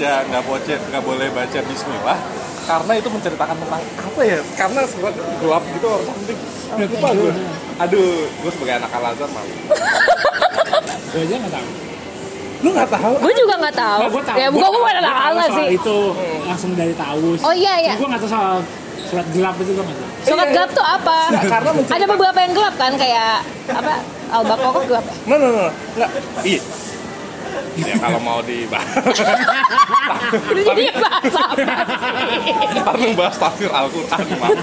Ya nggak boleh baca Bismillah karena itu menceritakan tentang apa ya? Karena surat gelap gitu or something. Lupa gue. Aduh, gue sebagai anak Al-Azhar malu. Gue aja nggak tahu. Lu nggak tahu? Gue juga nggak tahu. Ya bukan gue ada akal sih. Itu langsung dari Taus. Oh iya. Gue nggak tahu soal surat gelap itu gue nggak tahu. Surat gelap tuh apa? Karena ada beberapa yang gelap kan kayak apa? Al-Baqarah gelap ya? No, nggak. Iya. Ya kalau mau dibahas. Jadi bahasa apa sih? Ntar ngebahas tafsir Al-Quran gimana?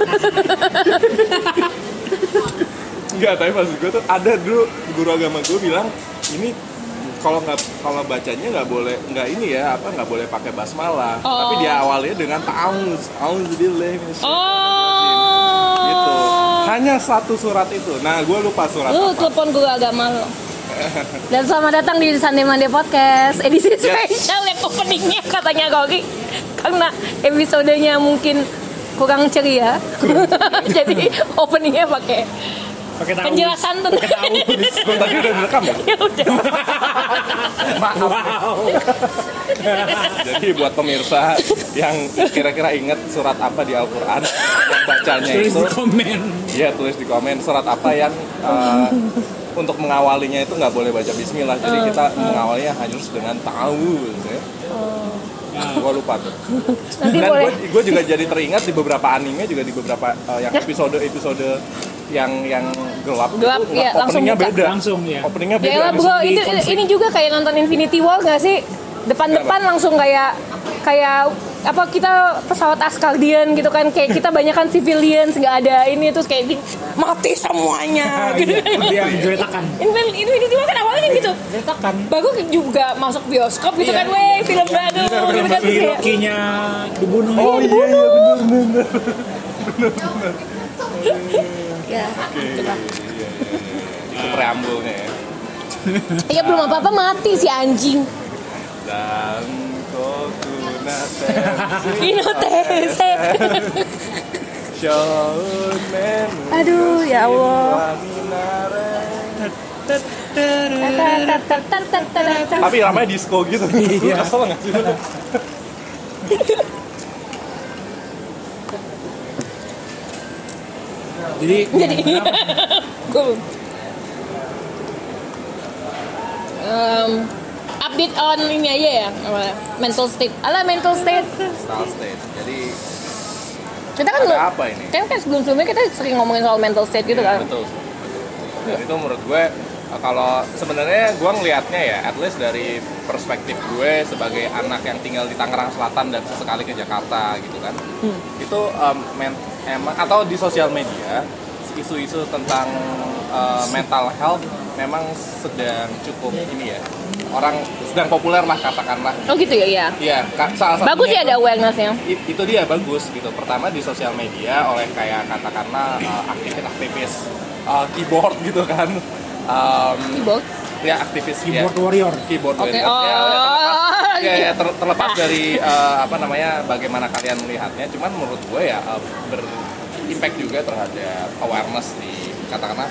Enggak, tapi maksud gue tuh ada dulu guru agama gue bilang ini kalau bacanya nggak boleh pakai basmalah, tapi diawalinya dengan auzubillahi minasyaitonir gitu. Hanya satu surat itu. Nah, gue lupa surat lu apa. telepon guru agama lo. Dan selamat datang di Sunday Monday Podcast edisi spesial yang openingnya katanya Rogi karena episodenya mungkin kurang ceria. Jadi openingnya pakai penjelasan tentang Tadi udah direkam ya? Ya udah. Maaf. Jadi buat pemirsa yang kira-kira ingat surat apa di Al-Quran yang bacanya tulis itu di komen. Iya, tulis di komen surat apa yang untuk mengawalinya itu nggak boleh baca Bismillah. Jadi kita mengawalinya harus dengan ta'awuz ya. Gue lupa tuh. Nanti Dan boleh. gue juga jadi teringat di beberapa anime juga di beberapa yang episode yang gelap itu ya, openingnya langsung beda. Langsung ya. Openingnya beda. Ya bro, ini juga kayak nonton Infinity War gak sih? Depan-depan langsung kayak apa kita pesawat Asgardian gitu kan, kayak kita banyak kan civilians, nggak ada ini terus kayak mati semuanya gitu. Yang geretakan. Infinity War kan awalnya gitu. Geretakan. Baru juga masuk bioskop gitu kan, weh film baru gitu kan Si Loki-nya dibunuh. Oh iya benar. Ya, coba. Itu preambulnya ya. Ya belum apa-apa mati si anjing. Dan Inotese. Aduh, ya Allah. Tapi namanya disco gitu. Lu kesel nggak sih? Jadi update on ini aja ya, mental state. Mental state. Jadi Kita kan ada apa ini? Kan sebelum-sebelumnya kita sering ngomongin soal mental state gitu kan. Betul. Dan itu menurut gue kalau sebenarnya gue ngelihatnya ya, at least dari perspektif gue sebagai anak yang tinggal di Tangerang Selatan dan sesekali ke Jakarta gitu kan, itu emang atau di sosial media isu-isu tentang mental health memang sedang cukup ini ya, orang sedang populer lah katakanlah. Oh gitu ya, iya. Iya, salah satunya Bagus ya ada awareness-nya. Itu dia bagus gitu. Pertama di sosial media oleh kayak katakanlah aktivis keyboard gitu kan. Keyboard? Ya aktivis keyboard ya. warrior. Keyboard Oke. warrior. Terlepas dari bagaimana kalian melihatnya, cuman menurut gue ya berimpact juga terhadap awareness di katakanlah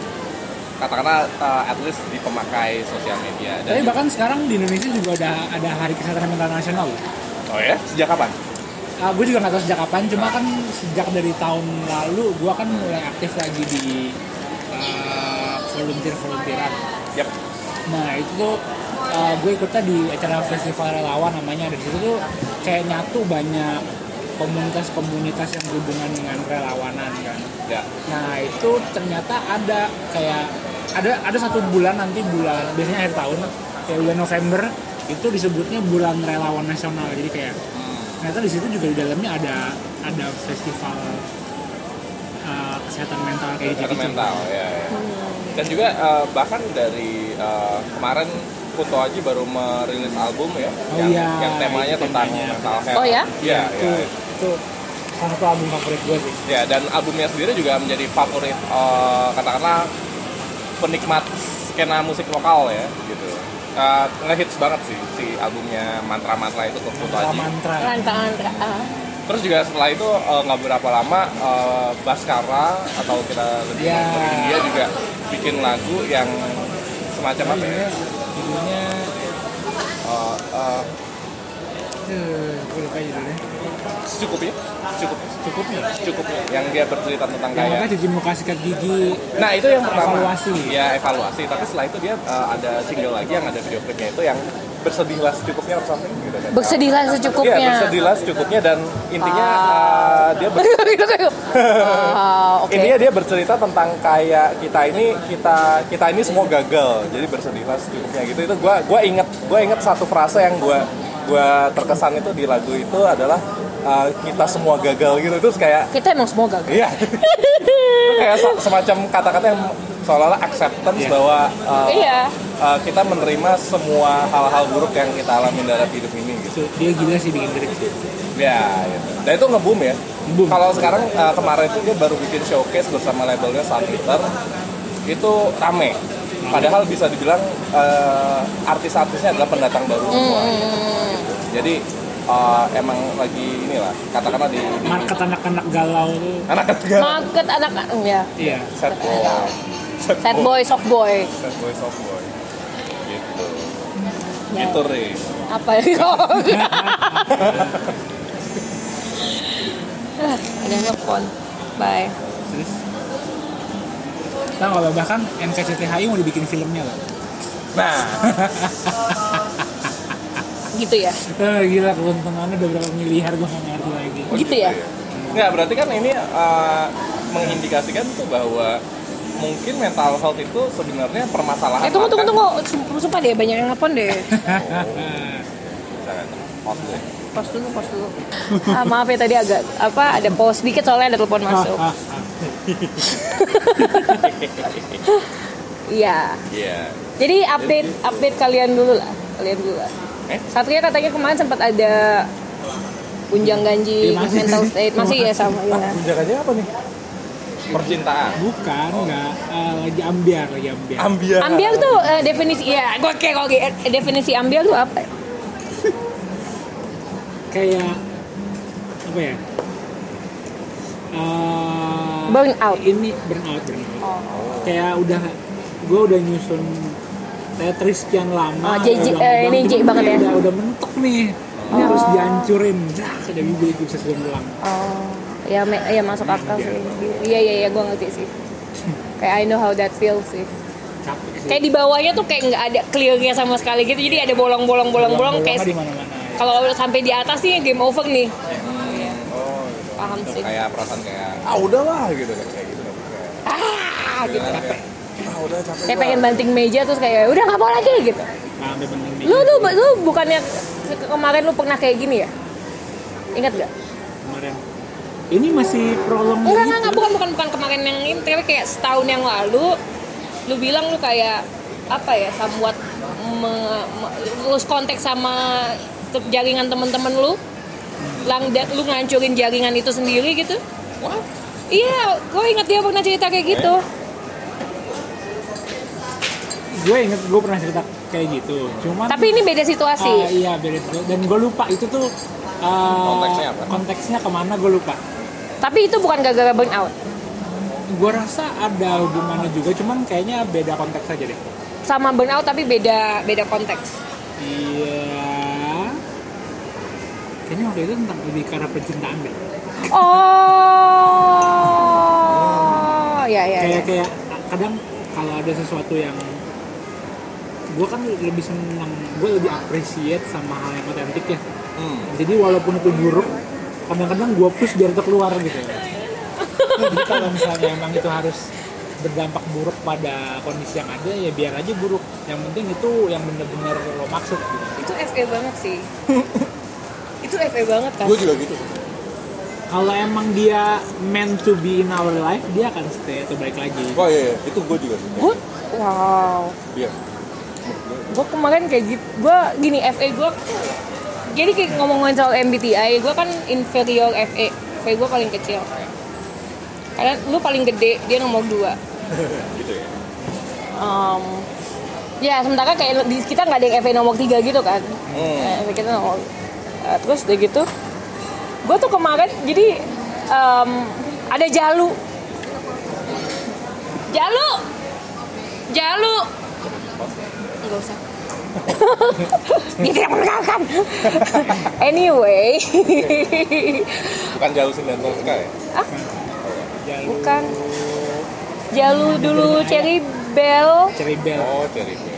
at least di pemakai sosial media. Tapi bahkan sekarang di Indonesia juga ada Hari Kesehatan Mental Nasional. Oh ya? Sejak kapan? Gue juga nggak tahu sejak kapan, cuma kan sejak dari tahun lalu gue kan mulai aktif lagi di volunteeran. Yap. Nah itu tuh gue ikutnya di acara festival relawan namanya. Dari situ tuh kayak nyatu banyak komunitas-komunitas yang berhubungan dengan relawanan kan. Ya. Nah itu ternyata ada satu bulan nanti biasanya akhir tahun kayak bulan November itu disebutnya bulan relawan nasional. Jadi kayak ternyata di situ juga di dalamnya ada festival kesehatan mental kayak gitu. Mental ya. Dan juga bahkan dari kemarin Kunto Aji baru merilis album ya, yang temanya tentang mental health. Oh ya? Iya. Itu salah satu album favorit gue sih. Ya, dan albumnya sendiri juga menjadi favorit katakanlah penikmat skena musik lokal ya, gitu. Ngehits banget sih si albumnya Mantra itu Kunto Aji. Mantra. Terus juga setelah itu nggak berapa lama Baskara atau kita lebih dia juga bikin lagu yang semacam apa ya? Judulnya Gue lupa judulnya. Secukupnya. Yang dia bercerita tentang Yang kayak cuci muka, sikat gigi. Nah itu yang pertama. Evaluasi. Ya evaluasi. Tapi setelah itu dia ada single lagi yang ada video klipnya itu yang bersedihlah secukupnya atau something gitu kan. Bersedihlah secukupnya. Iya bersedihlah secukupnya dan intinya dia Oke. intinya dia bercerita tentang kayak kita ini semua gagal. Jadi bersedihlah secukupnya gitu. Itu gue inget satu frase yang gue terkesan itu di lagu itu adalah kita semua gagal gitu. Terus kayak Kita emang semua gagal. iya. Itu kayak semacam kata-kata yang seolah-olah acceptance bahwa kita menerima semua hal-hal buruk yang kita alami dalam hidup ini gitu. Dia gila sih bikin lirik sih. Ya, gitu. Dan itu nge-boom ya. Boom. Kalau sekarang kemarin itu dia baru bikin showcase bersama labelnya Sun Liter. Itu rame. Padahal bisa dibilang artis-artisnya adalah pendatang baru semua. Gitu. Jadi emang lagi inilah katakanlah di Market anak-anak galau tuh. Market anak ya. Iya. Sad Boy, soft boy. Gitu. Ya. Gitu Re. Apa ya kok? Ada yang nelfon. Bye. Terus tahu nggak bahkan NKCTHI mau dibikin filmnya loh. Nah, Gitu ya. Gila keuntungannya udah berapa miliar gue nggak ngerti lagi. Gitu ya. Nggak, berarti kan ini mengindikasikan tuh bahwa mungkin mental health itu sebenarnya permasalahan. Tunggu. Sumpah deh, banyak yang nelfon deh. Pause dulu. Maaf ya tadi agak ada pause dikit soalnya ada telepon masuk. Iya. Jadi update kalian dulu lah. Satria katanya kemarin sempat ada gunjang-ganjing mental state. Masih ya sama ya. Gunjang-ganjing apa nih? Percintaan. Bukan, enggak. Lagi ambiar. Ambiar tuh definisi ya. Gue definisi ambiar tuh apa? Kayak apa ya? Burnout. Ini burnout. Kayak gue udah nyusun Tetris sekian lama. Ini J banget ya. Udah mentok nih. Ini harus dihancurin. Sudah bisa ulang. Ya masuk akal sih. Iya gue ngerti sih. Kayak I know how that feels sih. Capek sih. Kayak di bawahnya tuh kayak nggak ada clearnya sama sekali gitu. Jadi ada bolong-bolong kayak di mana-mana. kalau sampai di atas nih game over nih. Oh, Paham sih. Kayak perasaan kayak udahlah gitu kan kayak gitu. Gitu. Udah capek. Kayak pengen banting meja terus kayak udah nggak mau lagi gitu. Sampai penting nih. Lu bukannya kemarin lu pernah kayak gini ya? Ingat gak? Kemarin. Ini masih prolong gitu. Enggak, bukan kemarin yang ini, tapi kayak setahun yang lalu lu bilang lu kayak apa ya, somewhat lose kontak sama jaringan teman-teman lu. Lu ngancurin jaringan itu sendiri gitu. What? Iya, gue ingat dia pernah cerita kayak gitu. Gue inget gue pernah cerita kayak gitu. Cuman Tapi ini beda situasi. Iya beda situasi. Dan gue lupa itu tuh konteksnya apa? Konteksnya kemana gue lupa. Tapi itu bukan gara-gara burnout. Gue rasa ada hubungannya juga, cuman kayaknya beda konteks aja deh. Sama burnout tapi beda konteks. Iya. Kayaknya waktu itu tentang lebih karena percintaan deh. Oh, ya. Kayak kadang kalau ada sesuatu yang gue kan lebih senang, gue lebih appreciate sama hal yang otentik ya. Jadi walaupun itu buruk, kadang-kadang gue push biar itu keluar gitu. Jadi kalau misalnya emang itu harus berdampak buruk pada kondisi yang ada, ya biar aja buruk. Yang penting itu yang benar-benar lo maksud gitu. Itu FE banget sih. Itu FE banget kan. Gue juga gitu. Kalau emang dia meant to be in our life, dia akan stay atau balik lagi. Oh iya, itu gue juga. Wow. Iya. Gue kemarin kayak gitu. Gue gini, FE gue. Jadi kayak ngomongin soal MBTI, gue kan inferior FE. FE gue paling kecil. Karena lu paling gede, dia nomor 2. Gitu ya. Ya sementara kayak kita nggak ada yang FE nomor 3 gitu kan. FE kita nomor. Terus udah gitu, gue tuh kemarin jadi ada Jalu. Nggak usah. Dia tidak mendengarkan. Anyway. Bukan Jalu 9 ya? Ah? Bukan. Jalu dulu Cherry Bell. Cherry Bell. Oh, Cherry Bell.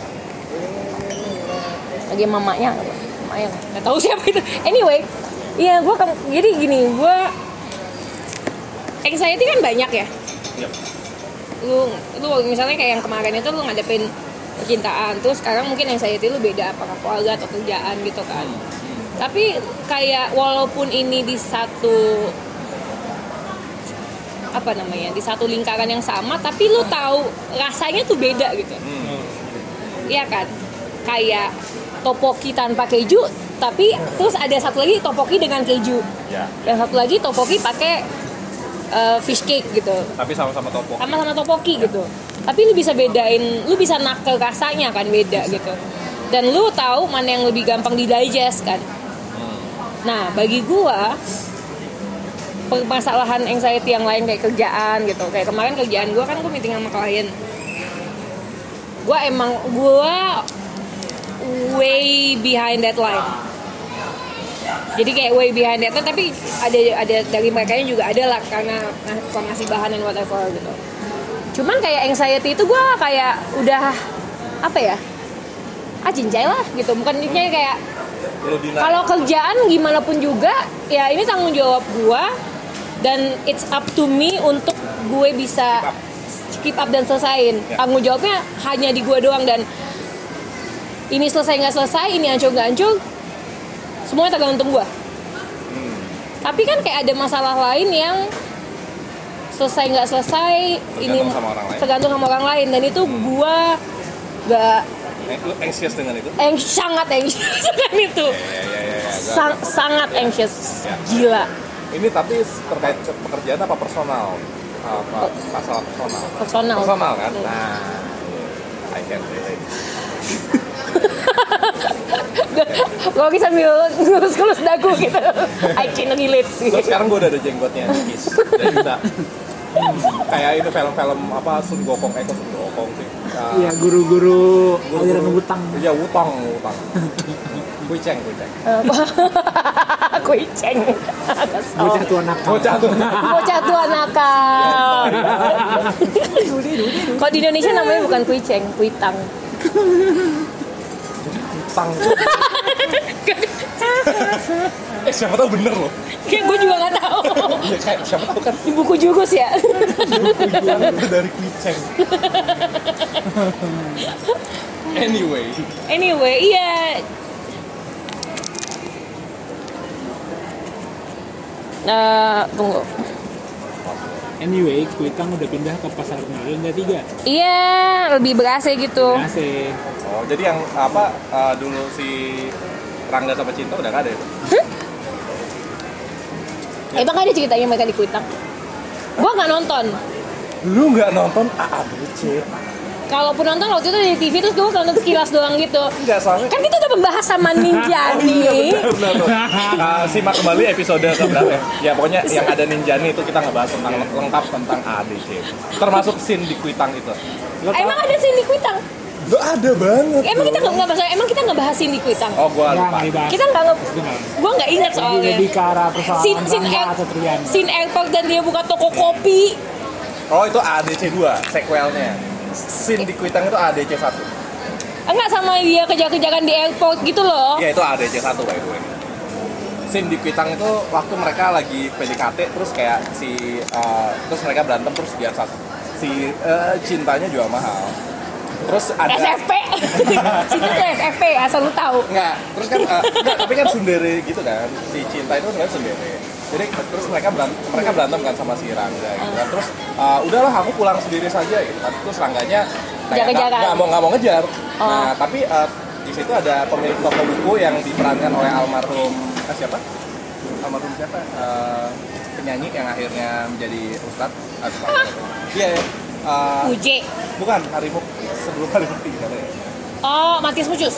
Lagi mamanya nggak tahu siapa itu. Anyway, iya gue jadi gini, gue anxiety kan banyak ya. Yep. Lu misalnya kayak yang kemarin itu lu ngadepin percintaan, terus sekarang mungkin anxiety lu beda, apakah keluarga atau kerjaan gitu kan. Tapi kayak walaupun ini di satu di satu lingkaran yang sama, tapi lu tahu rasanya tuh beda gitu. Iya kan? Kayak topoki tanpa keju, tapi terus ada satu lagi topoki dengan keju. Ya. Yang satu lagi topoki pakai fish cake gitu. Tapi sama-sama topoki. Sama-sama topoki gitu. Tapi lu bisa bedain, lu bisa nakel rasanya kan beda gitu. Dan lu tahu mana yang lebih gampang di-digest kan. Nah, bagi gua permasalahan anxiety yang lain kayak kerjaan gitu. Kayak kemarin kerjaan gua kan gua meeting sama klien. Gua way behind deadline. Jadi kayak way behind deadline, tapi ada dari mereka juga ada lah karena ngasih bahan dan whatever gitu. Cuman kayak anxiety itu gue kayak udah cincai lah gitu. Bukan kayak kalau kerjaan gimana pun juga ya ini tanggung jawab gue dan it's up to me untuk gue bisa keep up dan selesain. Tanggung jawabnya hanya di gue doang dan ini selesai nggak selesai, ini hancur nggak hancur, semuanya tergantung gue. Tapi kan kayak ada masalah lain yang selesai nggak selesai, tergantung sama orang lain dan itu gue nggak. Lu anxious dengan itu? Sangat anxious dengan itu. Sangat anxious, gila. Ini tapi terkait pekerjaan apa personal? Apa masalah personal? Personal kan? Nah, I can relate. Gue sambil ngurus-ngurus dagu gitu. I can relate sih. Terus sekarang gue udah ada jenggotnya Nikis. Jadi udah kayak itu film-film apa Sun Gokong sih. Iya, guru-guru aliran Wutang. Iya, Wutang. Kuiceng. Kuiceng. Bocah tua nakal. Bocah tua nakal. Kalau di Indonesia namanya bukan kuiceng, kuitang. Tang. Siapa tahu bener loh. Kayak gue juga nggak tahu. Iya kayak siapa tahu kan. Di buku Jurus ya. Itu dari kuiceng. Anyway, iya. Tunggu. Anyway, Kuitang udah pindah ke pasar Melinda 3. Iya, lebih ber-AC gitu. AC. Oh, jadi yang dulu si Rangga sama Cinta udah nggak ada itu? Emang ada ceritanya mereka di Kuitang? Gua nggak nonton. Lu nggak nonton AADC? Kalaupun nonton waktu itu di TV terus gue nonton sekilas doang gitu. Enggak, soalnya kan kita udah membahas sama Ninjani. Benar. Simak kembali episode keberapa ya? Ya pokoknya yang ada Ninjani itu kita ngebahas tentang lengkap tentang AADC. Termasuk scene di Kuitang itu. Emang ada scene di Kuitang? Udah ada banget. Emang kita nggak bahas scene di Kuitang? Oh, gua lupa. Kita gue nggak ingat soalnya. Lebih ke arah persoalan Rangga atau Triana. Scene airport dan dia buka toko kopi. Oh, itu AADC 2, sequelnya. Scene di Kuitang itu AADC 1. Enggak, sama dia kejar-kejaran di airport gitu loh. Iya, itu AADC 1 by the way. Scene di Kuitang itu waktu mereka lagi PDKT terus kayak terus mereka berantem terus biar cintanya jual mahal. Terus ada SFP. Situ tuh SFP, asal lu tahu. Enggak, terus kan tapi kan sundere gitu kan. Si Cinta itu sebenarnya sundere. Jadi terus mereka berantem kan sama si Rangga gitu kan. Terus udahlah aku pulang sendiri saja gitu kan. Terus Rangganya kayak nggak mau ngejar. Oh. Nah, tapi di situ ada pemilik toko buku yang diperankan oleh almarhum siapa? Penyanyi yang akhirnya menjadi ustadz. Iya. Uje. Bukan, sebelum Hari Mukti katanya. Oh, Matius Mucus.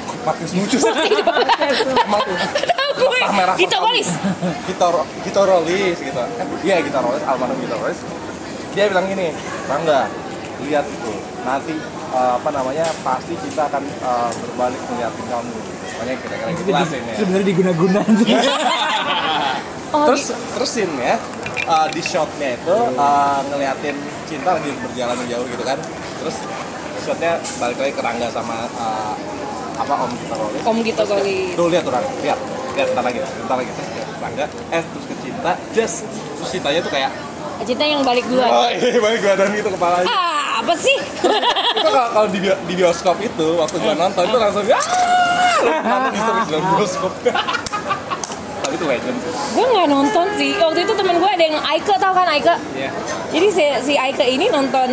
Gito Rolis. Gito Rolis gitu. Iya, Gito Rolis, almarhum Gito Rolis. Dia bilang gini, Rangga, lihat itu. Nanti pasti kita akan berbalik ngeliatin kamu. Makanya kira-kira Itu jelasin ya. sebenarnya diguna-guna sih. Oh, Terus scene-nya di shotnya itu ngeliatin Cinta lagi berjalan jauh gitu kan. Terus shotnya balik lagi ke Rangga sama Om Gita Goli. Om Gita Goli. Tuh lihat tuh Rangga, lihat bentar lagi terus ke Rangga, terus ke Cinta, terus Cintanya tuh kayak Cinta yang balik duluan. oh iya balik badan gitu kepalanya. Apa sih? Itu kalau di bioskop itu waktu gua nonton itu langsung nonton histeris dalam bioskop. Tapi itu legend. Gue nggak nonton sih. Waktu itu temen gue ada yang Aike, tau kan Aike? Iya. Jadi si Aike ini nonton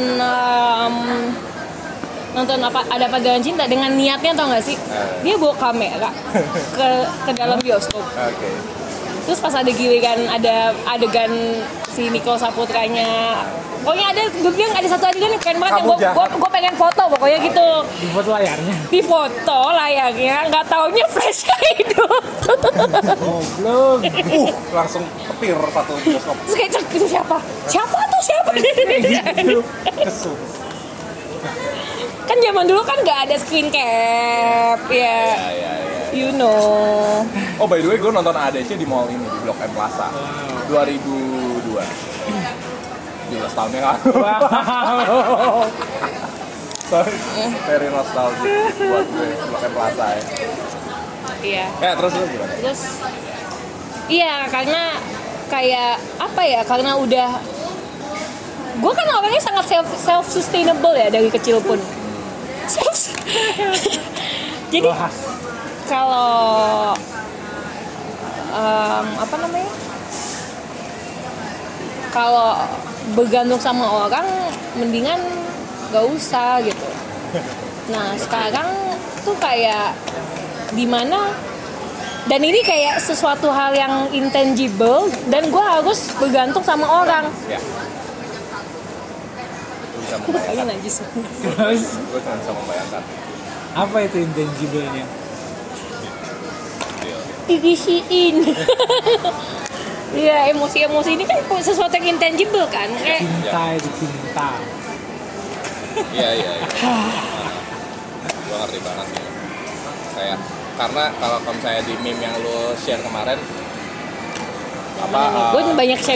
apa ada panggilan cinta dengan niatnya, tau nggak sih? Dia bawa kamera ke dalam bioskop. Oke. Terus pas ada giliran ada adegan si Nico Saputranya, pokoknya gue bilang ada satu adegan yang keren banget yang gue pengen foto pokoknya gitu. Di foto layarnya. Di foto layarnya, nggak taunya flashnya hidup. Goblok. Langsung petir satu bioskop. Terus kayak cek itu siapa Gitu. Kesum. Kan zaman dulu kan nggak ada screen cap ya. Ya. You know. Oh by the way, gue nonton ADC di mall ini, di Blok M Plaza 2002 17 tahun yang lalu. Sorry, very nostalgic buat gue, Blok M Plaza ya. Iya. Terus gimana? Terus iya, karena kayak apa ya, karena udah gue kan orangnya sangat self sustainable ya dari kecil pun. Jadi kalau kalau bergantung sama orang mendingan gak usah gitu. Nah sekarang tuh kayak dimana, dan ini kayak sesuatu hal yang intangible dan gue harus bergantung sama orang. Ya. Kayaknya najis. Terus Gue cuma bisa membayangkan. apa itu intangible-nya? Digisiin. Iya, emosi-emosi ini kan sesuatu yang intangible kan. Cinta itu cinta. Iya. Gue ngerti banget sih. Kayak karena kalau misalnya di meme yang lo share kemarin Gue banyak share.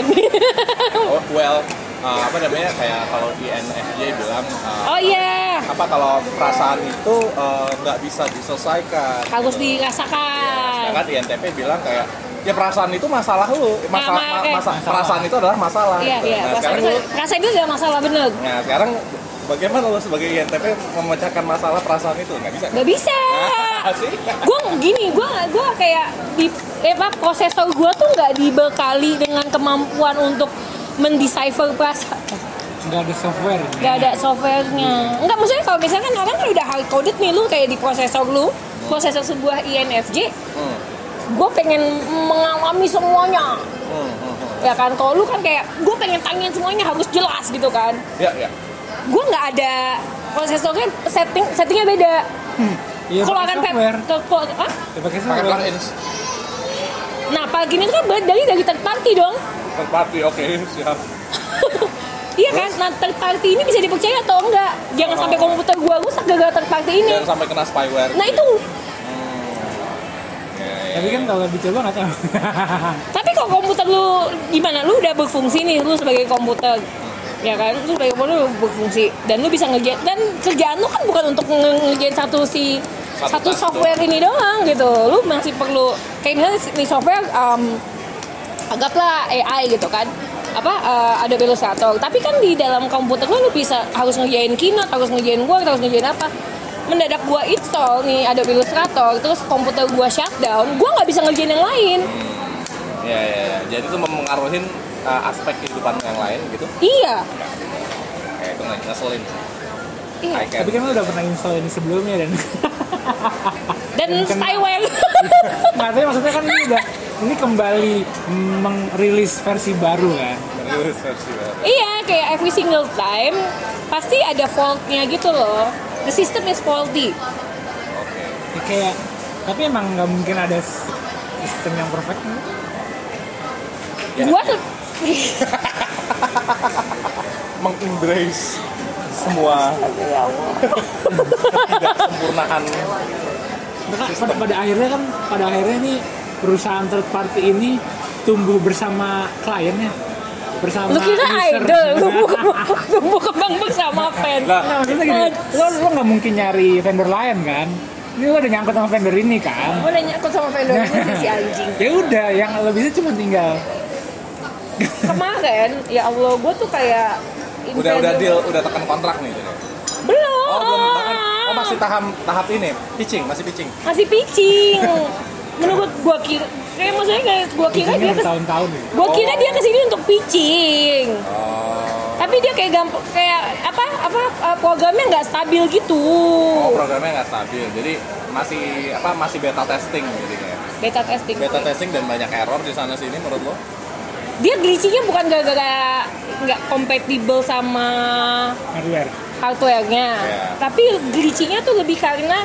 kayak kalau di NFJ bilang Oh iya, kalau perasaan itu nggak bisa diselesaikan, harus gitu. dirasakan. Sedangkan INTP bilang kayak ya perasaan itu masalah lu, perasaan itu adalah masalah. Iya, gitu. iya. Nah, sekarang lu, Rasa itu gak masalah, bener. nah sekarang bagaimana lu sebagai INTP memecahkan masalah perasaan itu? Nggak bisa. Gak bisa. Sih. Gue kayak prosesor gue tuh nggak dibekali dengan kemampuan untuk mendecipher perasaan. Nggak ada software. Gak ada softwarenya. Enggak, maksudnya kalau misalkan orang kan udah hard coded nih, lu kayak di prosesor lu, prosesor sebuah INFJ, gue pengen mengalami semuanya. Ya kan, kalau lu kan kayak gue pengen tanyain semuanya harus jelas gitu kan. Iya. Gue nggak ada prosesornya, settingnya beda. Iya, Keluaran software. Hah? Pakai software. plugins. Nah, plugin itu kan dari third party dong. Third party, oke, siap. Iya kan? Nah, third party ini bisa dipercaya atau enggak? Jangan sampai komputer gua rusak gara-gara third party ini. Jangan sampai kena spyware. Nah, itu. Tapi kan kalau dicoba nggak tahu. Tapi kalau komputer lu gimana? Lu udah berfungsi nih, lu sebagai komputer. Ya kan? Lu sebagai komputer lu berfungsi dan lu bisa ngerjain, dan kerjaan lu kan bukan untuk ngerjain satu software ini doang gitu. Lu masih perlu kayak misalnya di software anggaplah AI gitu kan. Ada Illustrator. Tapi kan di dalam komputer lu bisa harus ngerjain Keynote, harus ngerjain Word, harus ngerjain apa. Mendadak gua install nih ada Illustrator, terus komputer gua shutdown, gua nggak bisa ngerjain yang lain. Ya. Jadi itu mempengaruhi aspek kehidupan yang lain gitu. Iya. Kayak itu ngeselin. Iya. Tapi kan lo udah pernah install ini sebelumnya Dan spyware. Nggak, tapi maksudnya kan ini kembali merilis versi baru kan. Merilis versi baru. Iya, kayak every single time pasti ada fault-nya gitu loh. The system is faulty. Oke. Ya, kayak tapi emang nggak mungkin ada sistem yang perfect kan? Gua Mengembrace semua ketidaksempurnaan. Pada akhirnya nih perusahaan third party ini tumbuh bersama kliennya, bersama Lu kira user. idol, tumbuh kembang bersama fans. Nah, maksudnya gini, lo nggak mungkin nyari vendor lain kan? Ini lo udah nyangkut sama vendor ini kan? Gue udah nyangkut sama vendor ini si anjing. Ya udah, yang lo bisa cuma tinggal. Kemarin, ya Allah, gue tuh kayak Udah deal, udah tekan kontrak nih. belum. Oh, belum bahkan. Oh, masih tahap ini, masih pitching. Masih pitching. Menurut gue kira, maksudnya gue kira Ini dia bertahun-tahun ya. gue kira dia kesini untuk pitching. Oh. Tapi dia kayak programnya nggak stabil gitu. Oh, programnya nggak stabil. Jadi masih beta testing gitu kayak. Beta testing. Dan banyak error di sana sini menurut lo? Dia glitching-nya bukan gara-gara nggak kompatibel sama hardware-nya, tapi glitching-nya tuh lebih karena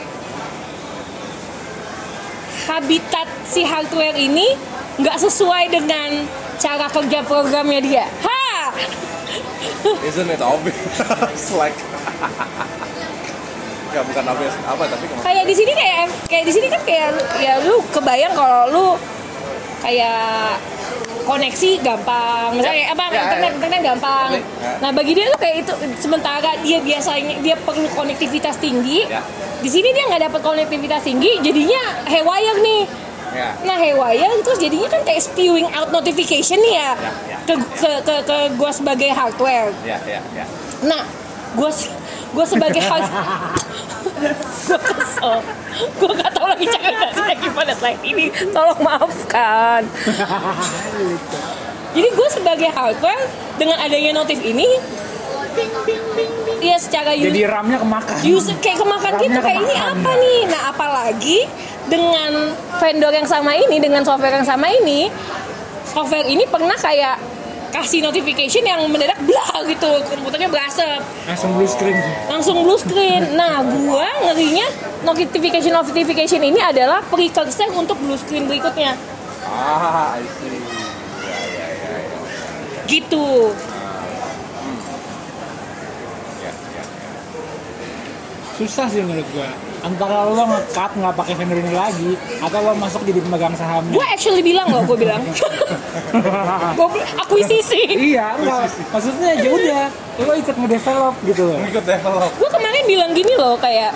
habitat si hardware ini nggak sesuai dengan cara kerja programnya dia. Isn't it obvious? Like ya bukan obvious apa tapi kayak di sini kan kayak ya lu kebayang kalau lu kayak koneksi gampang, misalnya internet gampang. Nah bagi dia tuh kayak itu, sementara dia biasanya dia perlu konektivitas tinggi. Di sini dia nggak dapat konektivitas tinggi, jadinya haywire nih. Nah haywire terus jadinya kan kayak spewing out notification nih ya. Ke gue sebagai hardware. Nah gue sebagai gue kesel, gue gak tau lagi cara ngasihnya gimana slide ini, tolong maafkan. Jadi gue sebagai hardware dengan adanya notif ini, ya secara jadi RAM-nya kemakan. Kayak kemakan gitu, kayak ini apa nih? Nah apalagi dengan vendor yang sama ini, dengan software yang sama ini, software ini pernah kayak kasih notification yang mendadak blah gitu, komputernya berasap. Langsung blue screen. Nah, gua ngerinya notification ini adalah precursor untuk blue screen berikutnya. I see. Ya. Gitu. Susah sih menurut gua. Antara lo nge-cut nggak pakai vendor ini lagi, atau lo masuk jadi pemegang sahamnya. Gue actually bilang gue bilang akuisisi. Iya, enggak. Maksudnya ya udah, lo ikut ngedevelop gitu. Gue kemarin bilang gini loh, kayak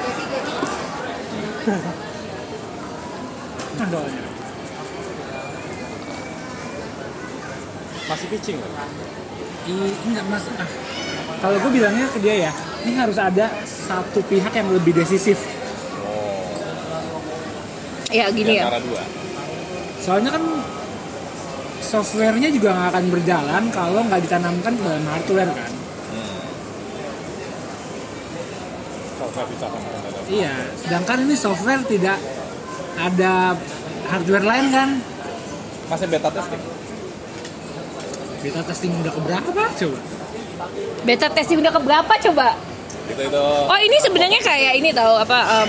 masih pitching loh. Enggak mas. Kalau gue bilangnya ke dia ya, ini harus ada satu pihak yang lebih decisif. Ya gini ya. Soalnya kan softwarenya juga nggak akan berjalan kalau nggak ditanamkan ke dalam hardware kan. Iya, sedangkan ini software tidak ada hardware lain kan. Masih beta testing. Beta testing udah keberapa coba? Beta testing udah keberapa coba? Itu. Oh ini sebenarnya kayak ini tahu apa?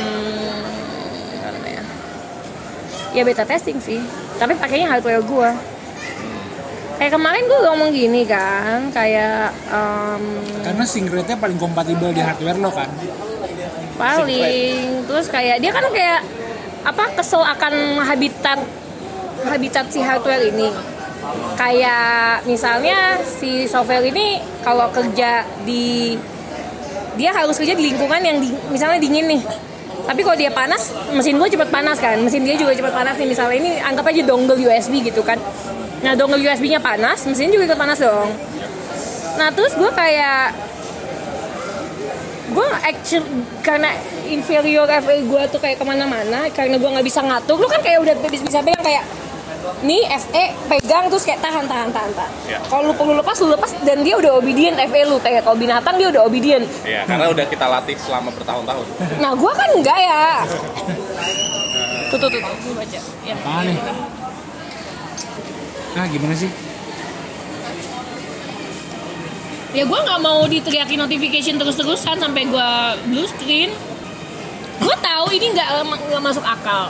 Ya beta testing sih, tapi pakainya hardware gue. Kayak kemarin gue ngomong gini kan, kayak karena sync rate-nya paling kompatibel di hardware lo kan. Paling, terus kayak dia kan kayak kesel akan habitat si hardware ini. Kayak misalnya si software ini kalau kerja dia harus kerja di lingkungan yang misalnya dingin nih. Tapi kalau dia panas, mesin gue cepat panas kan, mesin dia juga cepat panas nih. Misalnya ini anggap aja dongle USB gitu kan. Nah dongle USB-nya panas, mesin juga ikut panas dong. Nah terus gue karena inferior FA gue tuh kayak kemana-mana, karena gue nggak bisa ngatur. Lu kan kayak udah bisa pegang kayak nih FE pegang terus kayak tahan. Kalau lu perlu lepas dan dia udah obedient FE lu, kayak kalau binatang dia udah obedient. Iya, karena udah kita latih selama bertahun-tahun. Nah, gua kan enggak ya. Tuh, gua baca. Ya. Apa nih? Gimana sih? Ya gua nggak mau diteriakin notification terus-terusan sampai gua blue screen. Gua tahu ini nggak masuk akal.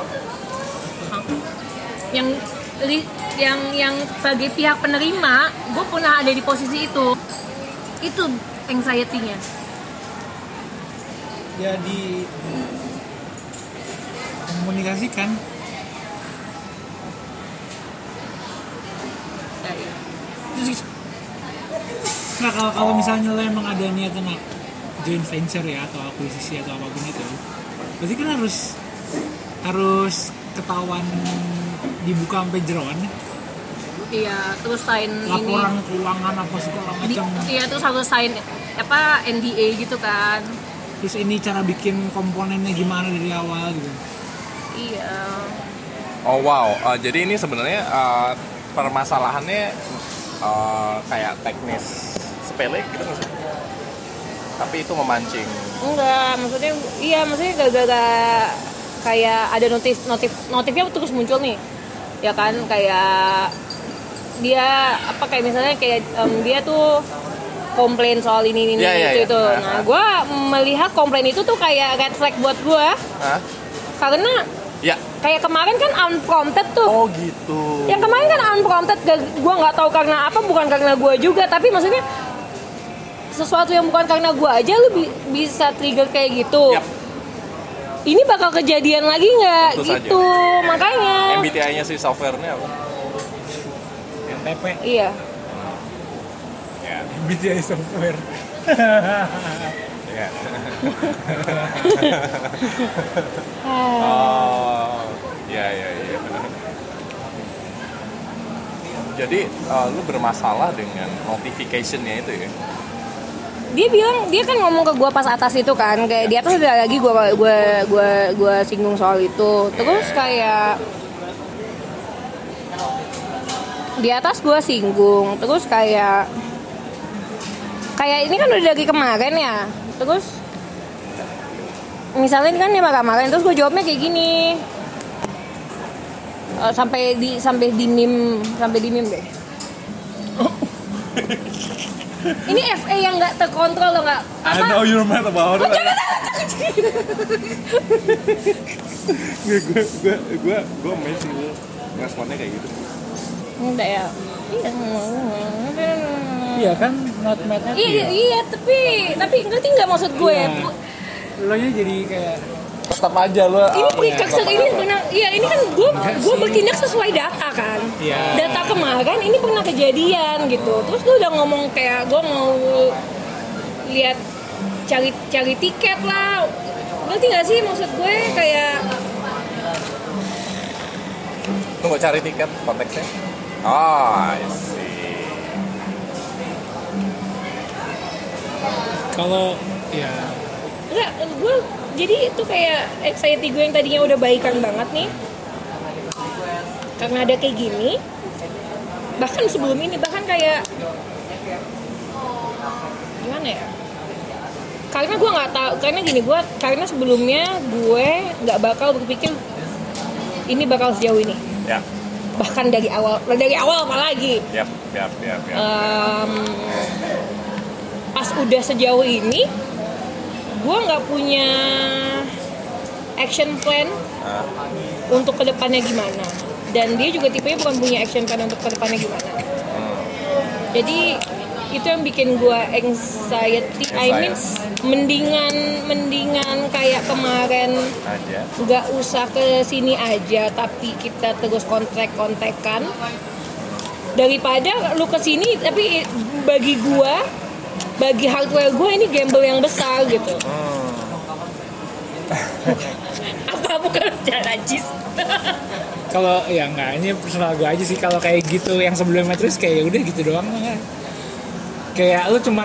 Yang sebagai pihak penerima, gue pernah ada di posisi itu anxiety-nya. ya di komunikasikan. Nah kalau misalnya lo emang ada niatan joint venture ya atau akuisisi atau apapun itu, berarti kan harus ketahuan dibuka sampai jeroan. Iya, terus sign laporan ini keuangan apa segala macam. Iya, terus harus sign NDA gitu kan. Terus ini cara bikin komponennya gimana dari awal gitu. Iya. Oh wow, jadi ini sebenarnya permasalahannya kayak teknis sepele gitu nggak sih? Tapi itu memancing. Enggak, maksudnya gara-gara kayak ada notifnya terus muncul nih. Ya kan, kayak dia kayak misalnya kayak dia tuh komplain soal ini itu. Nah, gue melihat komplain itu tuh kayak red flag buat gue. Karena kayak kemarin kan unprompted tuh. Oh gitu. Yang kemarin kan unprompted, gue nggak tahu karena apa, bukan karena gue juga, tapi maksudnya sesuatu yang bukan karena gue aja lu bisa trigger kayak gitu. Yep. Ini bakal kejadian lagi nggak gitu saja. Makanya MBTI-nya si software-nya apa? NTP. Iya. MBTI software. Ya. Ya. Jadi lu bermasalah dengan notification-nya itu ya? Dia kan ngomong ke gue pas atas itu kan, kayak di atas udah lagi gue singgung soal itu. Terus kayak di atas gue singgung, terus kayak ini kan udah dari kemarin ya. Terus misalnya kan dia marah-marahin, terus gue jawabnya kayak gini. Sampai di meme deh. Ini FA yang nggak terkontrol loh, nggak apa? I know you're mad about it. Gue amazed lu responnya kayak gitu. Enggak ya. Iya kan, not mad at you. Iya, tapi ngerti nggak maksud gue? Iya. Lo nya jadi kayak tetap aja lo. Ini precursor ini pernah, ini kan gue bertindak sesuai data kan. Iya. Data kemarin ini pernah kejadian gitu. Terus lu udah ngomong kayak gue mau lihat cari tiket lah. Ngerti nggak sih maksud gue kayak? Tunggu, cari tiket konteksnya. I see. kalau ya Enggak, gue jadi itu kayak anxiety gue yang tadinya udah baikan banget nih, karena ada kayak gini. Bahkan sebelum ini, bahkan kayak gimana ya? Karena gue nggak tahu, karena sebelumnya gue nggak bakal berpikir ini bakal sejauh ini. Ya. Bahkan dari awal apalagi. Yap. Pas udah sejauh ini, gue nggak punya action plan untuk kedepannya gimana, dan dia juga tipenya bukan punya action plan untuk kedepannya gimana. Jadi itu yang bikin gue anxiety. I mean, mendingan kayak kemarin nggak usah ke sini aja, tapi kita terus kontak-kontakan daripada lu ke sini tapi bagi hardware gue ini gamble yang besar gitu. Apa bukan cara najis? kalau ya enggak, ini personal gue aja sih. Kalau kayak gitu yang sebelumnya terus kayak udah gitu doang lah. Kayak lu cuman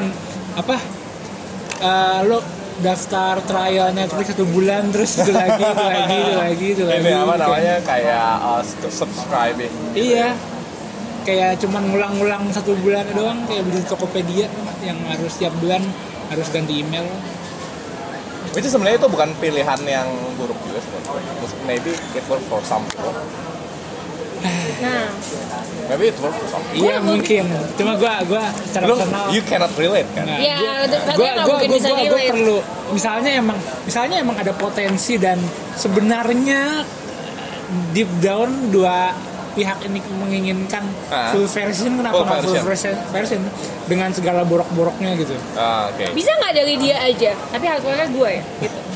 lu daftar trial Netflix 1 bulan terus itu lagi. Ini apa namanya kayak subscribing. Iya. Kayak cuman ngulang-ngulang 1 bulan doang, kayak beli Tokopedia yang harus tiap bulan harus ganti email. Itu sebenarnya itu bukan pilihan yang buruk juga sebenarnya. Maybe it works for some people. Nah, maybe it works for some people. Iya mungkin. Cuma gua secara personal you cannot relate kan? Nah, ya, gua perlu misalnya emang ada potensi dan sebenarnya deep down dua pihak ini menginginkan full version. Kenapa nggak full version dengan segala borok-boroknya gitu? Okay. Bisa nggak dari dia aja, tapi hardware gue ya gitu.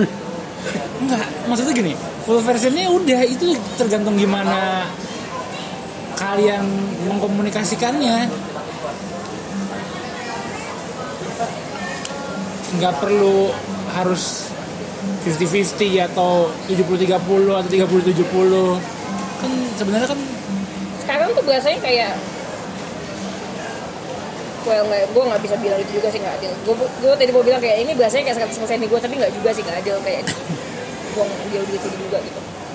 Enggak, maksudnya gini, full versionnya udah, itu tergantung gimana kalian mengkomunikasikannya. Nggak perlu harus 50-50 atau 70-30 atau 30-70. Kan sebenarnya kan Sekarang tuh biasanya kayak gue nggak bisa bilang itu juga sih nggak adil. Gue tadi mau bilang kayak ini biasanya kayak 100% nih gue, tapi nggak juga sih, nggak adil, kayak gue dia udah sini juga gitu.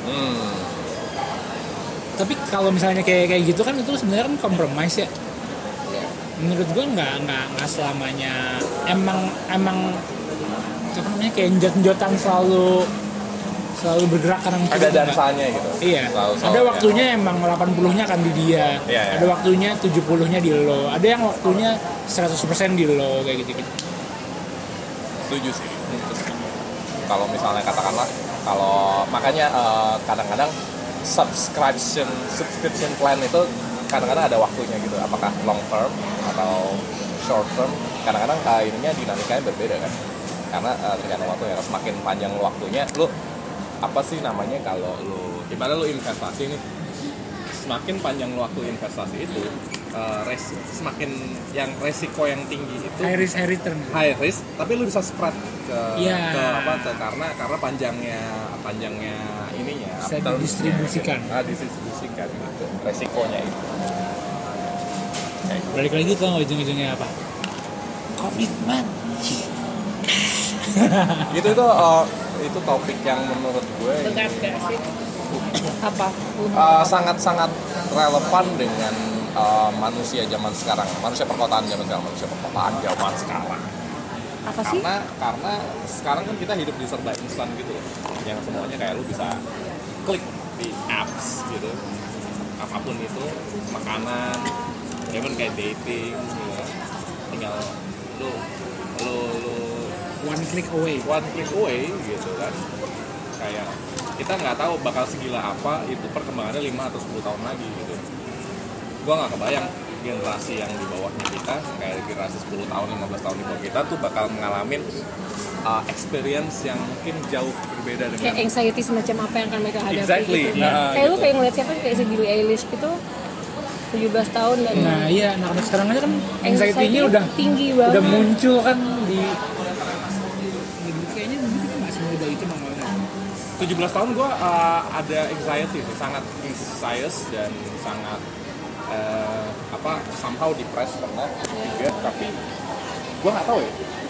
tapi kalau misalnya kayak gitu kan itu sebenarnya kan compromise ya. Iya. Menurut gue nggak selamanya emang apa namanya kayak njot-njotan selalu bergerak karena ada dansanya gitu. Iya. Selalu Ada waktunya emang 80-nya kan di dia. Iya. Ada waktunya 70-nya di lo. Ada yang waktunya 100% di lo kayak gitu-gitu. Setuju sih. Kalau misalnya katakanlah makanya kadang-kadang subscription plan itu kadang-kadang ada waktunya gitu. Apakah long term atau short term? Kadang-kadang ininya dinamikanya berbeda kan. Karena tergantung waktunya. Semakin panjang waktunya, lu apa sih namanya kalau lu gimana lu investasi nih, semakin panjang lu waktu investasi itu semakin yang resiko yang tinggi itu High risk high return. High risk, tapi lu bisa spread ke karena panjangnya ininya bisa didistribusikan. Didistribusikan gitu resikonya itu. Balik lagi tuh ujung-ujungnya apa? Komitmen. Itu topik yang menurut gue Berat gak sih? Apa? sangat-sangat relevan dengan manusia zaman sekarang, manusia perkotaan zaman sekarang. Apa sih? Karena sekarang kan kita hidup di serba instan gitu, yang semuanya kayak lu bisa klik di apps gitu, apapun itu, makanan, even kayak dating, gitu. Tinggal lu One click away gitu kan. Kayak kita nggak tahu bakal segila apa itu perkembangannya 5 atau 10 tahun lagi gitu. Gua nggak kebayang generasi yang di bawahnya kita, kayak generasi 10 tahun, 15 tahun di bawah kita tuh bakal mengalami experience yang mungkin jauh berbeda dengan Kayak anxiety semacam apa yang akan mereka hadapi exactly. gitu. Nah, Kayak lu gitu. kayak ngeliat siapa kayak si Billie Eilish gitu 17 tahun dan Nah iya, anak-anak sekarang aja kan anxiety-nya udah tinggi banget. udah muncul kan di kayaknya dulu kita nggak semudah itu normalnya. 17 tahun gue ada anxiety sih, sangat anxious dan sangat somehow depressed pernah juga, tapi gue nggak tahu ya.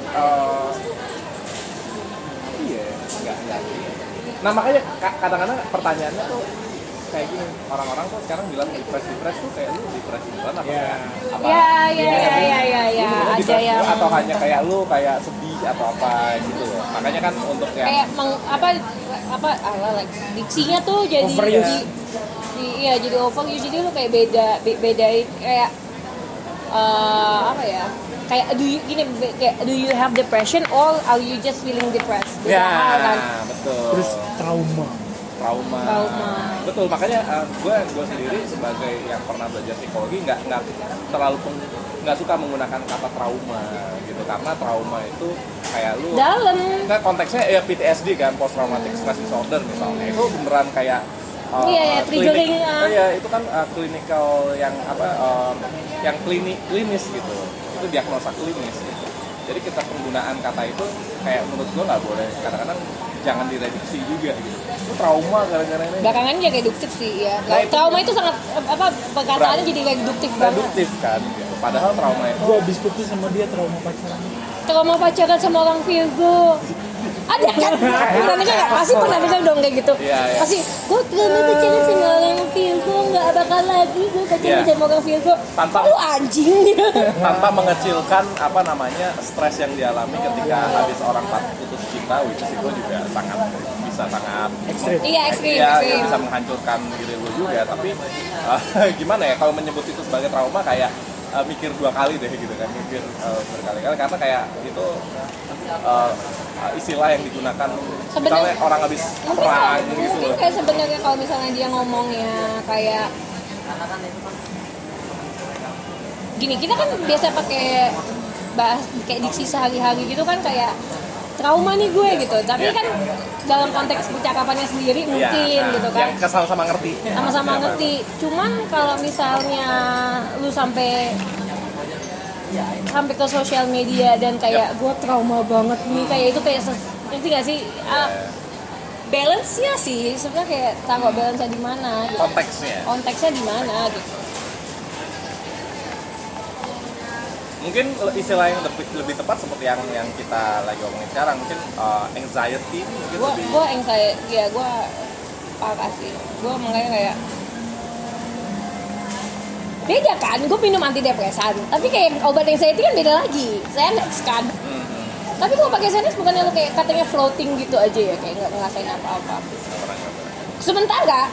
Nggak. Nah makanya kadang-kadang pertanyaannya tuh kayak gini, orang-orang tuh sekarang bilang depress tuh kayak lu depresi bukan apa Iya. apa Ya, ada yang atau hanya kayak lu kayak sedih atau apa gitu loh. Makanya kan untuk yang kayak like diksinya tuh jadi Overuse. jadi overuse, jadi lu kayak bedain kayak kayak do you have depression or are you just feeling depressed? Beda ya hal kan. betul. Terus trauma. Betul, makanya gue sendiri sebagai yang pernah belajar psikologi nggak suka menggunakan kata trauma gitu, karena trauma itu kayak lu Dalam. Nah, konteksnya ya PTSD kan, post traumatic stress disorder misalnya, itu beneran kayak triggering. Itu kan clinical yang yang klinis gitu, itu diagnosa klinis gitu. Jadi kita penggunaan kata itu kayak menurut gue nggak boleh, kadang-kadang jangan direduksi juga gitu. Itu trauma gara-gara ini. Belakangan jadi reduktif sih ya. Nah, Trauma itu sangat perkataannya jadi reduktif banget. Reduktif kan gitu. Padahal trauma itu Gue habis putus sama dia trauma pacaran. Trauma pacaran sama orang Virgo. Ada kan? Pernah dengar nggak? Pasti pernah dengar dong kayak gitu. Iya. Pasti gue trauma pacaran sama orang Virgo, nggak bakal lagi gue pacaran sama orang Virgo. Lu anjing. tanpa mengecilkan stres yang dialami ketika habis orang putus cinta, which is itu juga sangat Ekstrim. Iya, ekstrim. ya, bisa menghancurkan diri lu juga. Tapi gimana ya kalau menyebut itu sebagai trauma, kayak mikir 2 kali deh gitu kan, mikir berkali-kali, karena kayak itu istilah yang digunakan misalnya orang habis perang gitu mungkin loh. kayak sebenarnya kalau misalnya dia ngomongnya kayak gini, kita kan biasa pakai bahas kayak diksi sehari-hari gitu kan, kayak trauma nih gue gitu. Tapi kan dalam konteks percakapannya sendiri mungkin gitu kan. Yang sama-sama ngerti. Sama-sama ngerti. Cuman kalau misalnya lu sampai ke sosial media dan kayak gue trauma banget nih, kayak itu kayak ngerti gak sih? Balance-nya sih sebenarnya kayak taruh balance-nya di mana gitu. Konteksnya di mana gitu. Mungkin istilah yang lebih tepat seperti yang kita lagi ngomongin sekarang, mungkin anxiety mungkin lebih. Gue anxiety, ya gue parah sih. Gue makanya kayak beda kan, gue minum antidepresan, tapi kayak obat anxiety kan beda lagi. Xanax kan. Tapi kalau pakai Xanax bukannya lo kayak katanya floating gitu aja ya, kayak nggak ngerasain apa-apa. Sementara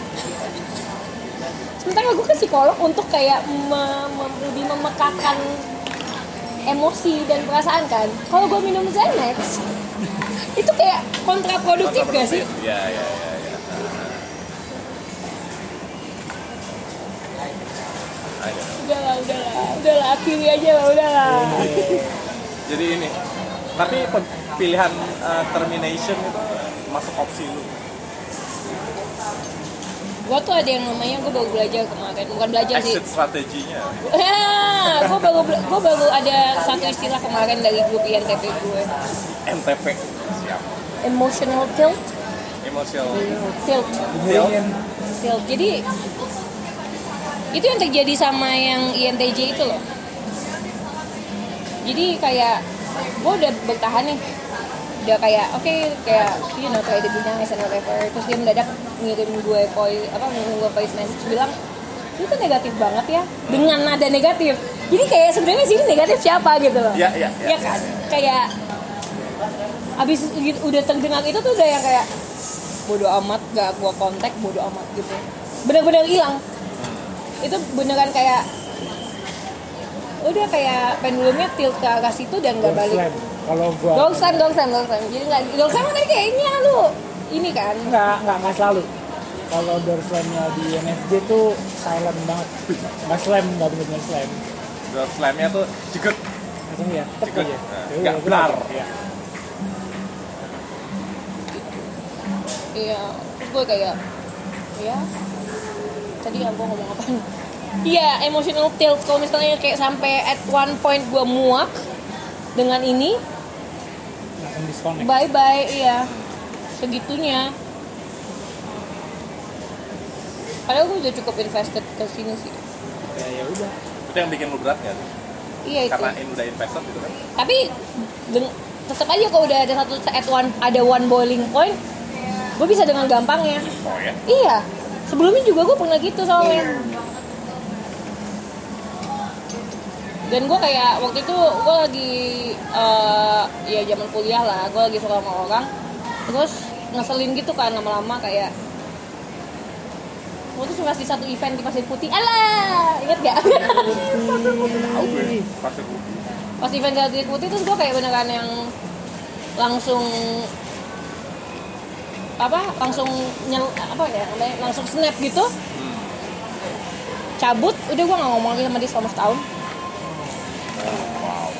gue ke psikolog untuk kayak lebih memekakan emosi dan perasaan kan. Kalau gue minum Xanax itu kayak kontraproduktif gak sih? Iya. Udahlah, akhiri aja lah, udahlah. Jadi ini, tapi pilihan termination itu masuk opsi lu? Gue tuh ada yang namanya, gue baru belajar kemarin, bukan belajar sih. Exit strateginya. Gue baru ada satu istilah kemarin dari grup INTP gue. NTP, siap. Emotional tilt. Tilt. Jadi itu yang terjadi sama yang INTJ itu loh. Jadi kayak gue udah bertahan nih, udah kayak oke, kayak try to be nice and whatever. Terus dia mendadak ngirim gue voice message bilang ini tuh negatif banget ya, dengan nada negatif. Jadi kayak sebenarnya sini negatif siapa gitu loh. Iya kan, kayak abis udah terdengar itu tuh udah yang kayak bodo amat, gak gua kontak, bodo amat gitu. Bener-bener hilang. Itu beneran kayak udah kayak pendulumnya tilt ke arah situ dan gak balik. Kalau gua Gold slam. Jadi nggak gold slam tadi kayaknya lu ini kan? Nggak selalu. Kalau door slamnya di NFJ tuh silent banget, nggak slam, nggak bener-bener slam. Door slamnya tuh jeget. Langsung ya, tek aja. Nggak benar. Iya, terus gue kayak ya tadi gue ngomong apa? Iya, emotional tilt. Kalau misalnya kayak sampai at one point gue muak dengan ini, langsung disconnect. Bye, iya, segitunya. Padahal gue udah cukup invested ke sini sih. Ya udah. Itu yang bikin lu berat nggak sih? Iya itu. Karena ini udah invested gitu kan? Tapi tetap aja kalau udah ada one boiling point, gue bisa dengan gampangnya. Oh ya? Iya. Sebelumnya juga gue pernah gitu soalnya. Dan gue kayak waktu itu gue lagi ya zaman kuliah lah, gue lagi suka sama orang, terus ngeselin gitu kan lama-lama kayak. Waktu cuma di satu event di Pasir Putih, alah, inget gak? Tahu gue, Pasir Putih. Pas event Pasir Putih terus gue kayak beneran yang langsung langsung snap gitu, cabut, udah gue nggak ngomong lagi sama dia selama setahun. Wow.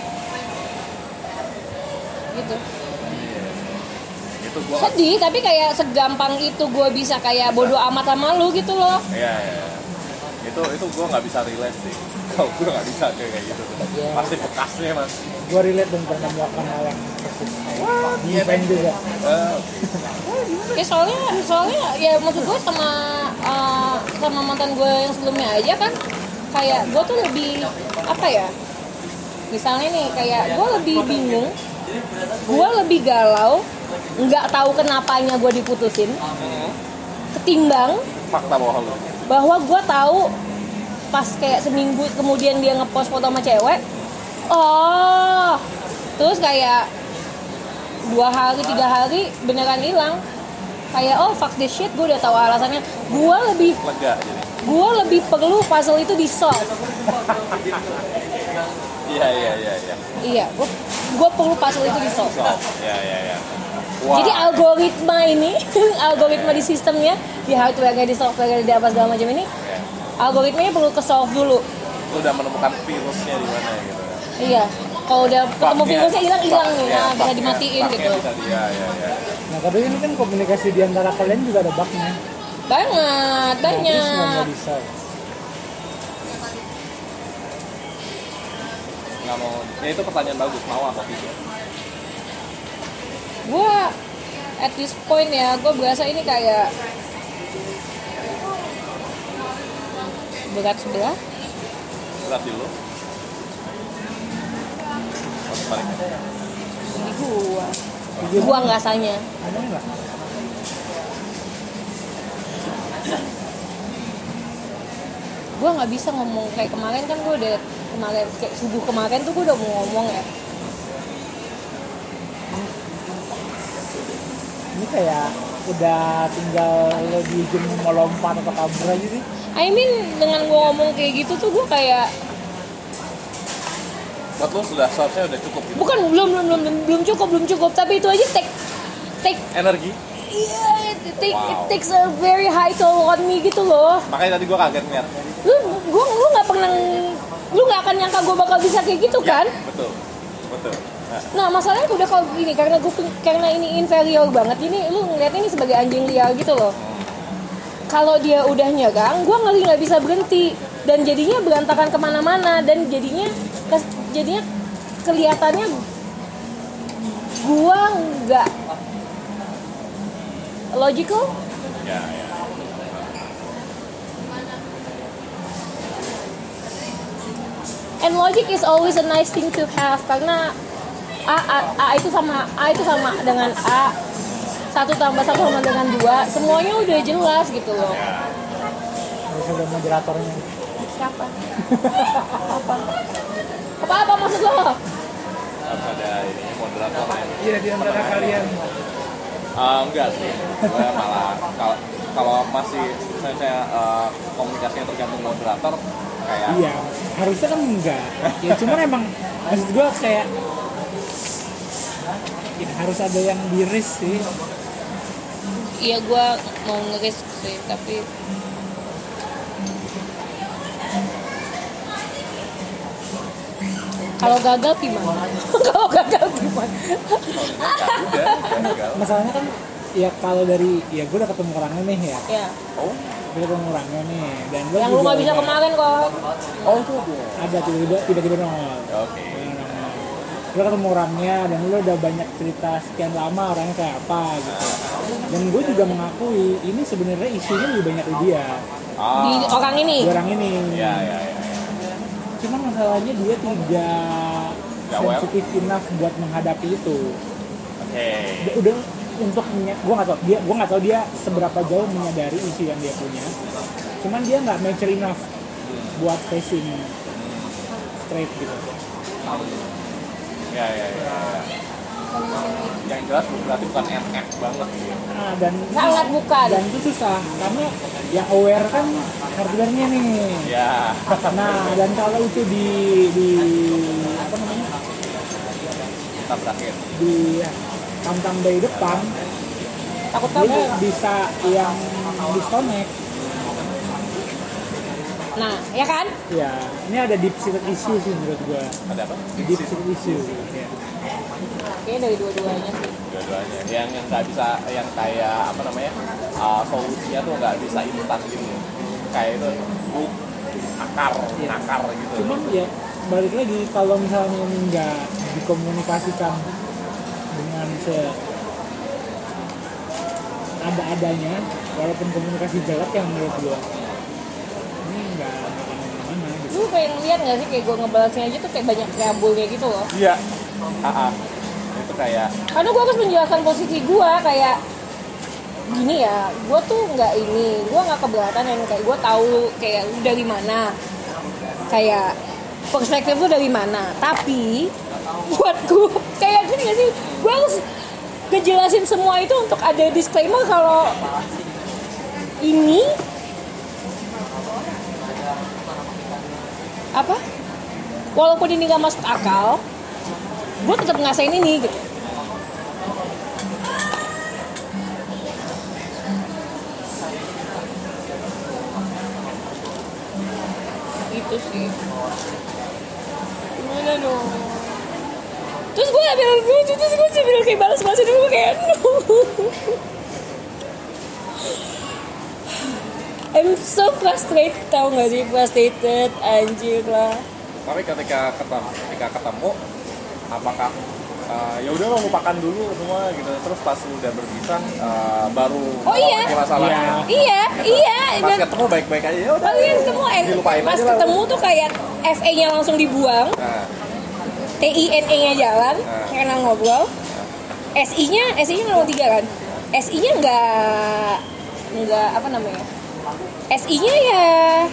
Gitu. Itu gua Sedih, tapi kayak segampang itu gue bisa kayak bodo amat sama lu gitu loh. Iya. Itu gue nggak bisa relate sih. Kalau gue nggak bisa kayak gitu tuh. Pasti bekasnya mas. Gue relate dan pernah melakukan hal yang di event juga. Ya soalnya ya maksud gue sama mantan gue yang sebelumnya aja kan, kayak gue tuh lebih apa ya? Misalnya nih kayak gue lebih bingung, gue lebih galau, nggak tahu kenapanya gue diputusin, ketimbang Fakta bahwa gue tahu pas kayak seminggu kemudian dia ngepost foto sama cewek, terus kayak 2 hari 3 hari beneran hilang, kayak fuck this shit, gue udah tahu alasannya. Gue lebih lega jadi. Gue lebih perlu puzzle itu di solve. Iya, gue perlu puzzle itu di solve. Iya. Wow. Jadi algoritma di sistemnya, di hardware-nya, di software-nya, di apa segala macam ini, algoritmanya perlu ke solve dulu. Lu udah menemukan virusnya di mana gitu. Iya. kalau udah ketemu Bugnya- virusnya hilang nih, ya, nah bisa bugnya- dimatiin bugnya gitu. bisa ya. Nah tapi ini kan komunikasi di antara kalian juga ada bugnya. Banget, Nah, terus nggak banyak. bisa. Nggak mau. Ya itu pertanyaan bagus, mau atau tidak? Gue at this point ya, gue berasa ini kayak berat sebelah. Berat di lu? Oh, sebaliknya. Di gua nggak sanya. Emang nggak? Gue nggak bisa ngomong kayak kemarin kan gue udah kayak subuh kemarin tuh gue udah mau ngomong ya. Ini kayak udah tinggal lo diizin mau lompat atau kabur aja sih. I mean dengan gue ngomong kayak gitu tuh gue kayak Buat lu sudah seharusnya udah cukup gitu. bukan belum cukup tapi itu aja take Energi. iya it Wow. takes a very high toll on me gitu loh. Makanya tadi gua kaget ngeliat. Lu nggak pernah lu nggak akan nyangka gue bakal bisa kayak gitu kan? Ya, betul. Nah, Nah masalahnya udah kalau gini karena ini inferior banget ini lu ngeliatnya ini sebagai anjing liar gitu loh. Kalau dia udah nyegang, gue ngeri nggak bisa berhenti dan jadinya berantakan kemana-mana dan jadinya kelihatannya gue nggak logical. ya. And logic is always a nice thing to have karena A itu sama dengan A, 1 tambah 1 sama dengan 2, semuanya udah jelas gitu loh. Harus ada moderatornya. Siapa? Apa maksud lo? Harus ada ini moderatornya. Iya di antara kalian. Enggak sih. Gue malah kalau masih misalnya komunikasinya tergantung moderator kayak Iya, harusnya kan enggak. Ya cuman emang maksud gue kayak ya, harus ada yang diris sih. Iya gue mau nge-risk sih tapi kalau gagal gimana? Kalau gagal gimana? udah. Masalahnya kan ya kalau dari ya gue udah ketemu orangnya nih ya. Ya, Oh, Gue ketemu orangnya nih dan gue yang lu nggak bisa kemarin kok. oh itu dia. ada tiba-tiba nongol. Oke. Gue ketemu orangnya dan lo udah banyak cerita sekian lama orangnya kayak apa gitu. Dan gue juga mengakui ini sebenarnya isunya lebih banyak di dia, Ah, Di orang ini. di orang ini. ya. Cuma masalahnya dia tidak Nggak well. sensitif enough buat menghadapi itu. Oke. Udah untuk gue nggak tahu dia seberapa jauh menyadari isu yang dia punya. Cuman dia nggak mature enough buat facing straight gitu. Ya. Yang jelas berarti bukan NF banget gitu. Nah, dan Sangat bukan. Dan itu susah karena yang aware kan hardware-nya nih. Ya. Nah, dan kalau itu di apa namanya? Kita berakhir. Di tantang dari depan, Takut dia kabur. bisa yang disconnect. Nah, ya kan? Ya, ini ada deep seated issue sih menurut gua. Ada apa? Deep seated issue. Ya. Kayaknya dari dua-duanya sih. Dua-duanya. Yang nggak bisa, yang kayak apa namanya? Solusinya tuh nggak bisa instan gitu. Kayak itu akar gitu. Cuman ya balik lagi kalau misalnya ini nggak dikomunikasikan dengan ada-adanya, walaupun komunikasi jelek yang menurut gua ini nggak akan kemana-mana gitu. Lu kayak ngeliat nggak sih kayak gue ngebalasnya aja tuh kayak banyak preambulnya gitu loh. Iya. Itu kayak Karena gue harus menjelaskan posisi gue kayak gini ya, gue tuh nggak gue nggak keberatan yang kayak gue tahu kayak lu dari mana, kayak perspektif lu dari mana. Tapi buat gue kayak gini gak sih, gue harus ngejelasin semua itu untuk ada disclaimer kalau ini apa, walaupun ini nggak masuk akal, gue tetap ngasain ini gitu. Itu sih. Gimana dong? Terus gue bilang lucu, terus gue sambil kayak balas-balas dulu kayak no. I'm so frustrated, tau gak sih? Frustrated, anjir lah. Tapi ketika ketemu apakah ya udah lo lupakan dulu semua gitu, terus pas udah berpisah baru Iya masalahnya. Iya Pas ketemu baik-baik aja ya udah. ketemu dilupain pas aja lah. ketemu tuh kayak FA-nya langsung dibuang, Nah, TINE-nya jalan, karena ngobrol. SI-nya nomor 3 kan. SI-nya enggak apa namanya? SI-nya ya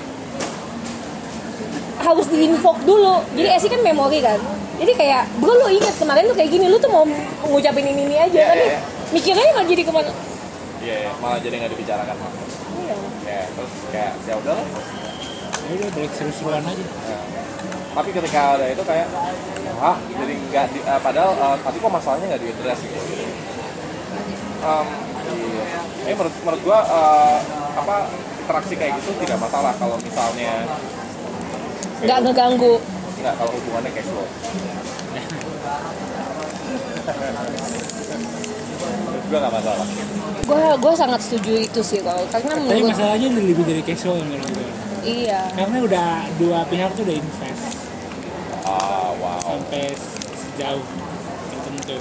harus di-invoke dulu. Jadi SI kan memori kan. Jadi kayak, bro lu inget kemarin tuh kayak gini, lu tuh mau ngucapin ini aja, tapi mikirnya nggak jadi kemana? Iya, malah jadi nggak dibicarakan. Iya. Ya, terus kayak ya udah lah. Ya udah balik seru-seruan aja. Nah, tapi ketika ada itu kayak jadi nggak padahal tapi kok masalahnya nggak diadres gitu. Ini menurut gua interaksi kayak gitu tidak masalah kalau misalnya Nggak ngeganggu. nggak, kalau hubungannya kayak slow. Menurut gua nggak masalah. Gue sangat setuju itu sih kalau karena Tapi menurut masalahnya lebih dari casual menurut gue. iya. Karena udah dua pihak tuh udah invest Wow. sampai sejauh tertentu.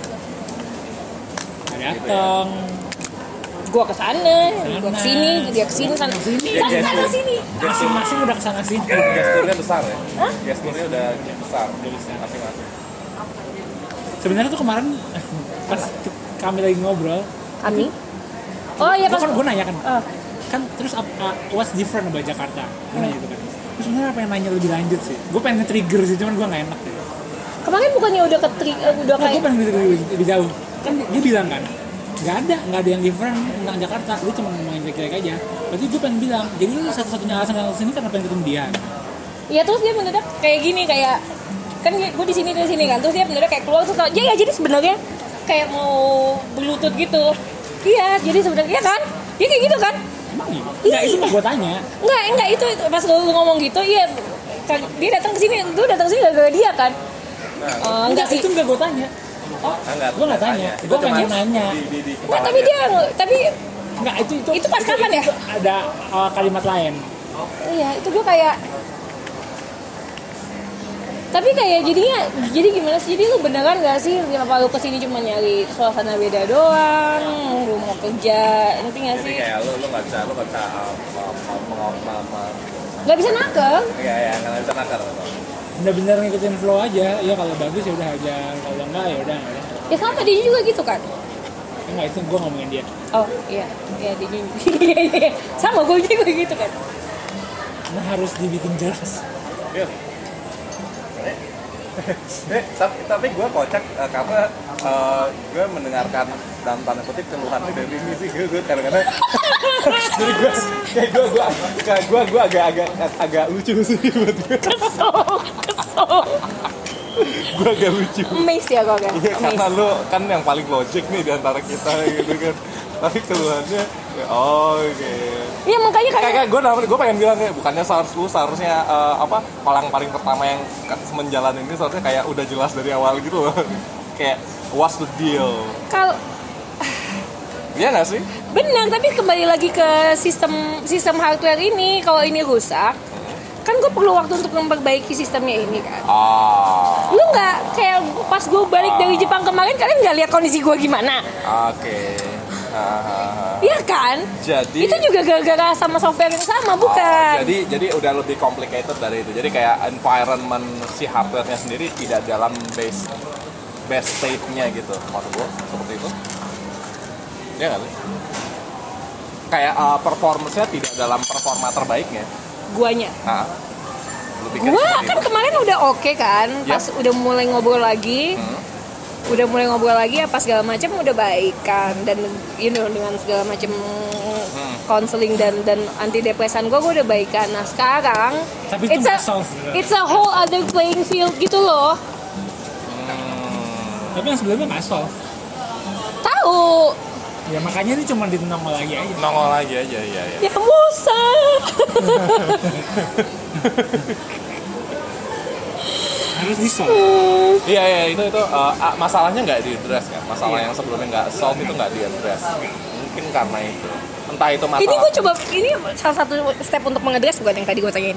Ada Gitu ya. datang, Gue kesana, gue kesini, dia kesini sana sini. masing-masing udah kesana sini. Gesturnya besar ya? Hah? Gesturnya udah besar. Udah besar. Masing-masing. Sebenarnya tuh kemarin pas kami lagi ngobrol, Kami? Oh iya pas. gue nanya kan, Ah. kan terus what's different about Jakarta? Gue nanya itu kan. Terus sebenarnya apa yang nanya lebih lanjut sih? Gue pengen nge-trigger sih, cuman gue nggak enak. Kemarin bukannya udah udah Gue kayak pengen nge-trigger lebih jauh. Kan dia bilang kan, nggak ada yang different tentang Jakarta. Lu cuma ngomongin jelek-jelek aja. Berarti gue pengen bilang, jadi lu satu-satunya alasan datang sini karena pengen ketemu dia. Iya terus dia mendadak kayak gini kayak kan gue di sini kan terus dia mendadak kayak keluar tuh jadi sebenarnya kayak mau berlutut gitu. Iya jadi sebenarnya kan dia kayak gitu kan. Emang iya? Nggak, itu mah gue tanya. Enggak itu pas lu ngomong gitu iya dia datang ke sini lu datang ke sini gara-gara dia kan. Enggak sih. Itu nggak gue tanya. Gue nggak tanya. Gue pengen nanya. Enggak tapi Nggak, Itu pas kapan ya? Itu ada kalimat lain. iya itu gue kayak tapi kayak jadi gimana sih, jadi lu beneran gak sih kenapa lu kesini cuma nyari suasana beda doang, lu mau kerja, ngerti gak Jadi sih? kayak lu nggak bisa Gak bisa nakal. ya nggak bisa nakar. Bener-bener ngikutin flow aja. Ya kalau bagus ya udah aja, kalau enggak ya udah. Ya sama dia juga gitu kan. Enggak, itu gue ngomongin dia. Oh iya dia juga sama gue juga gitu kan. Nah harus dibikin jelas. Iya. Tapi gue kocak karena gue mendengarkan dalam tanda kutip keluhannya dari ini sih gue kadang-kadang jadi gue agak lucu sih buat gue. Kesel. Gue agak lucu. Miss ya kok kan. Iya karena lu kan yang paling gojek nih di antara kita gitu kan. Tapi keluhannya oke. Iya makanya Kayak gue pengen bilang kayak bukannya seharusnya paling pertama yang menjalani ini seharusnya kayak udah jelas dari awal gitu loh. Kayak what's the deal? kalau Iya nggak sih? benar, tapi kembali lagi ke sistem hardware ini, kalau ini rusak, kan gue perlu waktu untuk memperbaiki sistemnya ini kan. Lu nggak kayak pas gue balik dari Jepang kemarin, kalian nggak lihat kondisi gue gimana? Oke. Iya kan? Jadi Itu juga gara-gara sama software yang sama, bukan? jadi udah lebih complicated dari itu. Jadi kayak environment si hardware-nya sendiri tidak dalam base state-nya gitu. Maksud gue seperti itu. Iya nggak sih? Kayak performance-nya tidak dalam performa terbaiknya. Guanya. Nah, lebih kayak Gua seperti kan itu. kemarin udah oke kan, pas udah mulai ngobrol lagi. Apa segala macam udah baik kan, dan dengan segala macam konseling dan antidepresan gue udah baik kan. Nah sekarang Tapi itu it's a whole other playing field gitu loh. Tapi yang sebelumnya nggak solve. Tahu? Ya makanya ini cuma ditongol lagi aja. Nongol lagi aja ya. Ya Musa. harus di-solve. Iya itu masalahnya nggak di-address kan, masalah yang sebelumnya nggak solve itu nggak di-address, mungkin karena itu, entah itu masalah. Ini salah satu step untuk mengadres bukan yang tadi gue tanyain.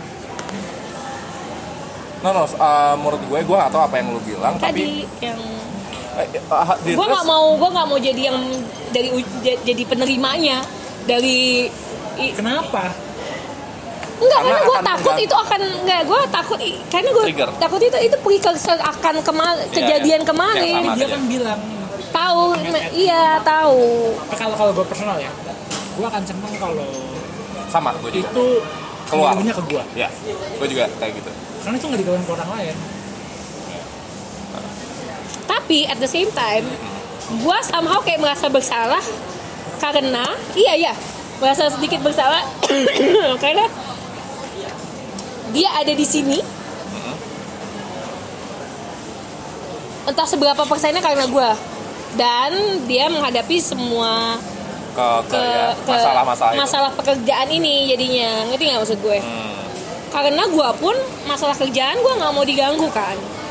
Menurut gue nggak tahu apa yang lu bilang tadi tapi yang gue nggak mau jadi yang jadi penerimanya dari Kenapa? karena gue takut itu akan gue takut karena gue takut itu precursor akan kejadian kemarin. Dia kan bilang tahu. Kalau gue personal ya, gue akan seneng kalau sama gue juga itu keluar ke gue. Ya, gue juga kayak gitu. Karena itu nggak dikeluarin ke orang lain. Tapi at the same time, gue somehow kayak merasa bersalah karena merasa sedikit bersalah karena dia ada di sini. Entah seberapa persennya karena gue, dan dia menghadapi semua masalah pekerjaan ini jadinya, ngerti nggak maksud gue? Karena gue pun masalah kerjaan gue nggak mau diganggu kan.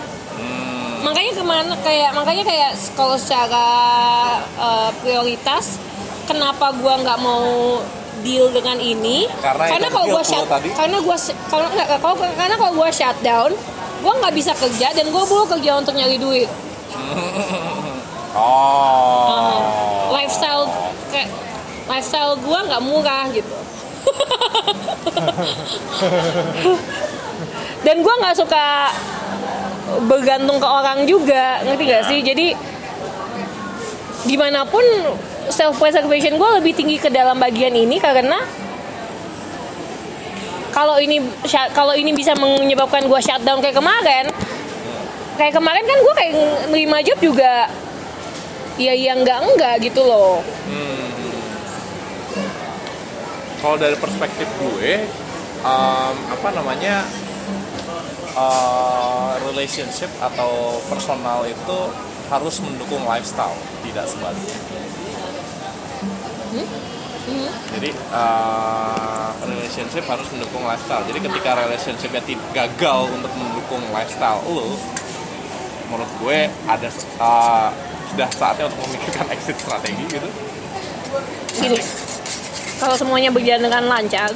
Makanya kayak kalau secara prioritas, kenapa gue nggak mau deal dengan ini? Karena kalau gue shutdown, gue nggak bisa kerja dan gue perlu kerja untuk nyari duit. Lifestyle gue nggak murah gitu. Dan gue nggak suka bergantung ke orang juga, ngerti gak sih? Jadi gimana pun self preservation gue lebih tinggi ke dalam bagian ini, karena kalau ini bisa menyebabkan gue shutdown kayak kemarin kan gue kayak nerima job juga ya enggak gitu loh. Kalau dari perspektif gue relationship atau personal itu harus mendukung lifestyle, tidak sebaliknya. Jadi relationship harus mendukung lifestyle. Jadi ketika relationshipnya gagal untuk mendukung lifestyle lo, menurut gue ada sudah saatnya untuk memikirkan exit strategi gitu. Gini, kalau semuanya berjalan dengan lancar,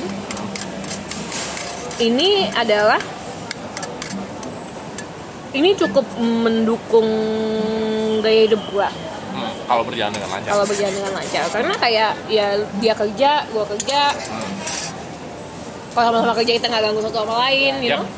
ini cukup mendukung gaya hidup gue. Kalau berjalan dengan lancar. Karena kayak ya dia kerja, gue kerja. Kalau sama-sama kerja kita nggak ganggu satu sama lain, you know.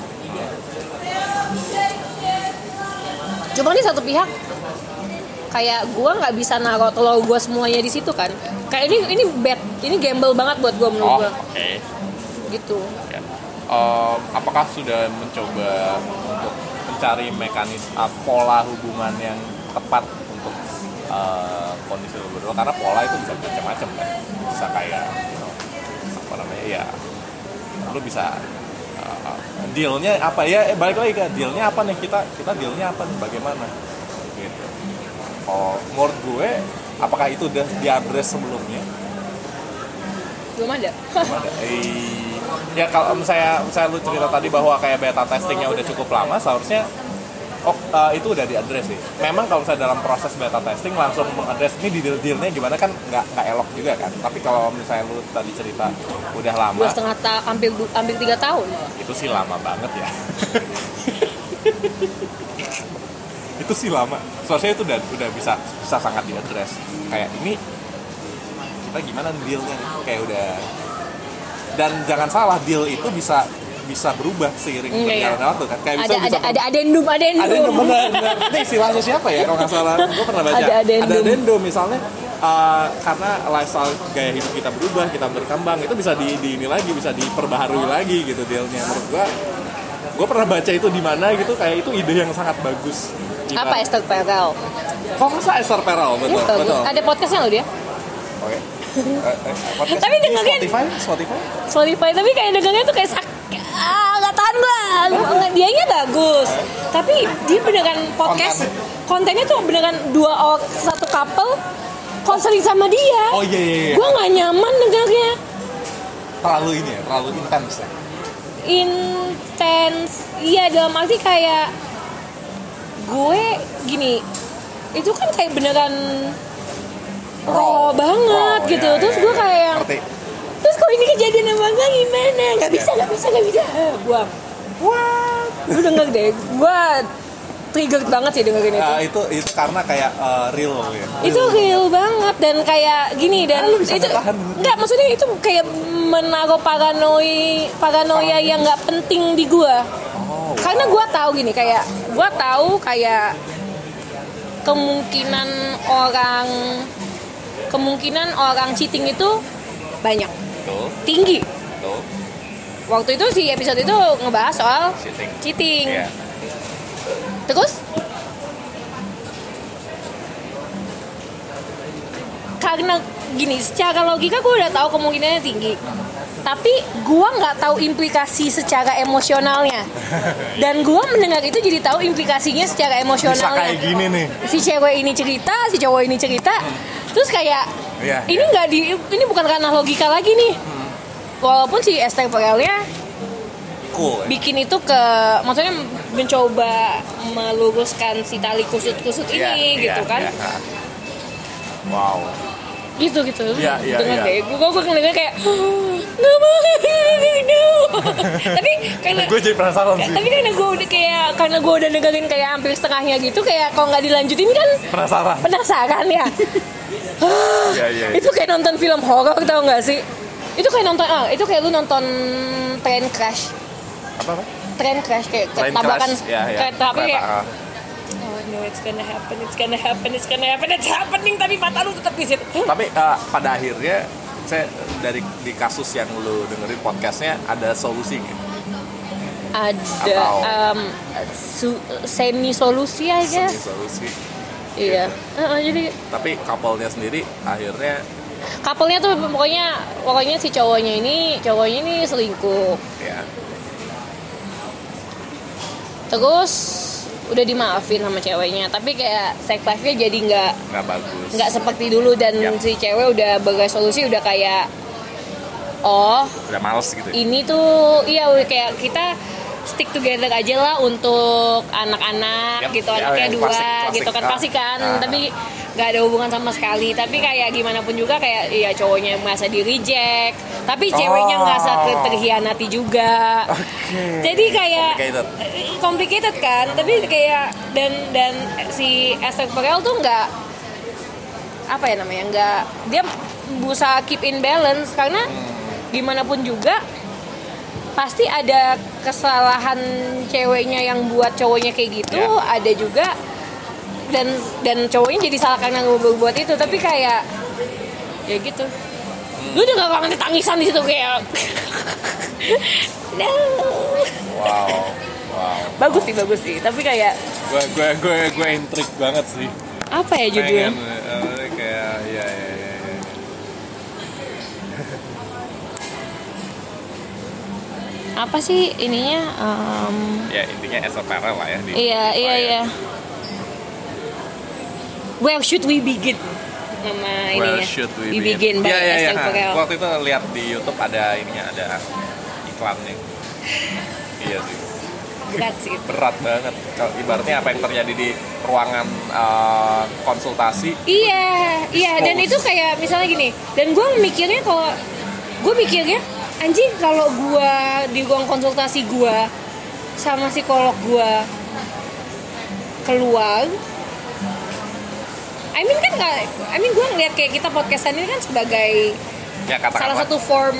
Cuma di satu pihak kayak gue nggak bisa naruh telur gue semuanya di situ kan. Kayak ini gamble banget buat gue menurut gue. Okay. Gitu. Ya. Apakah sudah mencoba untuk mencari mekanisme pola hubungan yang tepat untuk kondisi lo berdua? Karena pola itu bisa macam-macam kan. Bisa kayak lu bisa dealnya apa ya? Balik lagi ke dealnya apa nih, kita dealnya apa nih, bagaimana gitu. Menurut gue, apakah itu udah diadres sebelumnya? Belum ada. Ya kalau misalnya lu cerita tadi bahwa kayak beta testingnya udah cukup lama, seharusnya itu udah diadres sih. Memang kalau misalnya dalam proses beta testing langsung mengadres ini dealnya gimana kan nggak elok juga kan. Tapi kalau misalnya lu tadi cerita udah lama, 2,5 hampir 3 tahun. Itu sih lama banget ya. Itu sih lama. Seharusnya itu udah bisa sangat diadres. Kayak ini kita gimana dealnya nih? Kayak udah. Dan jangan salah, deal itu bisa berubah seiring berjalannya waktu kan. Kayak ada addendum benar. Ini istilahnya siapa ya kalau nggak salah, gue pernah baca. Ada addendum misalnya karena lifestyle gaya hidup kita berubah, kita berkembang, itu bisa ini lagi, bisa diperbaharui lagi gitu dealnya. Menurut gue pernah baca itu di mana gitu, kayak itu ide yang sangat bagus. Apa Esther Perel? Kok masa Esther Perel? Betul. Ada podcastnya loh dia. Oke. Tapi dengarnya Spotify tapi kayak dengarnya tuh kayak nggak tahan gue. Dianya bagus, tapi dia beneran podcast kontennya tuh beneran satu couple konseling sama dia. Oh iya. Gue nggak nyaman dengarnya. Terlalu intens ya. Intens, iya, dalam arti kayak gue gini, itu kan kayak beneran raw banget gitu. Terus gue kayak yang, terus kok ini kejadian sama gue gimana? Gak bisa. Buang. Wah, lu denger deh, gue trigger banget sih dengerin itu. Itu karena kayak real ya. Itu real banget dan kayak gini dan itu enggak, maksudnya itu kayak menaruh paranoia yang nggak penting di gue. Karena gue tahu gini, kayak gue tahu kayak kemungkinan orang cheating itu banyak. Betul. Tinggi. Betul. Waktu itu si episode itu ngebahas soal cheating. Yeah. Terus karena gini, secara logika gue udah tahu kemungkinannya tinggi, tapi gue nggak tahu implikasi secara emosionalnya. Dan gue mendengar itu jadi tahu implikasinya secara emosionalnya. Bisa kayak gini nih. Si cewek ini cerita, si cowok ini cerita, terus kayak ini bukan karena logika lagi nih. Walaupun si Esther Perel-nya cool, bikin itu maksudnya mencoba meluruskan si tali kusut-kusut ini gitu kan. Wow. Gitu. Dengar deh. Gue ngedenger kayak nggak mau. Tapi karena gue jadi penasaran sih. Tapi karena gue udah dengerin kayak hampir setengahnya gitu, kayak kalau nggak dilanjutin kan penasaran ya. Itu kayak nonton film horor, tau nggak sih? Itu kayak lu nonton Train Crash. Apa? Train Crash kayak tabrakan kereta api kayak no, it's happening, tapi mata lu tetap di situ. Tapi pada akhirnya saya di kasus yang lu dengerin podcastnya ada solusi gitu? Ada semi solusi aja. Solusi. Iya. Jadi tapi couple-nya sendiri akhirnya tuh pokoknya si cowoknya ini selingkuh. Ya. Terus udah dimaafin sama ceweknya, tapi kayak sex life-nya jadi nggak bagus, nggak seperti dulu, dan si cewek udah beresolusi, udah kayak udah males gitu. Ini tuh kayak kita stick together aja lah untuk anak-anak gitu, anaknya dua klasik, gitu kan pasti kan. Tapi nggak ada hubungan sama sekali. Tapi kayak gimana pun juga kayak cowoknya merasa di reject, tapi ceweknya ngerasa terhianati juga. Jadi kayak complicated kan. Tapi kayak dan si Esther Perel tuh nggak dia berusaha keep in balance, karena gimana pun juga pasti ada kesalahan ceweknya yang buat cowoknya kayak gitu, ada juga dan cowoknya jadi salah karena buat itu. Tapi kayak ya gitu, lu juga kangen tangisan di situ kayak no. Wow. Bagus sih, tapi kayak gue intrigue banget sih. Apa ya judulnya? Kayak ya. Apa sih ininya? Ya intinya Esther Perel lah ya. Iya. Where should we begin? Nama ininya. Where should we begin? By Esther Perel. Waktu itu lihat di YouTube ada iklannya. Iya sih. Berat banget. Kalau ibaratnya apa yang terjadi di ruangan konsultasi. Iya. Dan itu kayak misalnya gini. Dan gue mikirnya anjing, kalau gue di ruang konsultasi gue sama psikolog gue keluar, gue ngeliat kayak kita podcastan ini kan sebagai salah satu form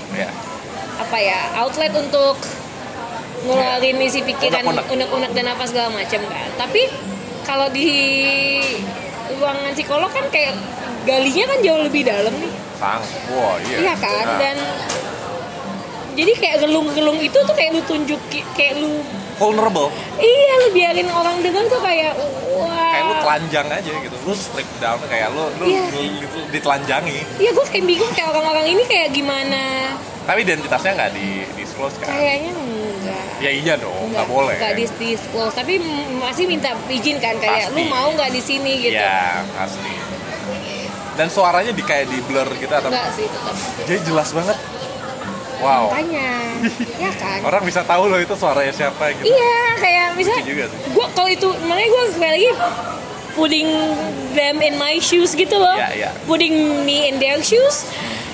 outlet untuk ngeluarin isi pikiran unek-unek dan apa segala macam kan. Tapi kalau di ruangan psikolog kan kayak galinya kan jauh lebih dalam nih. Iya kan. Dan jadi kayak gelung-gelung itu tuh kayak lu tunjuk, kayak lu vulnerable. Iya, lu biarin orang dengar tuh kayak kayak lu telanjang aja gitu. Lu strip down, kayak lu ditelanjangi. Iya, gue kayak bingung kayak orang-orang ini kayak gimana. Tapi identitasnya nggak di-disclose kan? Kayaknya enggak. Ya iya dong, nggak boleh. Nggak di-disclose, tapi masih minta izin kan, kayak lu mau nggak di sini gitu. Iya, pasti. Dan suaranya kayak di blur gitu atau? Enggak sih, tetap. Jadi jelas banget. Wow. Makanya, ya kan? Orang bisa tahu loh itu suaranya siapa gitu. Iya, kayak misalnya, Lucu juga sih. gue kalau itu, makanya gue sekali lagi putting them in my shoes gitu loh, Iya. putting me in their shoes.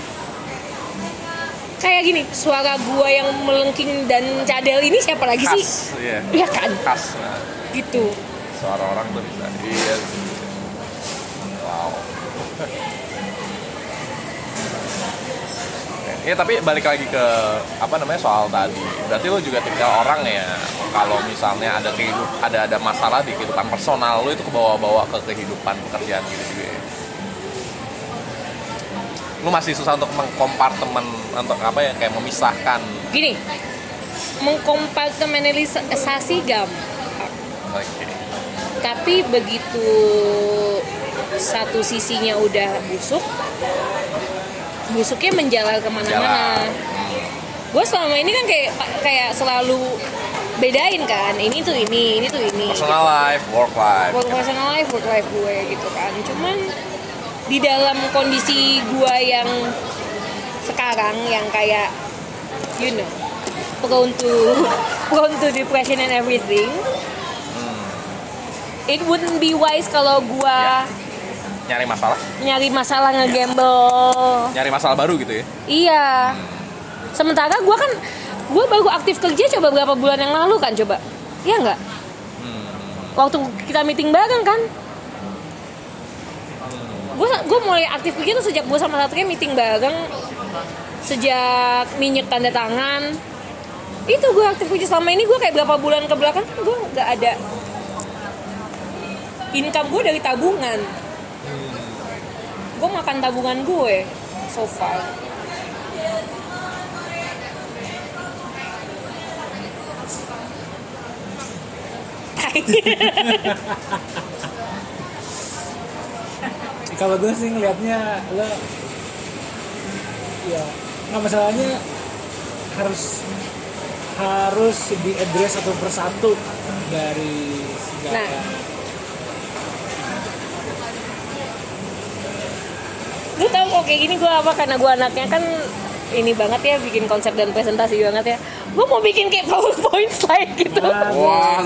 Kayak gini, suara gue yang melengking dan cadel ini siapa lagi sih? Khas, iya. Iya kan? Khas. Nah, Gitu. suara orang tuh bisa. Iya. Wow. Ya tapi balik lagi ke soal tadi. Berarti lo juga tipikal orang ya kalau misalnya ada masalah di kehidupan personal lo itu kebawa-bawa ke kehidupan pekerjaan gitu juga ya. Lo masih susah untuk untuk kayak memisahkan. Gini, mengkompartementalisasi gampang. Oke. Tapi begitu satu sisinya udah busuknya menjalar kemana-mana. Gue selama ini kan kayak selalu bedain kan, ini tuh ini tuh ini. Personal life, work life. Personal life, work life gue gitu kan. Cuman di dalam kondisi gue yang sekarang yang kayak prone to depression and everything, it wouldn't be wise kalau gue nyari masalah nge-gamble, nyari masalah baru gitu ya. Iya. Sementara gue baru aktif kerja coba berapa bulan yang lalu kan, coba ya nggak, waktu kita meeting bareng kan. Gue mulai aktif kerja tuh sejak gue sama Satria meeting bareng, sejak minyak tanda tangan. Itu gue aktif kerja. Selama ini gue kayak berapa bulan ke belakang gue nggak ada income gue dari tabungan. Gue makan tabungan gue so far. Kalau gue sih ngelihatnya lo ya nggak, masalahnya harus diadres satu persatu dari segala. Lu tau kok kayak gini gue apa, karena gue anaknya kan ini banget ya, bikin konsep dan presentasi banget ya. Gue mau bikin kayak PowerPoint slide gitu. Wah.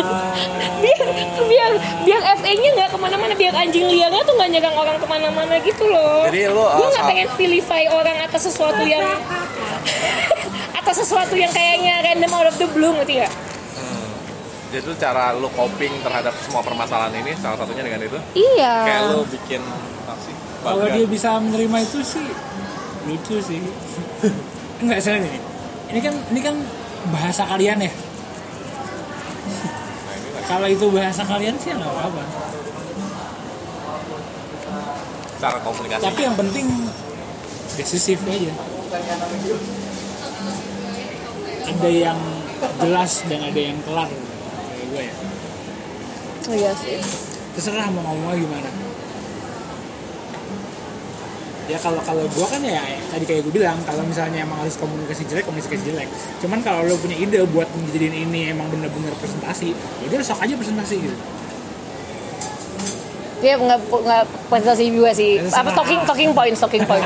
biar FA-nya nggak kemana-mana, biar anjing liarnya tuh nggak nyegang orang kemana-mana gitu loh. Jadi lo gue nggak pengen vilify orang atas sesuatu yang kayaknya random out of the blue gitu ya. Jadi itu cara lo coping terhadap semua permasalahan ini, salah satunya dengan itu. Iya. Kayak lo bikin aksi. Kalau dia bisa menerima itu sih lucu sih. Enggak, salah nih. Ini kan bahasa kalian ya. Kalau itu bahasa kalian sih nggak apa-apa. Cara komunikasi. Tapi yang penting decisif aja. Ada yang jelas dan ada yang kelar. Kayak gue ya. Oh iya sih. Terserah mau ngomongnya gimana. Ya kalau gue kan ya tadi kayak gue bilang, kalau misalnya emang harus komunikasi jelek. Cuman kalau lo punya ide buat menjadiin ini emang bener-bener presentasi, ya udah sok aja presentasi gitu. Dia nggak presentasi juga sih. Apa talking points.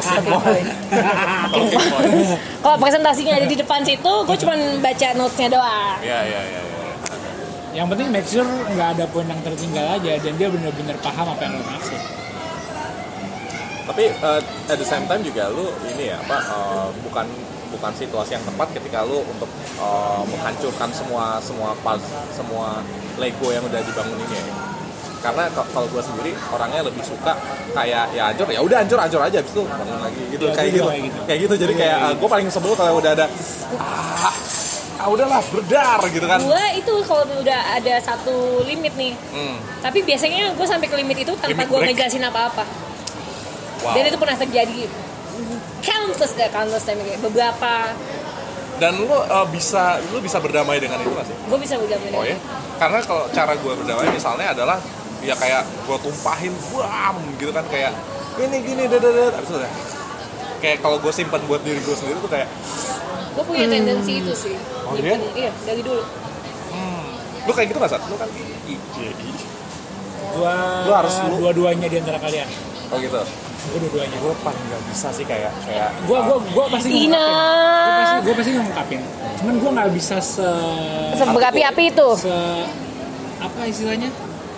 Kalau presentasinya ada di depan situ, gue cuma baca notes-nya doang. Iya. Yang penting make sure nggak ada poin yang tertinggal aja dan dia bener-bener paham apa yang lo maksud. Tapi at the same time juga lu ini ya bukan situasi yang tepat ketika lu untuk menghancurkan semua Lego yang udah dibangun ini ya. Karena kalau gue sendiri orangnya lebih suka kayak ya hancur aja abis itu bangun lagi gitu, ya, kayak gitu jadi kayak gue paling sebel kalau udah ada udahlah berdar gitu kan. Gue itu kalau udah ada satu limit nih, tapi biasanya gue sampai ke limit itu tanpa gue ngejelasin apa-apa. Wow. Dan itu pernah terjadi countless time kayak beberapa. Dan lu bisa berdamai dengan itu nggak sih? Gue bisa berdamai. Oh ya? Karena kalau cara gue berdamai misalnya adalah ya kayak gue tumpahin gitu kan, kayak gini abis itu udah kayak kalau gue simpan buat diri gue sendiri tuh kayak gue punya tendensi itu sih. Oh iya? Iya, dari dulu. Lu kayak gitu nggak, Sat? Lu kan IJI. Lu harus dua-duanya di antara kalian. Oh gitu. Gue dua-duanya. Gue paling nggak bisa sih kayak Gue pasti Ina. ngungkapin. Gue pasti ngungkapin. Cuman gue nggak bisa Seberapi-api itu. Apa istilahnya?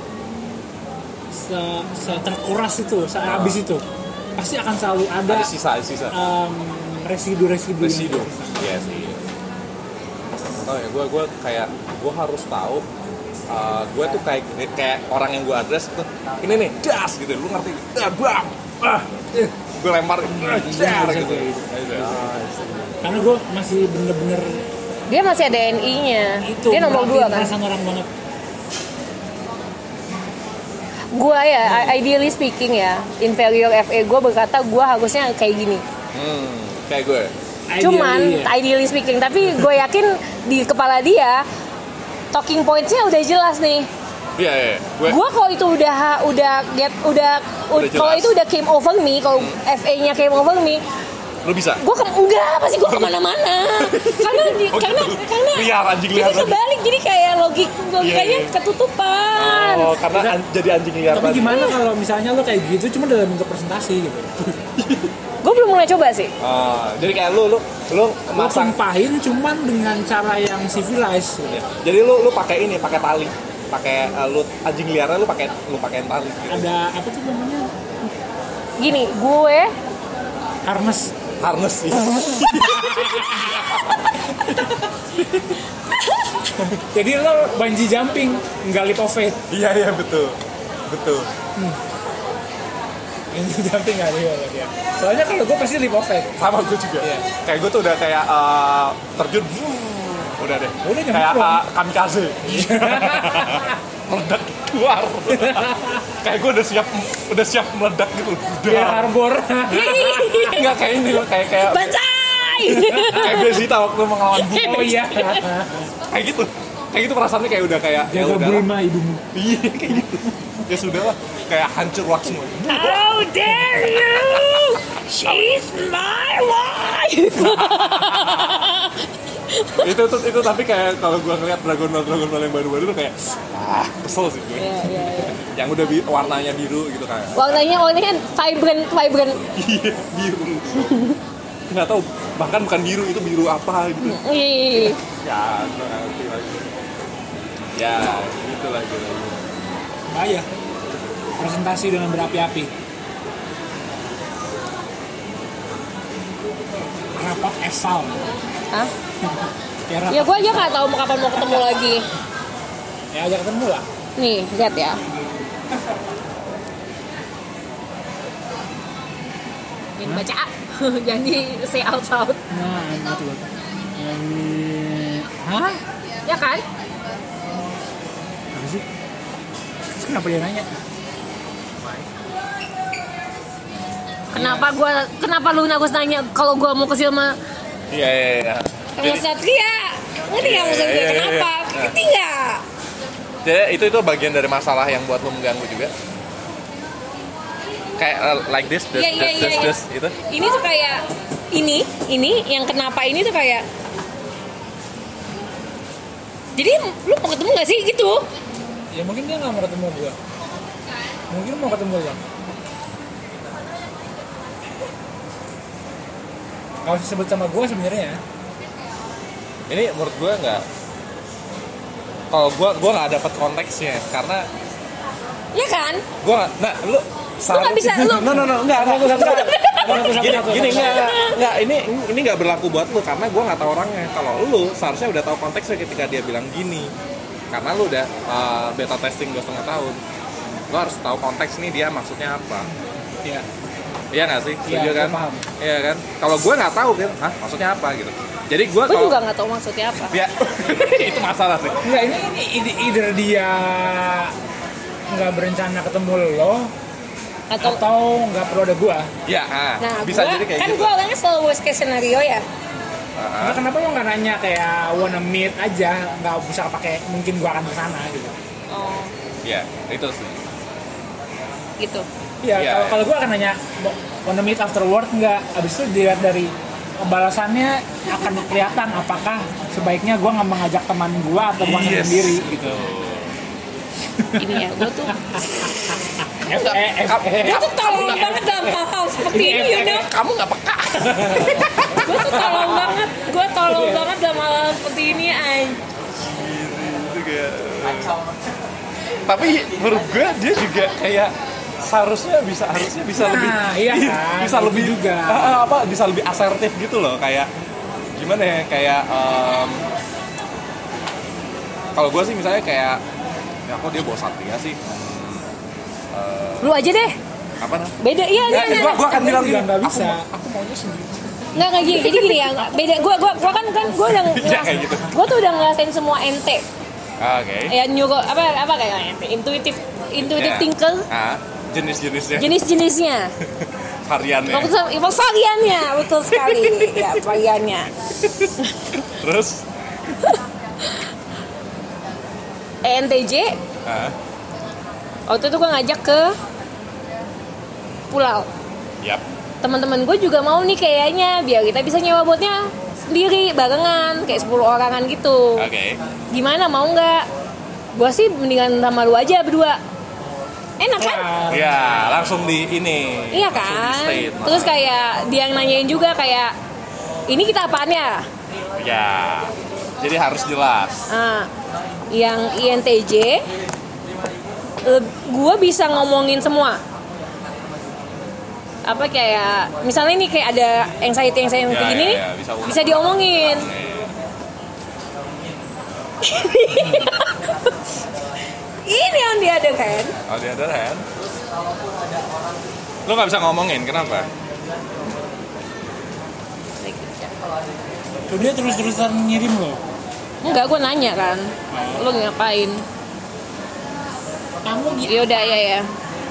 Terkuras itu, sehabis itu. Pasti akan selalu ada sisa. Residu. Iya sih. Oh ya, gue kayak gue harus tahu. Gue tuh kayak orang yang gue address tuh ini nih das gitu, lu ngerti? Bam, gue lempar dar gitu. Karena gue masih bener-bener Dia masih ada NI-nya. itu. Dia nomor 2 kan. Perasaan orang banget. Gua ya, ideally speaking ya, inferior FA gue berkata gue harusnya kayak gini. Kayak gue. Cuman ideally speaking, tapi gue yakin di kepala dia talking points-nya udah jelas nih. Iya. Gue kalau itu udah kalau itu udah came over me, kalau FA-nya came over me, Lu bisa? Enggak, pasti gue kemana-mana. karena Liar, anjing jadi liar tadi. kebalik, jadi kayak logikanya ketutupan. Oh, karena jadi anjing liar Tapi tadi. gimana kalau misalnya lo kayak gitu cuma dalam bentuk presentasi gitu? Gue belum mulai coba sih. Jadi kayak lu Lo masang. sumpahin cuman dengan cara yang civilized. Ya. Jadi lu pakai tali. Pakai lu anjing liarnya lu pakai tali gitu. Ada apa tuh namanya? Gini, gue Harness sih. Jadi lo bungee jumping, nggak leap of faith. Iya betul. Bungee jumping nggak leap of faith ya. Soalnya kalau gue pasti leap of faith. Sama gue juga. Iya. Kayak gue tuh udah kayak terjun. Udah deh. Udah nyampe Kayak doang. kamikaze. Meledak keluar. Kayak gue udah siap meledak gitu. Dia harbor. Enggak kayak ini loh, kayak Bancai! kayak Bezita waktu melawan Bulma. Oh iya. Kayak gitu perasaannya kayak udah kayak ya Jaga udah. Bulma ibumu. Iya kayak gitu. Ya sudah lah, kayak hancur wak semua. How dare you! She's my wife! itu tapi kayak kalau gue ngeliat Dragon Ball yang baru-baru tuh kayak kesel sih gue. Iya. Yang udah warnanya biru gitu kayak. Warnanya vibrant. Iya, biru. Nggak tahu, bahkan bukan biru, itu biru apa gitu. Ih. Ya, gue nggak ngerti lagi. Ya, gitulah gitu. Bahaya. Presentasi dengan berapi-api. Rapat esal. Hah? Ya, Ya gue aja nggak tahu kapan mau ketemu lagi. Ya ajak ketemu lah. Nih, lihat ya. Jangan baca. Jangan di say out loud. Nah, itu. Hah? Ya kan? Apa sih? Terus kenapa dia nanya? Kenapa lu harus nanya kalau gue mau ke Silma? Iya. Kamu Satria. Ngerti nggak maksud gue? Kenapa? Ngerti nggak? Jadi itu bagian dari masalah yang buat lo mengganggu juga. Kayak like this Iya. gitu. Ini tuh kayak ini yang kenapa ini tuh kayak. Jadi lu mau ketemu nggak sih gitu? Ya mungkin dia nggak mau ketemu gua. Mungkin mau ketemu gua. Kalau disebut sama gua sebenarnya. Ini menurut gue nggak. Kalau gue nggak dapat konteksnya karena Ya kan? gue nggak. Nah lu nggak bisa, lu- enggak. Gini enggak ini nggak berlaku buat lu karena gue nggak tahu orangnya. Kalau lu seharusnya udah tahu konteksnya ketika dia bilang gini, karena lu udah beta testing 2,5 tahun. Lu harus tahu konteks nih dia maksudnya apa. Iya. Iya nggak sih? Setuju Iya, kan? gua paham. Iya kan? Kalau gue nggak tahu kan, maksudnya apa gitu. Jadi gue Gue juga nggak tahu maksudnya apa. ya itu masalah sih. Enggak, ini either dia nggak berencana ketemu lo atau nggak perlu ada gua. Ya, Nah, bisa gua, jadi kayak kan gitu. gue orangnya selalu worst case scenario ya. Nah, kenapa lo nggak nanya kayak wanna meet aja, nggak bisa pakai mungkin gua akan kesana gitu. Oh, Ya, itu sih. gitu. Iya, Iya, kalau gua akan nanya wanna meet afterward nggak, abis itu dilihat dari balasannya akan kelihatan apakah sebaiknya gua nggak mengajak teman gua atau gua Yes. sendiri gitu. ini ya, gue tuh Gue tuh tolong banget dalam hal seperti ini, you know. Kamu nggak peka. Gue tuh tolong banget dalam hal seperti ini, Itu kayak. Tapi menurut gue dia juga kayak harusnya bisa lebih iya kan, bisa lebih juga bisa lebih asertif gitu loh, kayak gimana ya, kayak kalau gue sih misalnya kayak ya kok dia bawa Satria sih, lu aja deh. apa nah? Beda, iya. Gue akan bilang juga nggak bisa. aku maunya sendiri. Nggak gini, jadi gini ya, beda. Gue kan gue udah Ya, kayak gitu. gue tuh udah ngerasain semua ente. Oke. Ya nyuruh apa kayak ente, intuitive Ya. thinker, Jenis-jenisnya, jenis-jenisnya. variannya. Variannya, betul sekali. Ya, variannya. Terus ENTJ, waktu itu gue ngajak ke pulau. yap. Teman-teman gue juga mau nih kayaknya, biar kita bisa nyewa botnya sendiri, barengan, kayak 10 orangan gitu. Oke. Gimana, mau nggak? Gue sih mendingan sama lu aja berdua. Enak kan? Ya, langsung di ini. Iya langsung di kan? state. Terus kayak dia yang nanyain juga kayak, ini kita apaan ya? Ya. Jadi harus jelas. Yang INTJ, gue bisa ngomongin semua. Apa kayak, misalnya nih kayak ada anxiety begini, ya, bisa diomongin. Ini on the other hand. On the other hand, lo nggak bisa ngomongin, kenapa? Tuh dia terus-terusan ngirim lo. Enggak, gue nanya kan, lo ngapain? Kamu gitu. Yaudah, ya.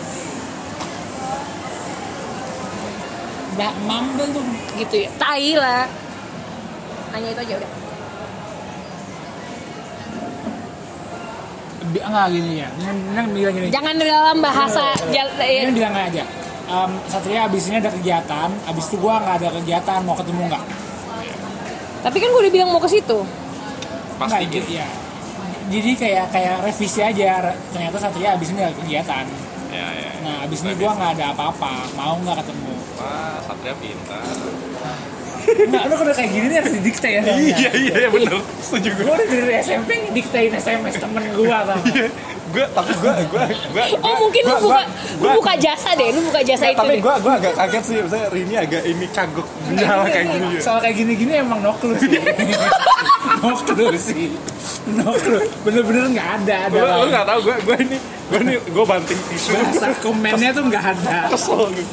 Nggak mambel tuh. Gitu ya. Tai lah. Nanya itu aja udah. Enggak gini ya. Ini bilang gini. Jangan dalam bahasa. Ini bilang aja. Satria abis ini ada kegiatan, abis itu gua nggak ada kegiatan, mau ketemu nggak? Tapi kan gue udah bilang mau ke situ. Pasti Nggak, gitu ya. Jadi kayak revisi aja. Ternyata Satria abis ini ada kegiatan. Ya. Nah abis ini gua nggak ada apa-apa, mau nggak ketemu? Wah, Satria pintar. Nggak, lu kalau kayak gini nih harus didikte ya. Iya bener. Setuju gue. Gue udah dari SMP diktein SMS temen gua tau. Gue Oh mungkin lu buka jasa deh, lu buka jasa itu tapi deh. gue agak kaget sih, misalnya Rini agak ini kagok hal kayak gini juga. Soal kayak gini-gini emang no clue sih. No clue. Bener-bener nggak ada. Lu nggak tahu gue banting tisu. Bahasa komennya tuh nggak ada. Kesel gitu.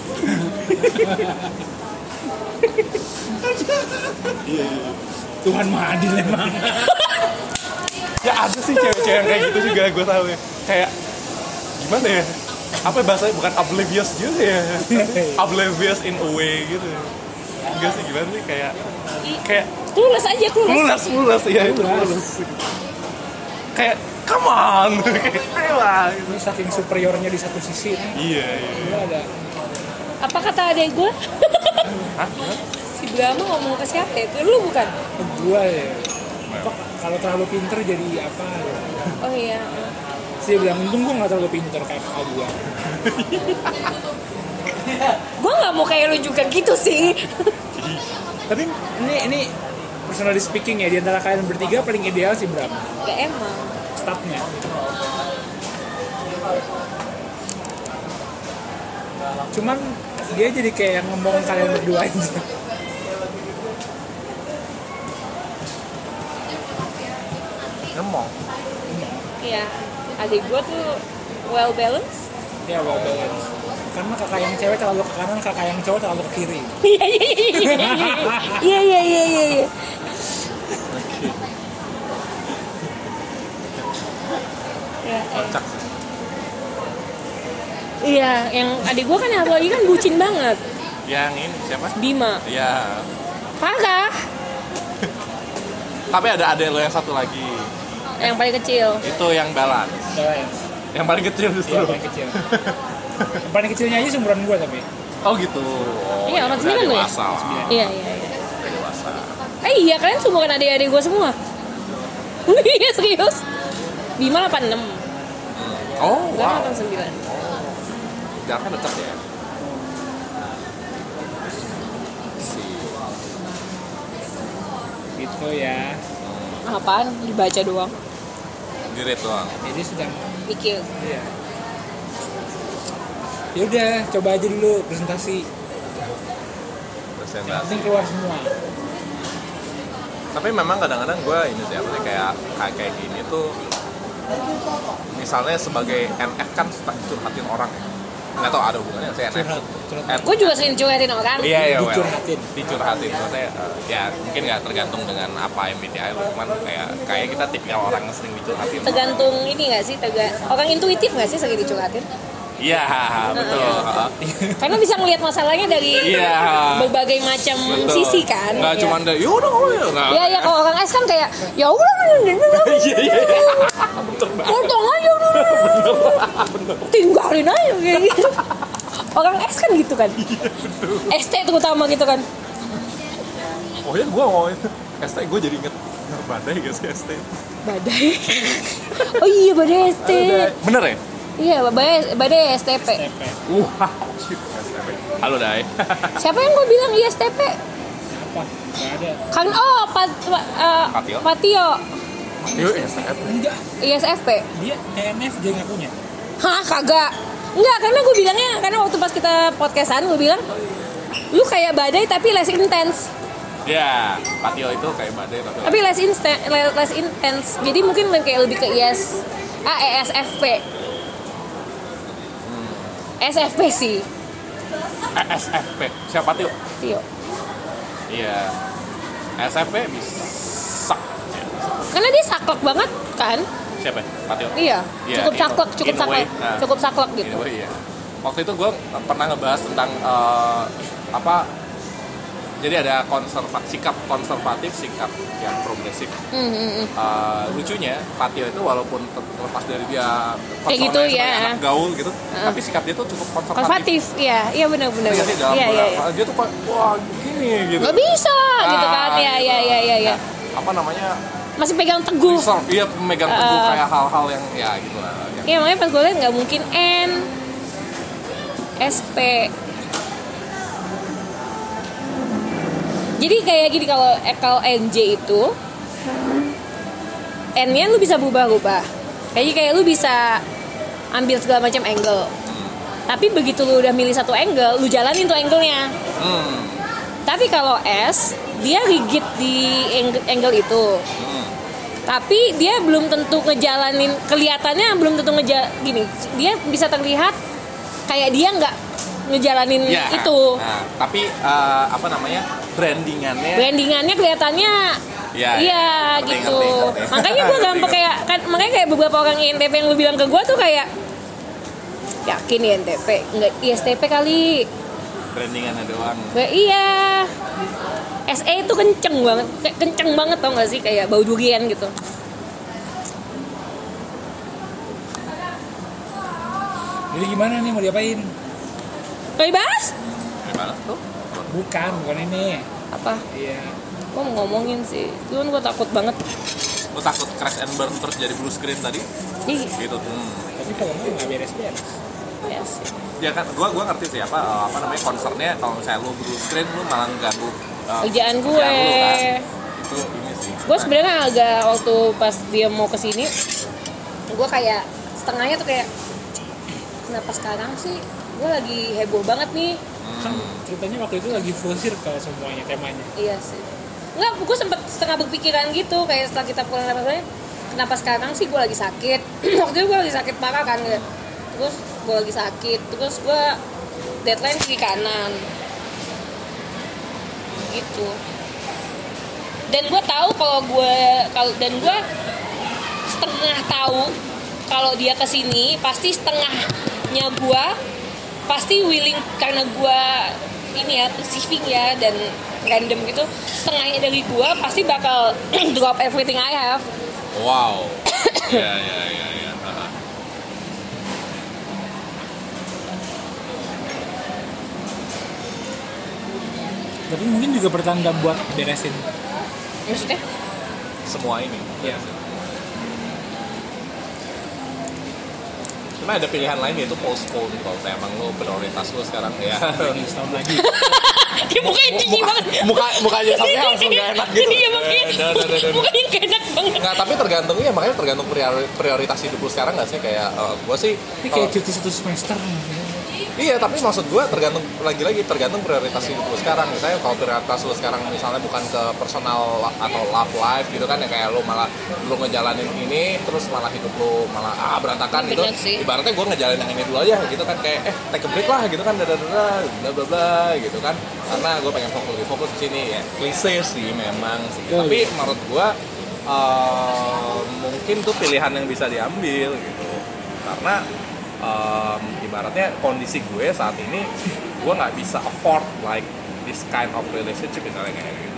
Tuhan Maha Adil emang. Ya ada sih cewek-cewek yang kayak gitu juga, gue tahu ya. Kayak gimana ya? Apa bahasanya, bukan oblivious juga ya? Oblivious in a way gitu. Enggak sih, gimana sih, kayak Clueless aja, clueless ya itu clueless. Kayak come on, kayak Ini saking superiornya di satu sisi nih. Iya. Gua ada. Apa kata adek gue? Hah? Si Brahma ngomong ke siapa ya? Ke lu bukan? Gua ya. Apa, kalau terlalu pinter jadi apa? Oh iya. Terus dia bilang, untung gua nggak terlalu pinter kayak kakak gua. Gue nggak mau kayak lu juga gitu sih. Tapi ini personally speaking ya, di antara kalian bertiga paling ideal sih berapa? Gak emang. Statnya. Cuman dia jadi kayak ngomong kalian berdua aja. Ngomong. Iya. Adik gue tuh well balanced. Ya well balance. Karena kakak yang cewek terlalu ke kanan, kakak yang cowok terlalu ke kiri. Iya. Kocak sih. Iya, yang adik gue kan apalagi kan bucin banget. Yang ini siapa? Bima. Ya. Parah. Tapi ada adek lo yang satu lagi. Yang paling kecil. Itu yang balance. Balance. Yang paling kecil justru. Iya, paling kecil. Yang paling kecilnya aja seumuran gua tapi. Oh gitu. Oh, Iya, orang udah 9 lo ya? dewasa lah. Iya. Udah dewasa. Iya, kalian semua kan adik-adik gue semua. Iya, serius. Bima 86. Oh, Gue wow. nonton 9. Jaraknya dekat ya. Gitu ya. Apaan? Dibaca doang. Di-rate doang. Jadi sedang Mikir. iya. Ya udah, coba aja dulu presentasi. Yang Presentasi. penting keluar semua. Tapi memang kadang-kadang gue ini sih, apa sih, kayak gini tuh, misalnya sebagai NF kan suka curhatin orang ya. Nggak tahu ada hubungannya sih NF. Curhat. Gue juga sering curhatin orang. Iya, well, Dicurhatin. dicurhatin. Maksudnya ya mungkin nggak tergantung dengan apa MBTI lo, cuman kayak kita tipikal orang yang sering dicurhatin. Tergantung ini nggak sih? Orang intuitif nggak sih sering dicurhatin? Iya, betul. Karena bisa ngelihat masalahnya dari Iya. berbagai macam Betul. sisi kan. Nggak Iya. cuma dari yaudah kalau ya nggak. Iya iya, kalau orang S kan kayak ya udah potong aja udah. Tinggalin aja kayak gitu. Orang X kan gitu kan. ST terutama gitu kan. Oh ya, gue ngomongin ST, gue jadi inget badai gak sih ST? Badai. Oh iya, badai ST. Bener ya? Iya, badai STP. TP. Wah, shit, STP. Halo Dai. Siapa yang gue bilang ISTP? Apa? Nggak ada. Kan Patio? Patio. Yuk, STP. Enggak. ISFP. Dia ENF dia ngakunya. Hah, kagak. Enggak, karena gue bilangnya, karena waktu pas kita podcastan gue bilang lu kayak badai tapi less intense. Ya, Patio itu kayak badai Tapi less intense. Jadi mungkin kayak lebih ke ESFP. SFP sih. SFP. Siapa Tio? Tio. Iya. SFP bisa. Karena dia saklek banget kan? Siapa? Patio. Iya, Iya, cukup saklek, in a way. Nah. cukup saklek gitu. Anyway, iya. Waktu itu gue pernah ngebahas tentang apa? Jadi ada sikap konservatif, sikap yang progresif. Lucunya Patio itu walaupun lepas dari dia Kayak gitu, sebagai ya. anak gaul gitu, tapi sikap dia tuh cukup konservatif. Konservatif, iya benar. Iya sih, dalam Iya. beberapa dia tuh kayak, wah gini gitu. Gak bisa gitu kan? Iya. Nah, apa namanya? Masih pegang teguh. Reserve, iya memegang teguh kayak hal-hal yang ya gitu lah. Iya, makanya pas gue liat nggak mungkin N, SP. Jadi kayak gini, kalau NJ itu N-nya lu bisa berubah-ubah. Kayak lu bisa ambil segala macam angle. Tapi begitu lu udah milih satu angle, lu jalanin tuh angle-nya. Tapi kalau S, dia rigid di angle itu. Tapi dia belum tentu ngejalanin, kelihatannya belum tentu gini. Dia bisa terlihat kayak dia nggak ngejalanin itu. Nah, tapi apa namanya? Brandingannya Kelihatannya iya ngerti, gitu. ngerti. Makanya gue gampang makanya kayak beberapa orang INTP yang lu bilang ke gue tuh kayak yakin INTP, enggak ISTP kali. Brandingannya doang. Iya. SE itu kenceng banget tau gak sih, kayak bau durian gitu. Jadi gimana nih, mau diapain? Mau dibahas? Gimana tuh? Bukan ini. Apa? Iya. Gue mau ngomongin sih, cuman gue takut banget. Lu takut crash and burn terus jadi blue screen tadi? Ih, Gitu. Tapi kalau nggak beres-beres. ya sih. Ya kan, gua ngerti sih apa namanya concernnya kalau misalnya lu blue screen lu malah ganggu Kerjaan gue. lu kan. Itu ini sih. Gue sebenarnya agak, waktu pas dia mau kesini, gue kayak setengahnya tuh kayak kenapa sekarang sih? Gue lagi heboh banget nih. Kan ceritanya waktu itu lagi full circle semuanya temanya. Iya sih. Enggak, gue sempet setengah berpikiran gitu, kayak setelah kita pulang dari kenapa sekarang sih gue lagi sakit. Waktu itu gue lagi sakit parah kan, terus gue lagi sakit, terus gue deadline kiri kanan gitu. Dan gue tahu dan gue setengah tahu kalau dia kesini pasti setengahnya gue pasti willing, karena gue ini ya receiving ya dan random gitu, setengahnya dari gue pasti bakal drop everything I have. Wow. Ya. Tapi mungkin juga pertanda buat beresin. Maksudnya? Semua ini. Iya. Cuma ada pilihan lain yaitu postpone kalau emang lo prioritas lo sekarang ya. Setahun lagi. Dia mukanya jijik banget. Mukanya sampai langsung gak enak gitu. Iya makanya mukanya gak enak banget. Nggak, tapi tergantung ya, makanya tergantung prioritas hidup lu sekarang nggak sih? Kayak gue sih Ini kayak cuti 1 semester. iya, tapi maksud gue tergantung tergantung prioritas hidup lu sekarang. Misalnya kalau prioritas lu sekarang misalnya bukan ke personal atau love life gitu kan, ya kayak lu malah lu ngejalanin ini terus malah hidup lu malah berantakan gitu. Ibaratnya gue ngejalanin yang ini dulu aja gitu kan, kayak take a break lah gitu kan, bla bla bla gitu kan. Karena gue pengen fokus di sini ya. Klise sih memang sih. Tapi menurut gue mungkin tuh pilihan yang bisa diambil gitu. Karena ibaratnya kondisi gue saat ini gue nggak bisa afford like this kind of relationship misalnya kayak gitu.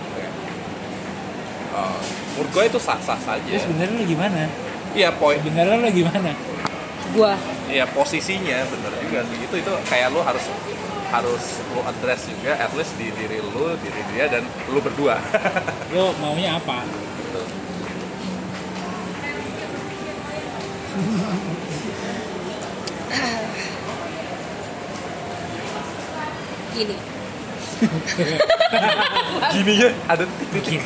Menurut gue itu sah-sah saja. Ya sebenarnya lu gimana? Iya, Sebenarnya lu gimana? Gua. Iya, posisinya bener juga sih. Itu kayak lu harus lu address juga at least di diri lu, diri dia, dan lu berdua. Lu maunya apa? Gitu. Gini. Gini ya, ada titik.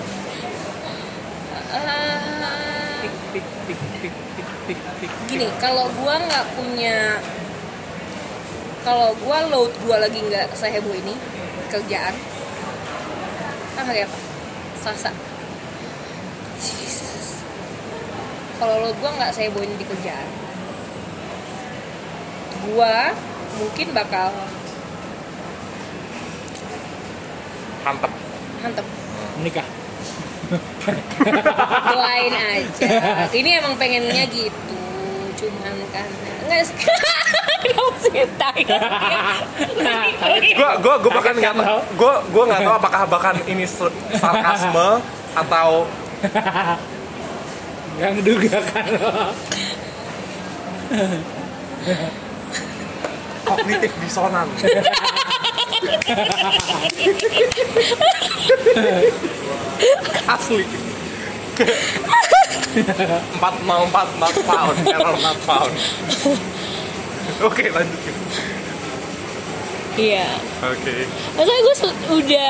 Gini, kalau gua load gua lagi nggak seheboh ini kerjaan, kayak apa? Sasa. Jesus. Kalau load gua nggak seheboh ini di kerjaan, gua mungkin bakal Hantep. Menikah. Doain aja. Ini emang pengennya gitu. Cuman kan enggak sih. Kenapa sih tai? Gue bahkan nggak tahu. Gue nggak tahu apakah ini sarkasme atau Nggak ngeduga kan lo. kognitif disonan. Asli. 4 pound, error 4 pound. Oke, lanjutin. Iya. Oke. Maksudnya gue udah.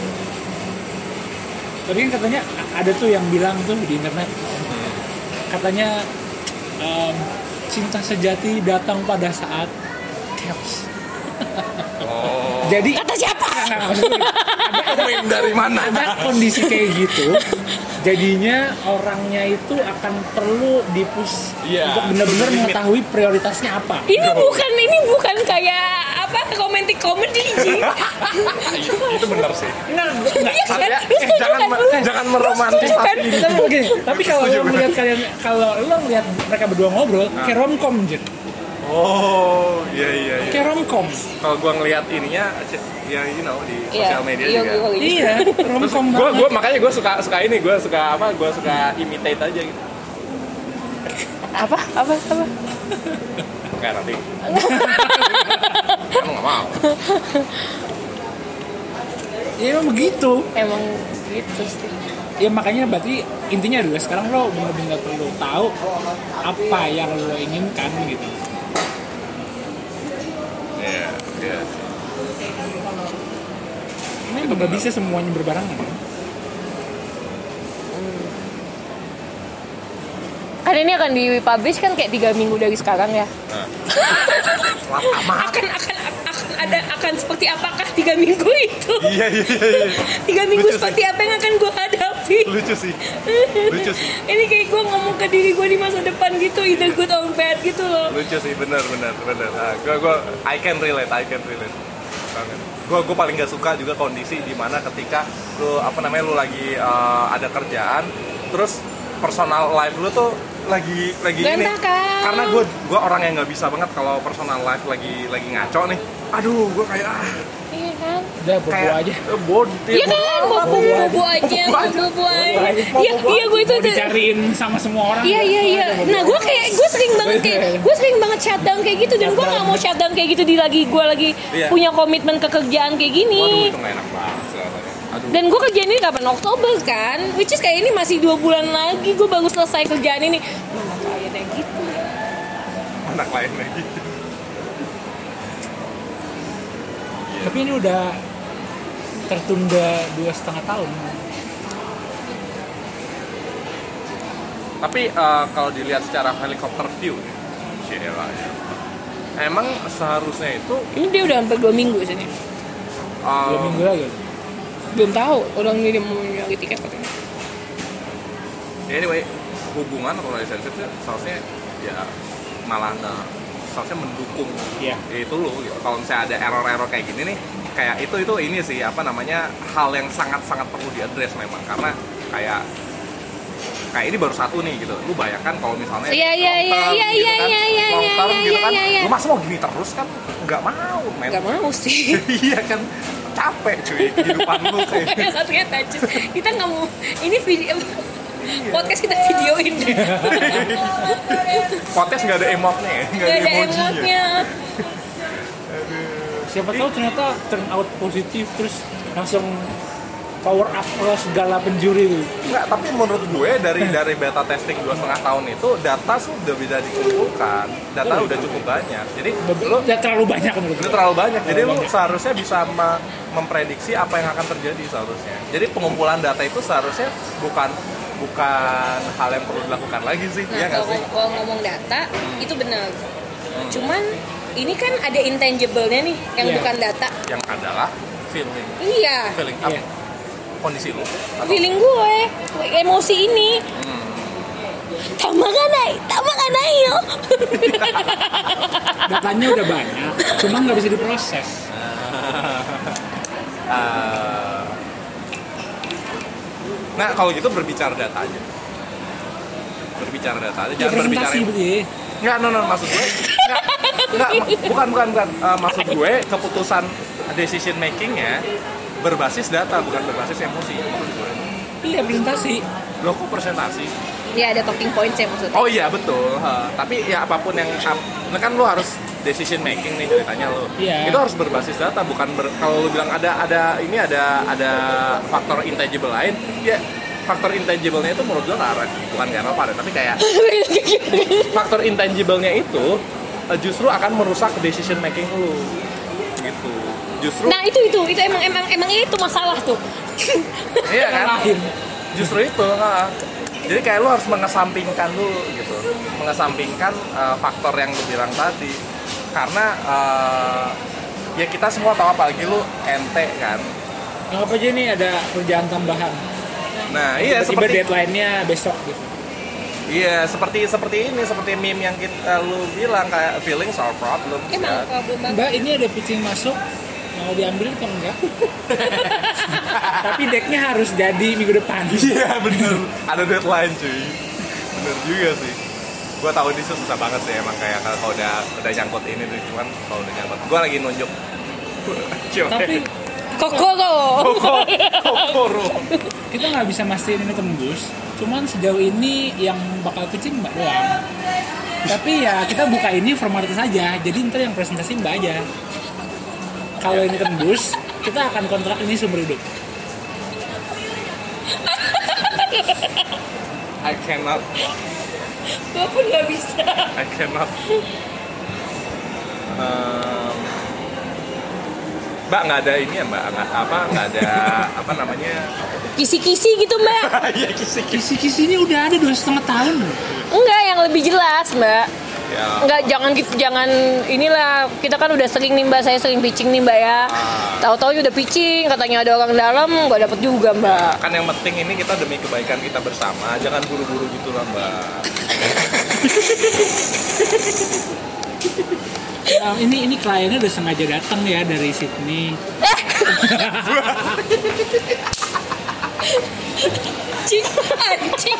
Tapi kan katanya ada tuh yang bilang tuh di internet, katanya cinta sejati datang pada saat chaos. Oh. Jadi Kata siapa? Ada meme dari mana? ada kondisi kayak gitu, jadinya orangnya itu akan perlu dipus untuk benar-benar mengetahui prioritasnya apa. Ini bukan kayak apa romantic comedy sih. Itu benar sih. Iya kan? Jangan meromantisasi ini. Tapi kalau lo melihat mereka berdua ngobrol kayak romcom anjir. Oh, iya. Kayak romcom. Kalau gua ngelihat ininya ya di sosial media juga. Iya, romcom. Gue makanya gue suka ini, gue suka imitate aja gitu. Apa? Kayak nanti. Kamu nggak mau. Ya emang begitu. Emang gitu sih. Ya makanya berarti intinya adalah sekarang lo benar-benar perlu tahu apa yang lo inginkan gitu. Iya. Ini nggak bisa semuanya berbarengan kan? Kan ini akan dipublish kan kayak 3 minggu dari sekarang ya. akan seperti apakah 3 minggu itu? Iya. 3 minggu Lucu seperti sih. apa yang akan gue hadapi? Lucu sih. Ini kayak gue ngomong ke diri gue di masa depan gitu, either good or bad gitu loh. Lucu sih, benar. Gue I can relate banget. Gue paling gak suka juga kondisi di mana ketika lu lagi ada kerjaan, terus personal life lu tuh lagi ini. Karena gue orang yang nggak bisa banget kalau personal life lagi ngaco nih. Aduh, gue kayak Iya kan? Udah bobo aja. Iya kan, bobo aja. Iya gue itu. Mau dicariin sama semua orang. Iya. Nah gue sering banget shutdown kayak gitu, dan gue nggak mau shutdown kayak gitu gue lagi punya komitmen ke kerjaan kayak gini. Waduh, itu nggak enak banget rasanya. Aduh. Dan gue kerjaan ini kapan? Oktober kan, which is kayak ini masih 2 bulan lagi gue baru selesai kerjaan ini. Mana kayak gitu. anak lainnya gitu. Tapi ini udah tertunda 2,5 tahun. Tapi kalau dilihat secara helikopter view, Sheila, ya. Emang seharusnya itu Ini dia udah hampir 2 minggu sini. 2 minggu lagi. Belum tahu orang ini mau nyari tiket katanya. anyway, hubungan atau relationship seharusnya ya malah seharusnya mendukung itu loh gitu. Kalau misalnya ada error-error kayak gini nih, kayak itu ini sih apa namanya hal yang sangat-sangat perlu diadres memang, karena kayak ini baru satu nih gitu. Lu bayangkan kalau misalnya long term gitu kan, lu masa mau gini terus kan nggak mau, men. Nggak mau sih. Iya kan, capek cuy kehidupan lu kayak. Satunya tajus. Kita nggak mau ini video podcast kita videoin deh. Podcast nggak ada emotnya ya, nggak ada emojinya. Siapa tahu ternyata turn out positif terus langsung power up lo segala penjuri itu. Enggak, tapi menurut gue dari beta testing 2,5 tahun itu data sudah bisa dikumpulkan, data udah cukup banyak. Jadi lo udah terlalu banyak menurut gue. Udah terlalu banyak. Jadi lo seharusnya bisa memprediksi apa yang akan terjadi seharusnya. Jadi pengumpulan data itu seharusnya bukan hal yang perlu dilakukan lagi sih. Nah, kalau ngomong data itu benar. Cuman ini kan ada intangible-nya nih yang bukan data. Yang adalah feeling. Iya. Feeling apa? Kondisi lo. Feeling gue, emosi ini. Tamakanai yo. Datanya udah banyak, cuma nggak bisa diproses. Nah, kalau gitu berbicara data aja. Jangan berbicara. Enggak, maksud gue. Bukan. Maksud gue keputusan decision making-nya berbasis data, bukan berbasis emosi menurut gue. Iya, presentasi. Loh, kok presentasi? Ya ada talking points ya maksudnya. Oh iya, betul. Tapi ya apapun yang kan lo harus decision making nih ceritanya lo. Iya. Itu harus berbasis data, bukan kalau lo bilang ada faktor intangible lain, ya faktor intangible-nya itu menurut gue bukan relevan, tapi kayak faktor intangible-nya itu justru akan merusak decision making lo. Gitu. Justru nah itu emang itu masalah tuh. Iya kan, justru itu jadi kayak lu harus mengesampingkan dulu gitu, mengesampingkan faktor yang lu bilang tadi, karena ya kita semua tahu, apalagi lu ente kan, nggak apa aja nih ada kerjaan tambahan. Nah iya, tiba-tiba seperti deadline-nya besok gitu. Iya, seperti meme yang lu bilang kayak feelings are problems. Emang problem banget. Mbak, ini ada pitching masuk, mau diambil atau enggak? Tapi decknya harus jadi minggu depan. Iya bener, ada deadline cuy. Bener juga sih. Gue tahu ini susah banget sih emang, kayak kalau udah nyangkut ini tuh, cuman kalau udah nyangkut. Gue lagi nunjuk. Tapi Kokoro. Kita nggak bisa mastiin ini tembus. Cuman sejauh ini yang bakal pitching Mbak doang. Tapi ya kita buka ini formalitas saja. Jadi ntar yang presentasi Mbak aja. Kalau ini tembus, kita akan kontrak ini seumur hidup. I cannot. Gue pun nggak bisa. I cannot. Mbak, nggak ada ini ya Mbak, nggak ada apa namanya, Kisi-kisi gitu Mbak. Iya, kisi-kisi. Kisi-kisinya udah ada 2,5 tahun. Enggak, yang lebih jelas Mbak. Ya. Enggak, jangan inilah, kita kan udah sering nih Mbak, saya sering pitching nih Mbak ya. Tahu-tahu udah pitching, katanya ada orang dalam, nggak dapet juga Mbak. Kan yang penting ini kita demi kebaikan kita bersama, jangan buru-buru gitu lah Mbak. Ini kliennya udah sengaja datang ya dari Sydney. Anjing.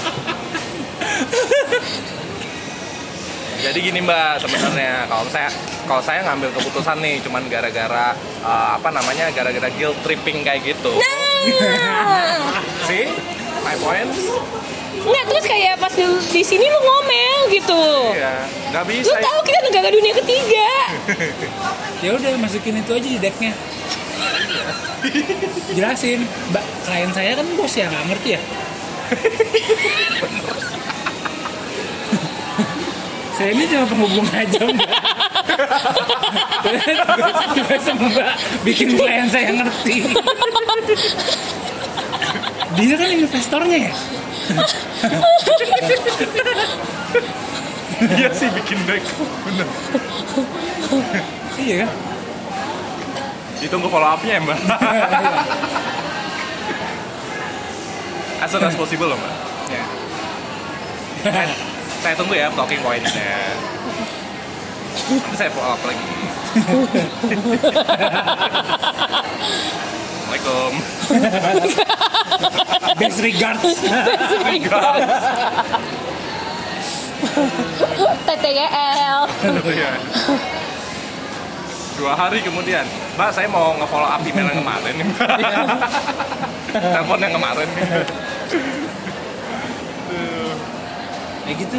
Jadi gini Mbak, sebenarnya kalau saya ngambil keputusan nih cuman gara-gara gara-gara guilt tripping kayak gitu. See? My point? Nggak, terus kayak pas di sini lu ngomel gitu. Iya, nggak bisa. Lu tahu kita negara dunia ketiga. Ya udah, masukin itu aja di decknya. Jelasin, Mbak, klien saya kan bos ya, nggak ngerti ya. Saya ini cuma penghubung aja Mbak. Tiba-tiba Mbak bikin klien saya ngerti. Dia kan investornya ya. Iya sih bikin deck. Bener. Iya kan? Ditunggu follow up-nya ya Mbak. As soon as possible loh Mbak. Ya. Saya tunggu ya talking point-nya. Nanti saya follow up lagi. Assalamualaikum. Best regards. TTGL. Iya. 2 hari kemudian, Mbak saya mau nge-follow up email yang kemarin nih Mbak. Telepon yang kemarin nih. Ya gitu.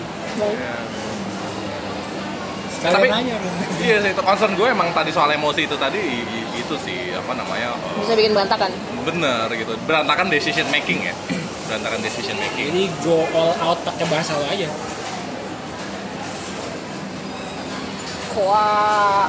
Tapi Sekalian aja. iya sih, itu concern gue emang tadi soal emosi itu tadi itu sih apa namanya Bisa bikin berantakan. bener gitu, berantakan decision making ya, berantakan decision making. Jadi go all out pakai bahasa lo aja. Wah.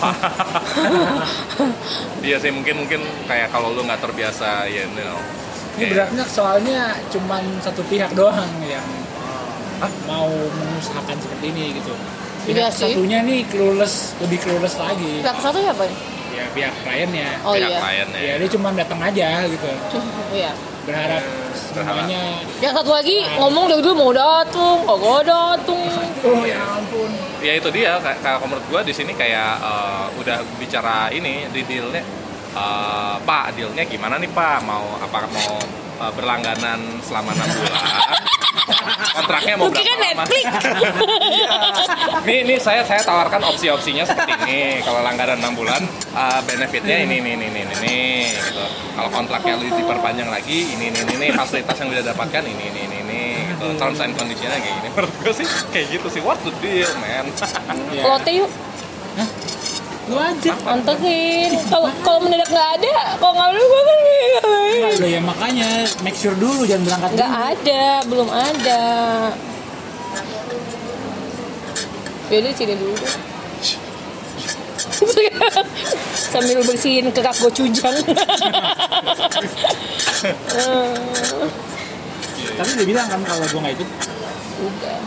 Iya sih mungkin kayak kalau lu nggak terbiasa ya Ini beratnya soalnya cuman satu pihak doang yang mau mengusahakan seperti ini gitu. Iya Pihak sih. satunya nih lebih clueless lagi. Pihak satu siapa? Ya pihak kliennya. Oh pihak iya. kliennya. Ya dia cuma datang aja gitu. Iya. Berharap semuanya. Yang satu lagi ngomong dari dulu mau datung, kagak datung. Oh ya ampun. Ya itu dia kayak menurut gue di sini kayak udah bicara ini di dealnya. Pak, dealnya gimana nih Pak? Apakah mau berlangganan selama 6 bulan? Kontraknya mau Mungkin berapa kan lama? Netflix. Ini saya tawarkan opsi-opsinya seperti ini. Kalau langganan 6 bulan, benefitnya ini gitu. Kalau kontraknya lebih diperpanjang lagi, ini fasilitas yang udah dapatkan ini gitu. Terms and conditionnya kayak gini. Menurut gue sih kayak gitu sih. What the deal, man? Lotte yuk. Lu aja. Anterin. Kalau mendadak nggak ada, kalau nggak ada gue kan Enggak, udah ya makanya make sure dulu jangan berangkat nggak dulu. ada, belum ada. Yaudah sini dulu deh. Sambil bersihin kekak gocujang. Tapi dia bilang kan kalau gue nggak ikut. Udah.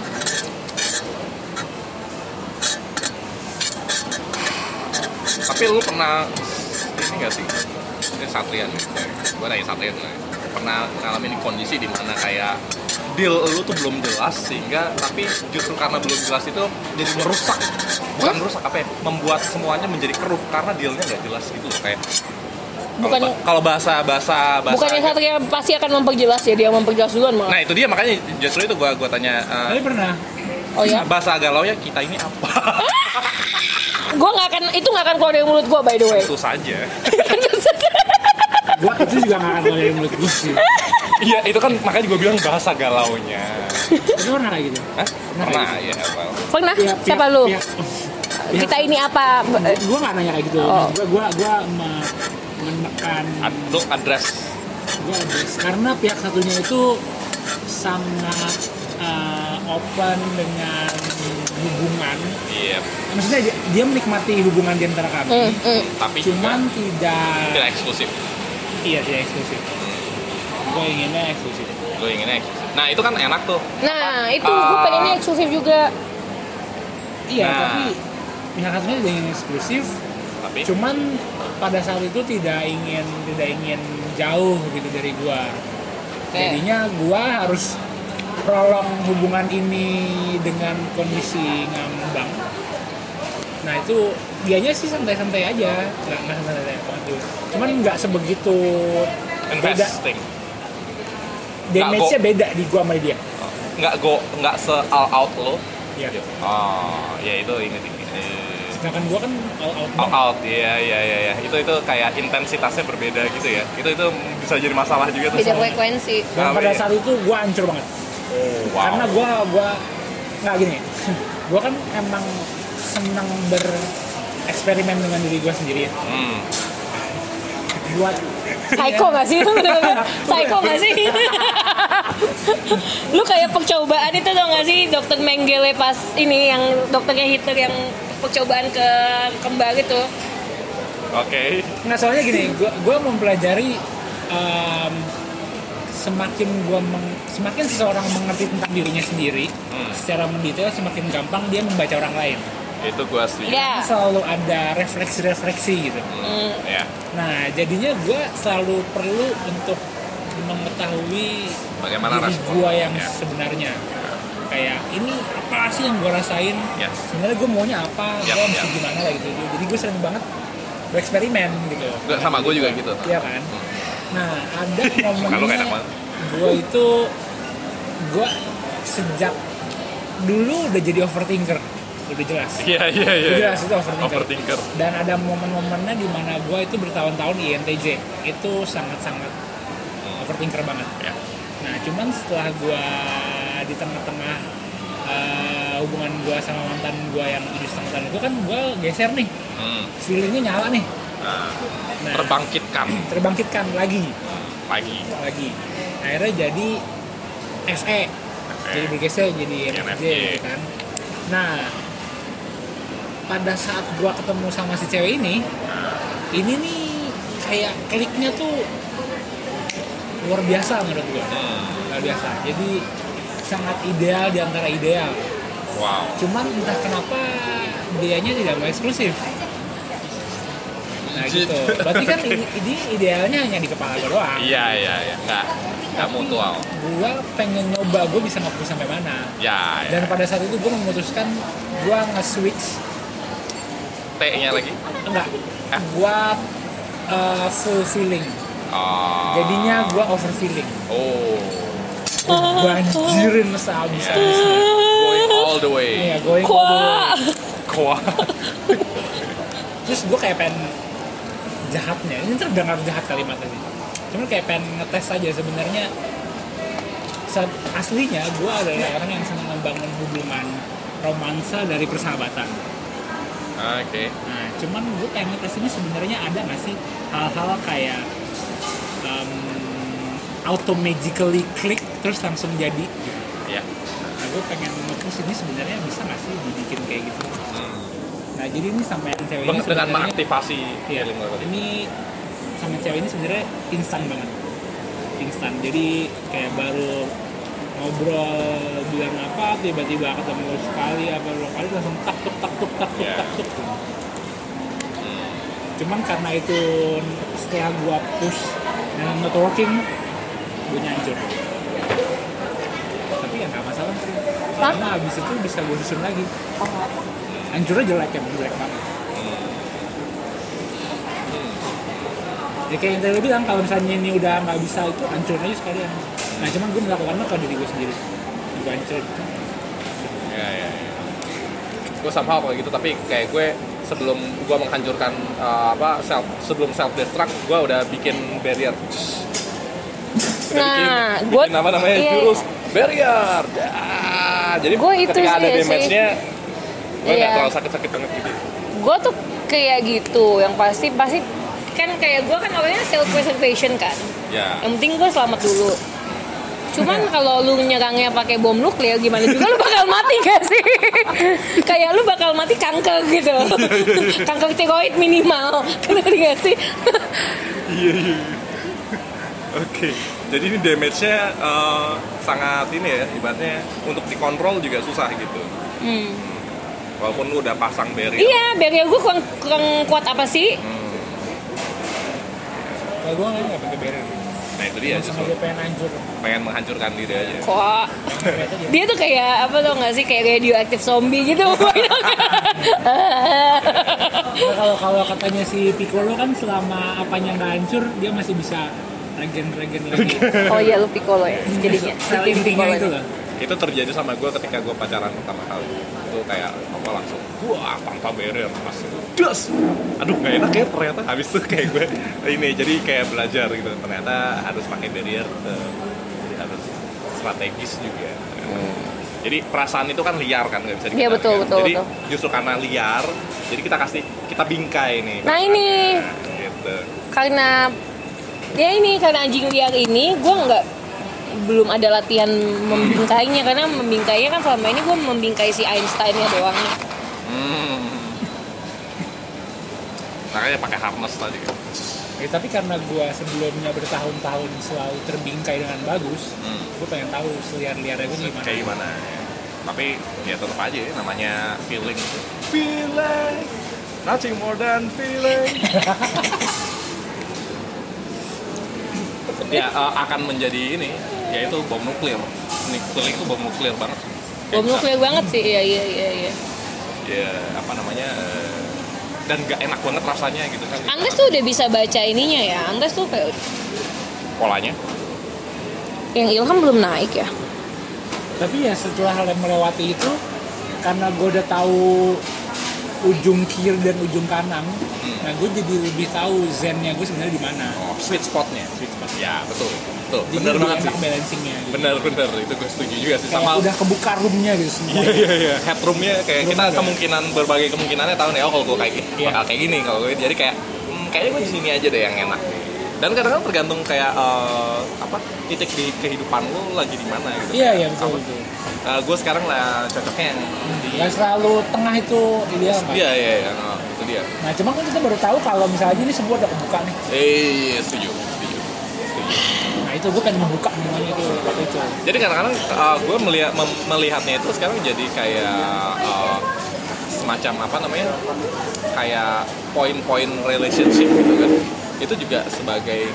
Tapi lu pernah ini nggak sih? Ini Satria nih. Gue nanya Satria nih. Pernah ngalamin kondisi di mana kayak deal lu tuh belum jelas sehingga tapi justru karena belum jelas itu jadi merusak. Bukan merusak apa ya? Membuat semuanya menjadi keruh karena dealnya nggak jelas gitu loh kayak. Bukannya Kalau bahasa bukannya Satria pasti akan memperjelas ya, dia memperjelas duluan malah. Nah itu dia makanya justru itu gua tanya Tapi pernah. Oh ya. bahasa galau ya kita ini apa? Itu nggak akan keluar dari mulut gue by the way. Tentu saja. Gua itu juga nggak akan keluar dari mulut gue sih. Iya itu kan makanya gua bilang bahasa galaunya. Tapi pernah kayak gitu. Hah? Pernah ya well. Pernah? Pihak- Siapa pihak- lu? pihak- Kita ini apa? Gua nggak nanya kayak gitu. Oh. Gua menekan. Untuk address Gua address. Karena pihak satunya itu sangat open dengan hubungan. iya Maksudnya dia menikmati hubungan di antara kami. tapi Cuman tidak tidak eksklusif. iya tidak eksklusif. Gue inginnya eksklusif. Gue inginnya eksklusif. Nah itu kan enak tuh. Nah itu gue pengennya eksklusif juga. Iya, Nah. tapi pihak satunya tidak ingin eksklusif. Tapi Cuman pada saat itu tidak ingin jauh gitu dari gua. Jadinya gua harus prolong hubungan ini dengan kondisi ngambang. Nah itu dianya sih santai-santai aja, nggak santai-santai banget juga. Cuman nggak sebegitu beda. investing. Damage-nya beda di gua sama dia. Nggak se all out lo. Iya. Oh ya itu ini. Sedangkan gua kan all out. All out, iya. Itu kayak intensitasnya berbeda gitu ya. Itu bisa jadi masalah juga tuh. Beda frekuensi. Dan pada saat itu gua hancur banget. Oh, wow. Karena gua nggak gini. Gua kan emang senang bereksperimen dengan diri gua sendiri ya. Buat Psycho nggak sih? Psycho nggak sih? Lu kayak percobaan itu tau gak sih dokter Mengele pas ini yang dokternya Hitler yang percobaan ke kembar itu. Oke. Nggak, soalnya gini, gue mempelajari semakin seseorang mengerti tentang dirinya sendiri secara mendetail, semakin gampang dia membaca orang lain. Itu gue setuju. Ya. Selalu ada refleksi-refleksi gitu. Ya. Nah, jadinya gue selalu perlu untuk mengetahui Bagaimana diri respon gue yang ya. sebenarnya. Kayak ini apa sih yang gue rasain? Yes. Sebenarnya gue maunya apa? Yap, Gue mesti yap. gimana lah gitu. Jadi gue sering banget bereksperimen gitu. Sama gue juga gitu. Iya kan? Nah, ada Kalau kayak momennya apa? gue sejak dulu udah jadi overthinker. Udah jelas. Iya. Udah jelas itu Overthinker. Dan ada momen-momennya di mana gue itu bertahun-tahun di INTJ. Itu sangat-sangat overthinker banget. Ya. Nah, cuman setelah gue di tengah-tengah hubungan gue sama mantan gue yang 7,5 tahun itu kan gue geser nih. Feelingnya nyala nih. Nah, terbangkitkan lagi. Akhirnya jadi FE. Jadi bergeser jadi NFJ gitu kan. Nah, pada saat gua ketemu sama si cewek ini nih kayak kliknya tuh luar biasa menurut gua. Luar biasa. Jadi sangat ideal di antara ideal. Wow. Cuman entah kenapa dianya tidak mau eksklusif. Nah gitu. Berarti kan ini idealnya hanya di kepala gua doang. Iya. Nggak mutual. Gua pengen nyoba gua bisa nge-push sampai mana. Ya. Dan pada saat itu gua memutuskan gua nge-switch T-nya lagi? enggak. Gua full feeling. Jadinya gua over feeling. Banjirin sehabis-habisnya. Going all the way. Iya, going all the way. Kuat. Terus gua kayak pengen jahatnya. Ini terdengar jahat kalimatnya sih. Cuman kayak pengen ngetes aja sebenarnya. Aslinya gua adalah orang yang senang membangun hubungan romansa dari persahabatan. Oke. Nah, cuman gue pengen ngetes ini sebenarnya ada nggak sih hal-hal kayak auto-magically klik terus langsung jadi gitu. Iya. Nah, gue pengen ngetes ini sebenarnya bisa nggak sih dibikin kayak gitu. Nah, jadi ini sama yang cewek ini Dengan mengaktifasi iya, feeling lo tadi. ini sama cewek ini sebenarnya instan banget. Jadi kayak baru ngobrol bilang apa, tiba-tiba ketemu sekali apa dua kali langsung tak tuk. Cuman karena itu setelah gua push dan networking, gua hancur. Tapi ya nggak masalah sih, karena abis itu bisa gua susun lagi. Hancurnya jelek banget. Ya kayak yang tadi bilang, kalau misalnya ini udah nggak bisa itu hancurin aja sekalian. Nah cuman gue melakukannya ke diri gue sendiri, gue hancurin. Ya. Gue somehow kayak gitu, tapi kayak gue sebelum gue menghancurkan sebelum self destruct, gue udah bikin barrier. Bikin apa namanya, jurus barrier. Jadi Gua itu ketika ada sih, damage-nya, gue nggak terlalu sakit banget gitu. Gue tuh kayak gitu, yang pasti kan kayak gue kan awalnya self preservation kan. Ya. Yang penting gue selamat dulu. Cuman kalau lu nyerangnya pakai bom nuklir gimana juga lu bakal mati gak sih? Kayak lu bakal mati kanker gitu. Kanker tiroid minimal. Ngerti gak sih? Iya. Oke. Jadi ini damage-nya sangat ini ya, ibaratnya untuk dikontrol juga susah gitu. Walaupun lu udah pasang barrier. Iya, barrier gue kurang kuat apa sih? Kalau gue nggak pakai barrier. Nah itu dia. Sama gue pengen menghancurkan diri aja. Kok dia tuh kayak apa tuh nggak sih, kayak radioaktif zombie gitu. Kalau katanya si Piccolo kan selama apanya nggak hancur dia masih bisa regen lagi. Oh iya, lu Piccolo ya jadinya. Sel intinya itu loh. Itu terjadi sama gue ketika gue pacaran pertama kali. Itu kayak apa langsung tanpa barrier langsung das. Aduh nggak enak ya ternyata. Habis itu kayak gue ini jadi kayak belajar gitu. Ternyata harus pakai barrier, jadi harus strategis juga. Jadi perasaan itu kan liar kan, nggak bisa dikendalikan. Iya betul. Jadi justru karena liar, jadi kita bingkai nih. Nah ini gitu. karena anjing liar ini gue belum ada latihan membingkainya, karena membingkainya kan selama ini gue membingkai si Einstein-nya doang. Makanya pakai harness tadi kan. Tapi karena gue sebelumnya bertahun-tahun selalu terbingkai dengan bagus, gue pengen tahu seliar-liarnya gue gimana. Kayak gimana ya. Tapi ya tetap aja ya, namanya feeling. Nothing more than feeling. Ya akan menjadi ini, yaitu bom nuklir. Feeling itu bom nuklir banget. Bom nuklir banget sih, iya. Ya apa namanya, dan gak enak banget rasanya gitu kan. Angges tuh udah bisa baca ininya ya, Angges tuh kayak polanya. yang Ilham belum naik ya. Tapi ya setelah melewati itu, karena gue udah tahu ujung kiri dan ujung kanan, nah gue jadi lebih tahu zennya gue sebenarnya di mana. Oh, sweet spotnya. Ya betul. Jadi Bener lebih banget enak sih. balancingnya. Gitu. Bener, itu gue setuju juga sih. Kayak Sama udah kebuka roomnya gitu semua. Iya. Headroomnya kayak kita Room kemungkinan berbagai kemungkinannya tahu nih, oh kalau gue kayak gini, Iya. bakal kayak gini kalau gue. Jadi kayak kayaknya gue di sini aja deh yang enak. Dan kadang-kadang tergantung kayak titik di kehidupan lo lagi di mana gitu. Iya betul. Gue sekarang lah cocoknya yang di. Gak selalu tengah itu ideal kan? Iya. Itu dia. Nah cuma kan kita baru tahu kalau misalnya ini semua udah kebuka nih. Iya, setuju. Nah itu gue pengen membuka semuanya itu waktu itu. Jadi kadang-kadang gue melihatnya itu sekarang jadi kayak semacam apa namanya, kayak poin-poin relationship gitu kan. Itu juga sebagai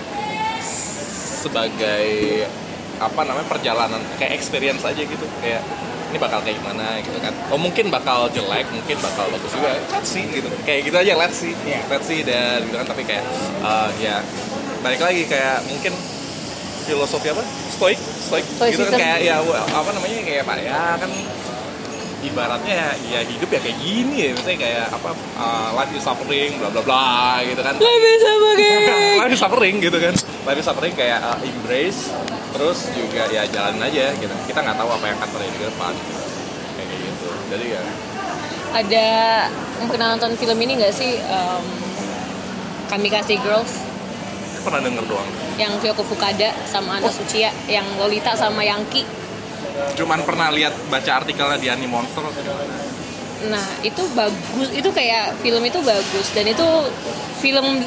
apa namanya, perjalanan kayak experience aja gitu, kayak ini bakal kayak gimana gitu kan. Oh mungkin bakal jelek, mungkin bakal bagus juga, let's see gitu, kayak gitu aja, let's see dan gitu kan. Tapi kayak ya balik lagi kayak mungkin filosofi apa, stoik gitu kan, kayak ya apa namanya, kayak apa ya kan, ibaratnya ya hidup ya kayak gini ya, misalnya kayak apa, life is suffering bla bla bla gitu kan. Life is suffering gitu kan. Life is suffering kayak embrace, terus juga ya jalan aja gitu. Kita nggak tahu apa yang akan terjadi ke depan gitu. Kayak gitu. Jadi ya Ada pernah nonton film ini nggak sih, Kamikaze Girls, pernah denger doang. yang Kyoko Fukada sama Ana Suciya, yang Lolita sama Yangki. Cuman pernah lihat, baca artikelnya di Animonster atau gimana. Nah itu bagus, itu kayak film itu bagus, dan itu film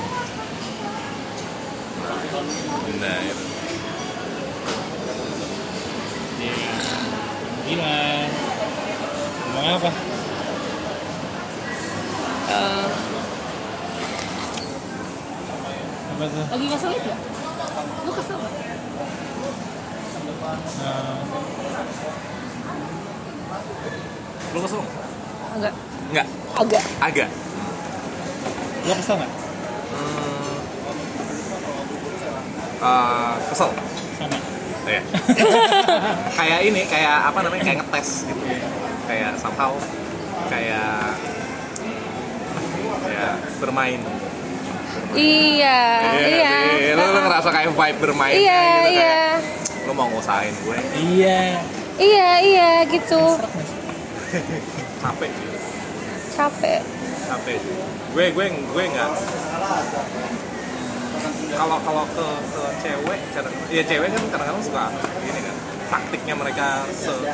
Nah itu. Gila. Ngomong apa? Apa tuh? lagi nggak salah ya? Lu kesel nggak? Lu kesel? Enggak. Enggak. Agak. Lo kesel nggak? Kesel. Sama. Ya. Kayak ini, kayak apa namanya, kayak ngetes gitu. Kayak somehow kayak ya bermain. Iya. Lu ngerasa kayak vibe bermain gitu, kayak lu mau ngusahain gue. Iya gitu. Capek gitu. Capek. Gue nggak, kalau ke cewek kadang, ya cewek kan kadang-kadang suka gini kan, taktiknya mereka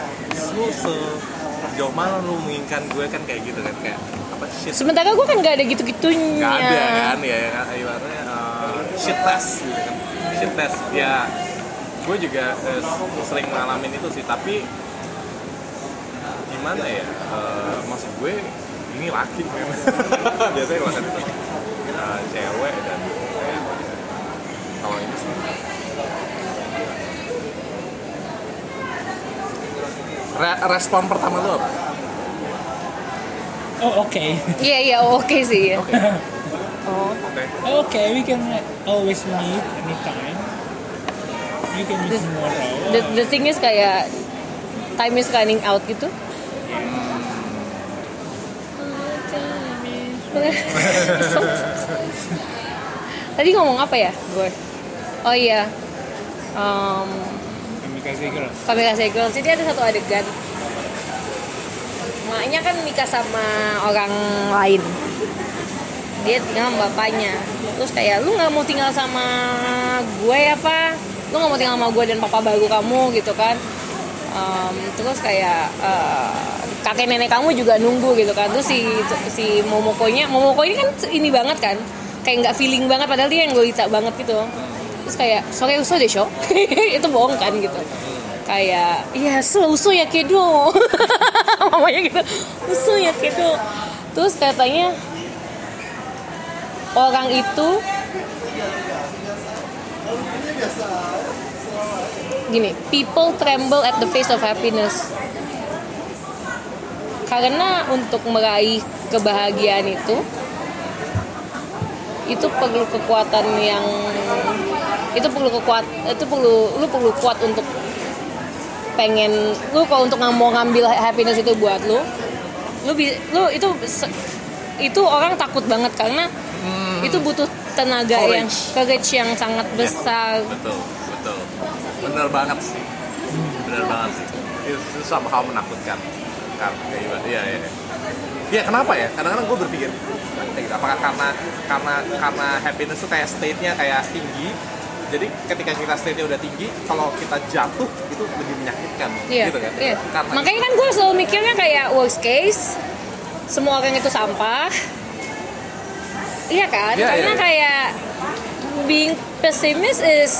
sejauh mana lu menginginkan gue kan, kayak gitu kan, kayak apa shit. Sementara gue kan gak ada gitu-gitunya. Gak ada kan, ya ibaratnya shit test gitu kan, shit test ya. Gue juga sering ngalamin itu sih, tapi gimana ya, maksud gue ini laki memang biasanya makan itu cewek, dan kayak kalau ini sih respon pertama lu apa? Oh oke. Iya oke sih ya. Oh. Oke, we can always meet anytime. We can meet tomorrow. The thing is kayak time is running out gitu. Tadi ngomong apa ya gue? Oh iya, Kamikaze Girls. Jadi ada satu adegan, maknya kan nikah sama orang lain, dia tinggal sama bapaknya. Terus kayak, lu nggak mau tinggal sama gue apa? lu nggak mau tinggal sama gue dan papa baru kamu gitu kan. Terus kayak kakek nenek kamu juga nunggu gitu kan. Terus si Momoko ini kan ini banget kan, kayak nggak feeling banget padahal dia yang Lolita banget gitu. Terus kayak sore uso deh show itu bohong kan gitu. Kayak iya uso ya kedo mamanya gitu, uso ya kedo. Terus katanya orang itu gini, people tremble at the face of happiness. Karena untuk meraih kebahagiaan itu perlu kekuatan yang lu perlu kuat untuk pengen lu kalau untuk mau ngambil happiness itu buat lu itu orang takut banget karena itu butuh tenaga yang courage yang sangat besar. Betul. Bener banget sih. Itu somehow menakutkan kan kayak gimana. Iya kenapa ya, kadang-kadang gue berpikir apakah karena happiness tuh kayak state-nya kayak tinggi, jadi ketika kita state-nya udah tinggi, kalau kita jatuh itu lebih menyakitkan gitu kan. Karena makanya kan gue selalu mikirnya kayak worst case semua orang itu sampah. Iya kan? Karena kayak being pessimist is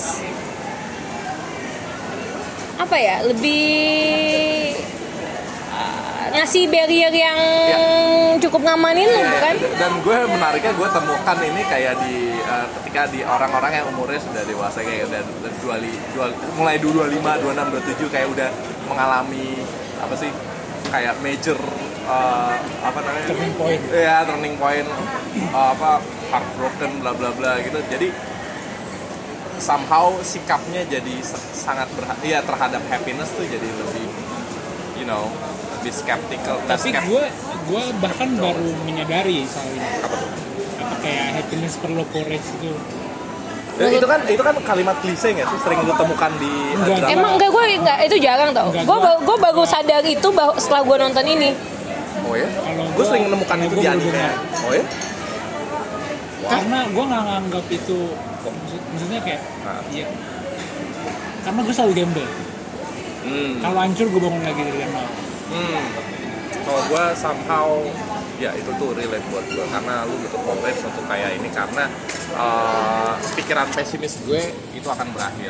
apa ya, lebih ngasih barrier yang cukup ngamanin lu bukan? Dan gue menariknya gue temukan ini kayak di ketika di orang-orang yang umurnya sudah dewasa kayak udah mulai 25, 26, 27 kayak udah mengalami apa sih kayak major turning point. Iya, turning point heartbroken bla bla bla gitu. Jadi somehow sikapnya jadi sangat terhadap happiness tuh jadi lebih lebih skeptical. Tapi gue bahkan baru menyadari soal ini. Apa kayak happiness perlu courage itu. Itu kan kalimat klise nggak sih, sering lu temukan di drama. Emang enggak itu jarang tau. Gue baru sadar itu setelah gue nonton ini. Oh ya? Gue sering menemukan itu di anime. Oh ya? Karena gue nggak nganggap itu maksudnya kayak iya. Karena gue selalu gamble. Kalau hancur gue bangun lagi dari nol. Kalau gue somehow itu tuh relate buat gue karena lu butuh courage untuk kayak ini karena pikiran pesimis gue itu akan berakhir.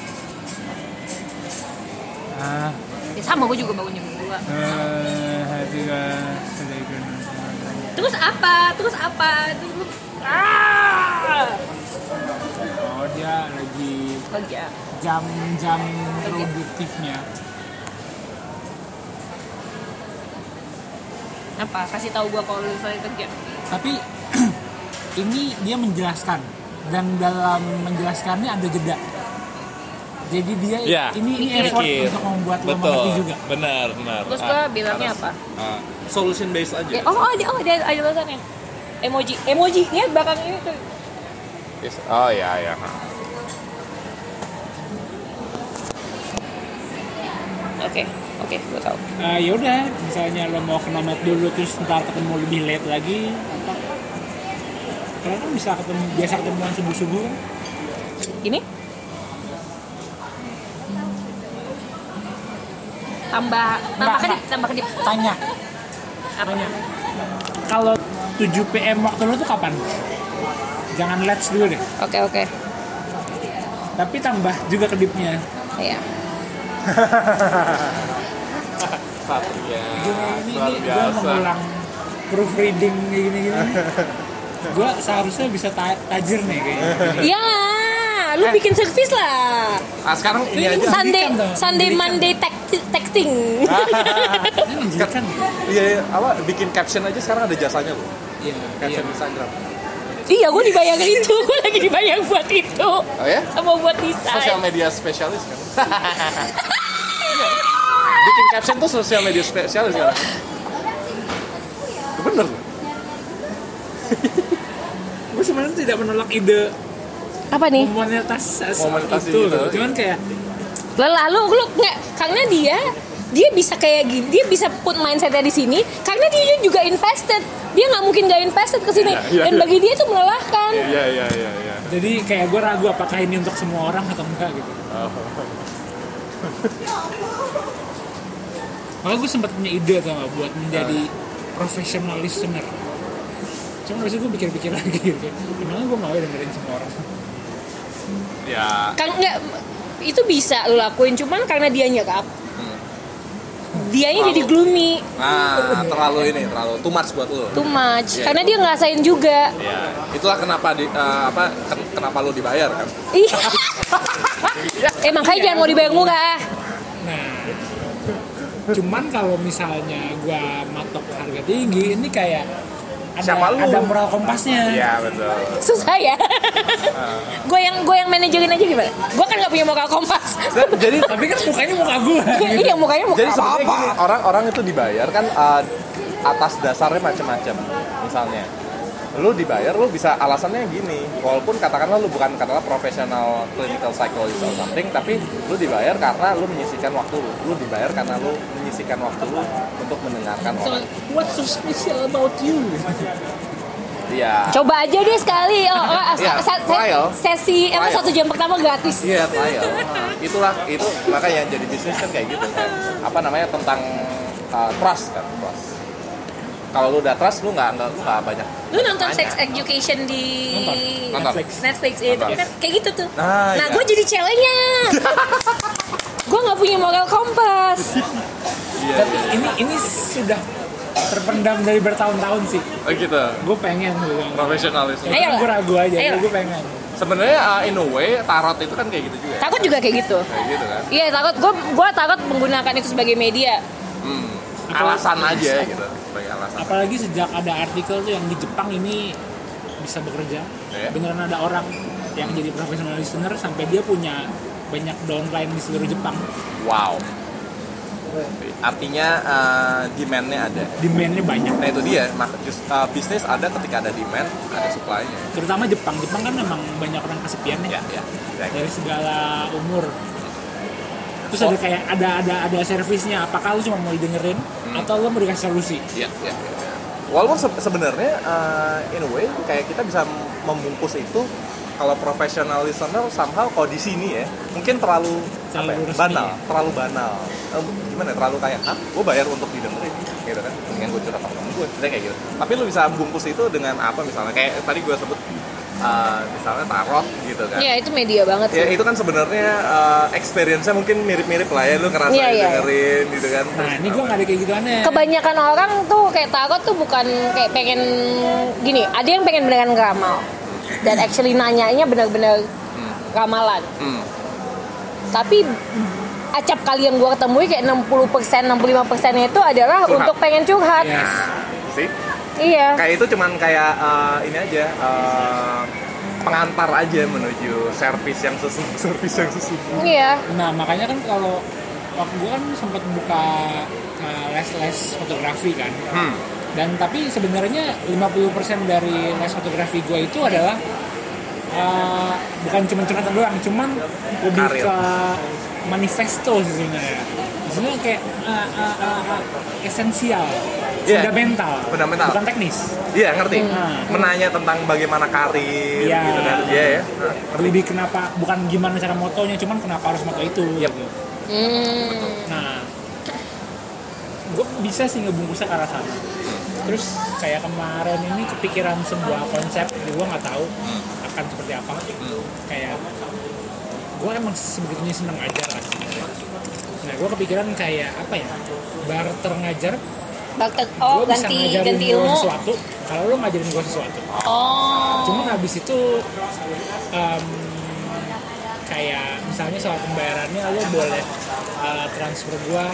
Ya sama gue juga bangun jam 2. Terus apa? Oh dia lagi Kerja. jam produktifnya. Apa? Kasih tahu gue kalau lu selesai kerja. Tapi ini dia menjelaskan dan dalam menjelaskannya ada jeda. Jadi dia ini effort untuk membuat lo mengerti juga. Benar. Terus gue bilangnya apa? Solution based aja. Ada alasannya. Emoji. Lihat belakang ini tuh. Oh ya. Oke, gue tahu. Ya udah, misalnya lo mau kena mat dulu terus ntar ketemu lebih late lagi apa? Kalau kan biasa ketemuan subuh-subuh kan? Ini? Tambah kedip. Tanya. Kalau 7 PM waktu lo tuh kapan? Jangan let's dulu deh. Oke. Tapi tambah juga kedipnya. Iya. Satria. Ini gue mengulang proofreading gini. Gue seharusnya bisa tajir nih kayaknya. Iya, lu bikin service lah. Sekarang ini aja. Sunday Monday texting. Ini menjijikan. Iya, bikin caption aja sekarang ada jasanya loh. Iya. Caption Instagram. Iya, gue dibayar itu. Gue lagi dibayar buat itu. Oh ya? Sama buat desain. Sosial media spesialis kan? Bikin caption tuh sosial media spesialis sekarang. Bener loh. Gue sebenarnya tidak menolak ide apa nih? Monetisasi itu. Cuman kayak lelah lu nggak, karena dia bisa kayak gini, dia bisa put mindsetnya di sini karena dia juga invested. Dia nggak mungkin nggak invested ke sini. Dan bagi dia itu melelahkan. Iya. Jadi kayak gue ragu apakah ini untuk semua orang atau enggak gitu. Makanya gue sempat punya ide tau gak, buat menjadi professional listener. Cuma habis itu gue pikir-pikir lagi gitu. Gimana gue mau dengerin semua orang? Ya. Kan enggak, itu bisa lo lakuin, cuman karena dia nyerap. Dianya jadi gloomy. Nah, terlalu too much buat lo. Too much. Ya, Karena itu. dia ngerasain juga. Ya, itulah kenapa kenapa lo dibayar kan? Iya. Makanya jangan mau dibayar murah. Nah, cuman kalau misalnya gue matok harga tinggi, ini kayak ada moral kompasnya. Iya, betul. Susah ya. Gue yang manajerin aja gimana? Gue kan nggak punya moral kompas. Jadi Tapi kan mukanya muka gue. Iya mukanya muka jadi sebenarnya apa? gini, orang itu dibayar kan atas dasarnya macam-macam. Misalnya, lu dibayar, lu bisa alasannya gini. Walaupun katakanlah lu bukan katakanlah profesional clinical psychologist or something, tapi lu dibayar karena lu menyisihkan waktu lu. Lu dibayar karena lu menyisihkan waktu lu untuk mendengarkan orang. What's so special about you? Iya. Coba aja deh sekali. Iya, trial. Sesi Trial. 1 jam pertama gratis. Iya, trial. Itu makanya jadi bisnis kan kayak gitu kan. Apa namanya tentang trust kan, trust. Kalau lu udah trust, lu nggak banyak. Lu nonton tanya. Sex Education di Nonton. Netflix itu Nonton. kan kayak gitu tuh. Nah, Nah, iya. gue jadi ceweknya. Gue nggak punya moral kompas. Iya. Tapi ini sudah terpendam dari bertahun-tahun sih. Oh gitu. Gue pengen gue. Profesionalisme. Ayolah. Gue ragu aja, Ayolah. gue pengen. Sebenarnya in a way tarot itu kan kayak gitu juga. Takut juga kayak gitu. Kayak gitu kan. Iya takut. Gue takut menggunakan itu sebagai media. Alasan aja gitu. Sebagai alasan. Apalagi sejak ada artikel tuh yang di Jepang ini bisa bekerja. Iya. Beneran ada orang yang jadi professional listener sampai dia punya banyak downline di seluruh Jepang. Wow. Artinya demand-nya ada. Demand-nya banyak. Nah itu dia, bisnis ada ketika ada demand, ada supply-nya. Terutama Jepang. Jepang kan memang banyak orang kesepian ya. Ya. Dari segala umur. Terus ada kayak ada servisnya. Apakah lu cuma mau didengerin atau lu mau dikasih solusi? Iya. Walaupun sebenarnya in a way kayak kita bisa membungkus itu kalau professional listener somehow kalau di sini ya mungkin terlalu resmi, terlalu banal. Gimana? Terlalu kayak, gue bayar untuk didengerin, gitu kan? Mendingan gue curhat sama temen gue, kayak gitu. Tapi lu bisa bungkus itu dengan apa misalnya? Kayak tadi gue sebut misalnya tarot gitu kan? Iya itu media banget sih. Ya itu kan sebenarnya experience-nya mungkin mirip-mirip lah ya, lu ngerasain dengerin gitu kan. Nah ini gue gak ada kayak gituannya. Kebanyakan orang tuh kayak tarot tuh bukan kayak pengen gini. Ada yang pengen beneran ngeramal dan actually nanyanya benar-benar ramalan. Tapi acap kali yang gue ketemui kayak 60%, 65% itu adalah Curhat. untuk pengen curhat. Yes. Sih? Iya. Kayak itu cuman kayak ini aja pengantar aja menuju servis yang sesungguhnya. Iya. Nah makanya kan kalau waktu gue kan sempat buka les fotografi kan. Dan tapi sebenarnya 50% dari les fotografi gue itu adalah bukan cuma curhatan doang, cuman lebih Karir. ke manifesto sih sebenarnya. Sebenarnya kayak esensial, Iya. fundamental, bukan teknis. Iya ngerti. Menanya tentang bagaimana karir Iya. gitu kan. Iya ya. Lebih kenapa, bukan gimana cara motonya, cuman kenapa harus moto itu. Yep. Gitu. Nah, gue bisa sih ngebungkusnya ke arah sana. Terus kayak kemarin ini kepikiran sebuah konsep, gue nggak tahu akan seperti apa. Kayak gue emang sebetulnya seneng ngajar kan. Nah, gue kepikiran kayak apa ya? Barter ngajar. Gue bisa ngajarin ganti gue ilmu. sesuatu. Kalau lo ngajarin gue sesuatu. Cuman habis itu kayak misalnya soal pembayarannya lo boleh transfer gue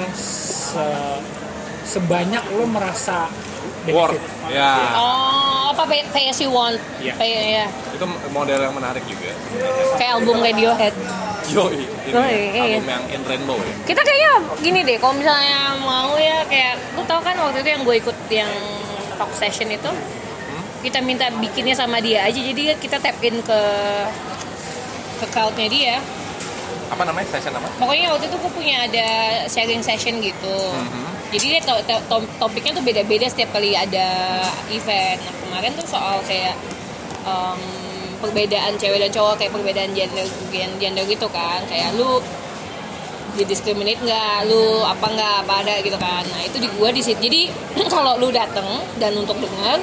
sebanyak lo merasa Worth. benefit. Ya. Apa pay as you want. Iya. Ya. Itu model yang menarik juga. Kayak album Radiohead. Ini iya. album yang In Rainbow ya. Kita kayaknya gini deh, kalau misalnya mau ya kayak lu tau kan waktu itu yang gue ikut yang talk session itu, kita minta bikinnya sama dia aja, jadi kita tap in ke crowdnya dia. Apa namanya? Session apa? Pokoknya waktu itu gue punya ada sharing session gitu. Jadi dia topiknya tuh beda-beda setiap kali ada event. Nah kemarin tuh soal kayak perbedaan cewek dan cowok, kayak perbedaan gender gitu kan, kayak lu didiskriminate nggak, lu apa ada gitu kan. Nah itu di gua di situ. Jadi kalau lu dateng dan untuk dengar,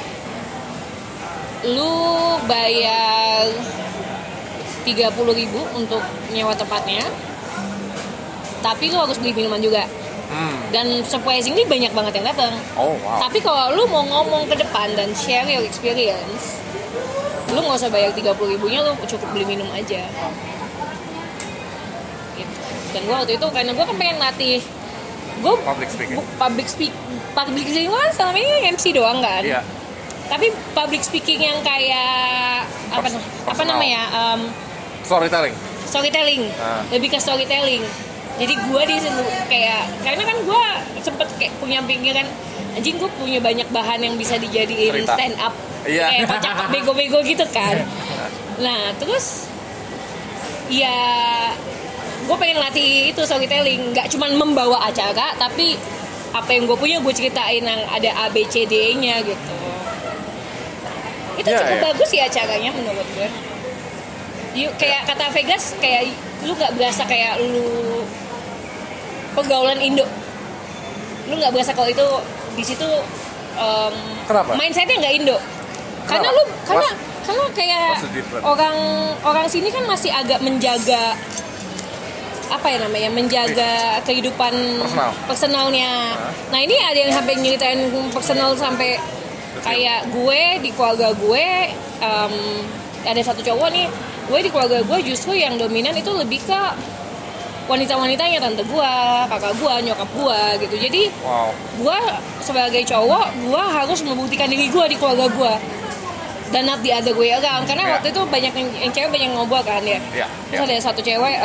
lu bayar 30.000 untuk nyewa tempatnya, tapi lu harus beli minuman juga. Dan surprisingly banyak banget yang datang. Oh wow. Tapi kalau lu mau ngomong ke depan dan share your experience, lu nggak usah bayar 30.000-nya, lu cukup beli minum aja. Gitu. Dan gue waktu itu karena gue kan pengen latih, gue public speaking kan selama ini MC doang kan. Iya. Tapi public speaking yang kayak apa namanya? Storytelling. Lebih ke storytelling. Jadi gue di situ kayak, karena kan gue sempet kayak punya pikiran, anjing gue punya banyak bahan yang bisa dijadiin cerita. stand up, Iya. kayak cakap bego-bego gitu kan. Nah terus ya gue pengen latih itu storytelling, nggak cuma membawa acara, tapi apa yang gue punya gue ceritain yang ada ABCD-nya gitu. Itu cukup bagus ya acaranya menurut gue. Kayak kata Vegas, kayak lu nggak berasa kayak lu pergaulan Indo, lu nggak berasa kalau itu di situ mindsetnya nggak Indo. Karena kayak orang sini kan masih agak menjaga menjaga kehidupan personalnya. Nah ini ada yang sampai nyeritain personal sampai kayak gue di keluarga gue ada satu cowok nih, gue di keluarga gue justru yang dominan itu lebih ke wanita-wanitanya, tante gue, kakak gue, nyokap gue gitu. Jadi gue sebagai cowok, gue harus membuktikan diri gue di keluarga gue dan not the other way around. Karena waktu itu banyak yang cewek banyak ngobrol kan ya. Terus ada satu cewek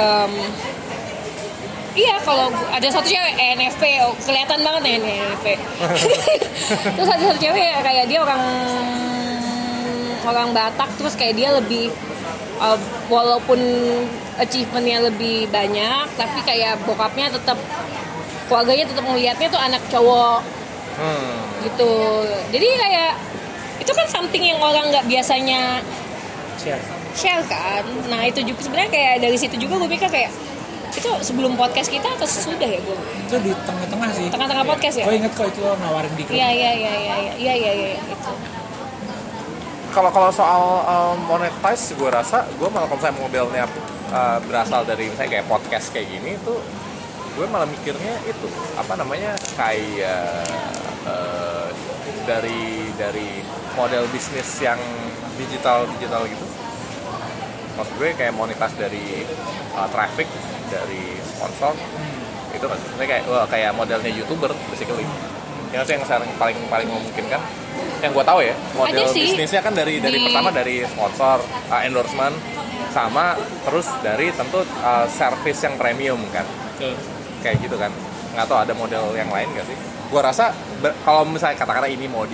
kalau ada satu cewek NFP, kelihatan banget nih NFP. Terus ada satu cewek kayak dia orang Batak, terus kayak dia lebih walaupun achievementnya lebih banyak, tapi kayak bokapnya tetap, keluarganya tetap melihatnya tuh anak cowok gitu. Jadi kayak itu kan something yang orang nggak biasanya share kan. Nah itu juga sebenarnya kayak dari situ juga gue mikir kayak itu sebelum podcast kita atau sudah ya gue? Itu di tengah-tengah sih. Tengah-tengah podcast ya? Gue inget kok itu lo nawarin di grup. Iya itu. Kalau soal monetize, gue rasa gue malah kalau saya modelnya berasal dari misalnya kayak podcast kayak gini tuh, gue malah mikirnya itu kayak dari model bisnis yang digital gitu. Maksud gue kayak monetize dari traffic, dari sponsor itu kan kayak modelnya YouTuber basically. Yang sekarang paling memungkinkan, yang gue tahu ya, model bisnisnya kan dari pertama dari sponsor, endorsement, sama terus dari tentu service yang premium kan. Kayak gitu kan. Nggak tahu ada model yang lain nggak sih? Gue rasa kalau misalnya katakanlah ini mau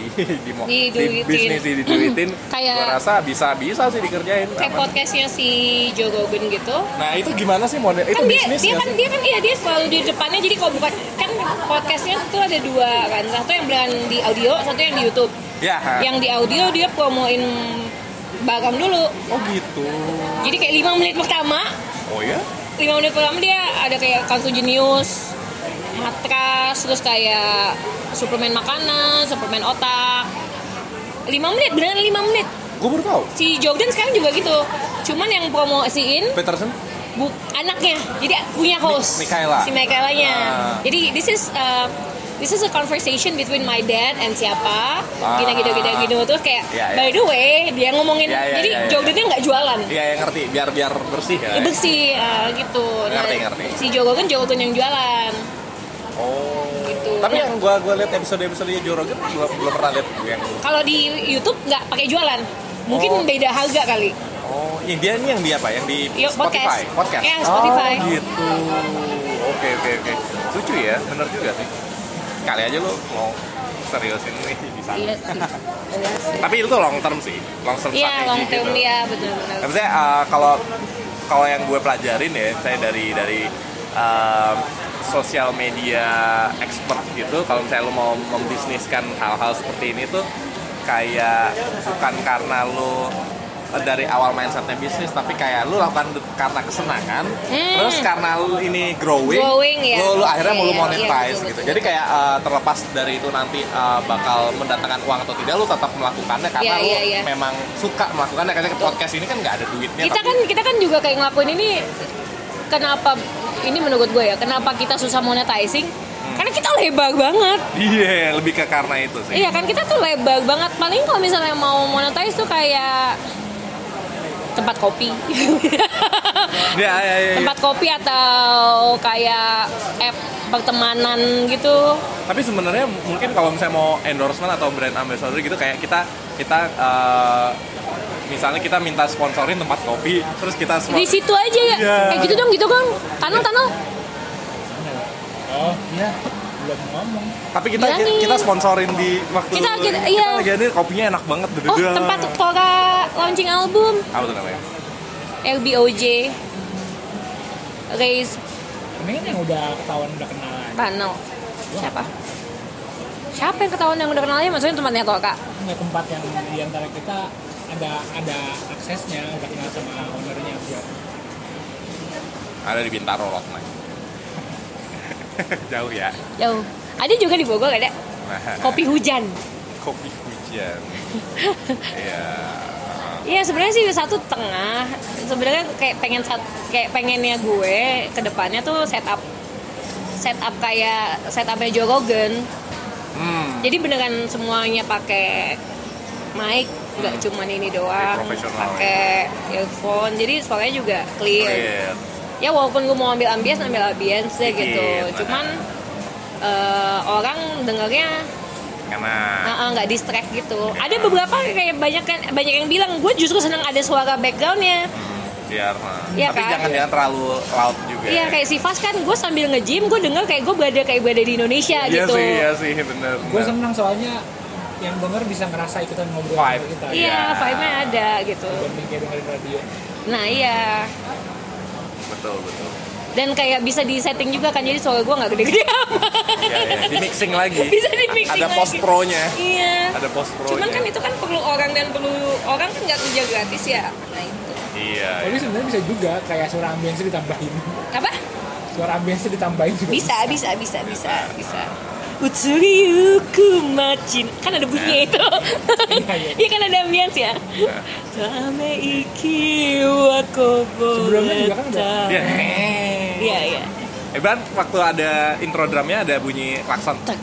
diduitin, gue rasa bisa sih dikerjain. Kayak podcastnya si Joe Rogan gitu. Nah itu gimana sih model itu bisnis? Dia selalu di depannya. Jadi kalau bukan kan podcastnya tuh ada dua kan, satu yang beneran di audio, satu yang di YouTube. Ya. Yang di audio dia promoin barang dulu. Oh gitu. Jadi kayak 5 menit pertama. Oh ya? 5 menit pertama dia ada kayak kartu jenius, matras, terus kayak suplemen makanan, suplemen otak. 5 menit, beneran 5 menit. Gue baru tahu. Si Jordan sekarang juga gitu. Cuman yang promosiin Peterson? Anaknya. Jadi punya host. Mikaela. Si Mikaelanya. Jadi this is a conversation between my dad and siapa. Gini. Terus kayak by the way dia ngomongin. Jadi Jordannya nggak jualan. Iya, yang ngerti. Biar bersih ya. Bersih gitu. Ngerti. Si Joe Rogan yang jualan. Oh. Gitu. Tapi yang gue lihat episode-episodenya Joe Rogan belum pernah lihat yang. Kalau di YouTube nggak pakai jualan. Mungkin beda harga kali. Oh, dia ini yang di apa? Yang di Spotify. Podcast. Ya, Spotify. Oh, gitu. Oke. Lucu ya, bener juga sih. Kali aja lo mau seriusin nih bisa. Iya sih. Tapi itu long term sih, long term Iya, strategi long term gitu. dia benar-benar. Tapi saya kalau yang gue pelajarin ya, saya dari sosial media expert gitu, kalau misalnya lo mau membisniskan hal-hal seperti ini tuh kayak bukan karena lo dari awal mindsetnya bisnis, tapi kayak lu lakukan karena kesenangan, terus karena lu ini growing ya. lu akhirnya mau lu monetize betul, gitu. betul. Jadi kayak terlepas dari itu nanti bakal mendatangkan uang atau tidak, lu tetap melakukannya karena lu memang suka melakukannya. Karena ke podcast ini kan nggak ada duitnya. Kita kan juga kayak ngelakuin ini. Kenapa ini menurut gue ya? Kenapa kita susah monetizing? Karena kita lebar banget. Iya, lebih ke karena itu sih. Iya kan, kita tuh lebar banget. Paling kalau misalnya mau monetize tuh kayak tempat kopi. Ya. Tempat kopi atau kayak app pertemanan gitu. Tapi sebenarnya mungkin kalau misalnya mau endorsement atau brand ambassador gitu, kayak kita misalnya kita minta sponsorin tempat kopi, terus kita di situ aja ya. Kayak gitu dong, gitu kan. Tanel. Oh iya, belum ngomong. Tapi kita sponsorin di waktu kita lagi ada kopinya enak banget. Oh, tempat Tora launching album. Apa tuh namanya? LBOJ. Raise Ini yang udah ketahuan udah kenalan. Tanel. Siapa yang ketahuan yang udah kenalnya? Maksudnya tempatnya Tora? Nggak, tempat yang di antara kita ada aksesnya, udah kenal sama ownernya juga. Ada di Bintaro Lotman. Jauh ya. Jauh. Ada juga di Bogor ada. Kopi hujan. Kopi hujan. Iya. Iya sebenarnya sih satu tengah. Sebenarnya kayak pengennya gue ke depannya tuh setup kayak setupnya Joe Rogan. Jadi beneran semuanya pakai mic, nggak cuman ini doang. Pakai earphone. Jadi suaranya juga clear. Ya walaupun gue mau ambil ambience deh gitu. Cuman orang dengarnya karena nggak distract gitu. Ada beberapa kayak banyak yang bilang gue justru senang ada suara backgroundnya. Biar ya, tapi kan? jangan terlalu loud juga. Iya kayak si Fas kan gue sambil nge-gym gue denger kayak gue berada di Indonesia gitu. Iya sih bener. Gue senang soalnya yang denger bisa ngerasa ikutan ngobrol sama kita. Iya, vibe-nya ada gitu. Dibanding kayak dengerin radio. Nah iya. Betul. Dan kayak bisa di setting juga kan, jadi suara gue nggak gede-gede amat. Iya. Di mixing lagi. Bisa di mixing ada lagi. post pro-nya. Iya. Ada post pro-nya. Cuman kan itu kan perlu orang kan nggak kerja gratis ya. Nah itu. Iya. Tapi sebenarnya bisa juga kayak suara ambience ditambahin. Apa? Suara ambience ditambahin juga. Bisa. Utsuri yuku macin, kan ada bunyinya itu. Iya kan ada ambience ya. Tame iki wa kobo. Sebelumnya juga kan ada. Iya. Bahkan waktu ada intro drumnya ada bunyi klakson. Tak.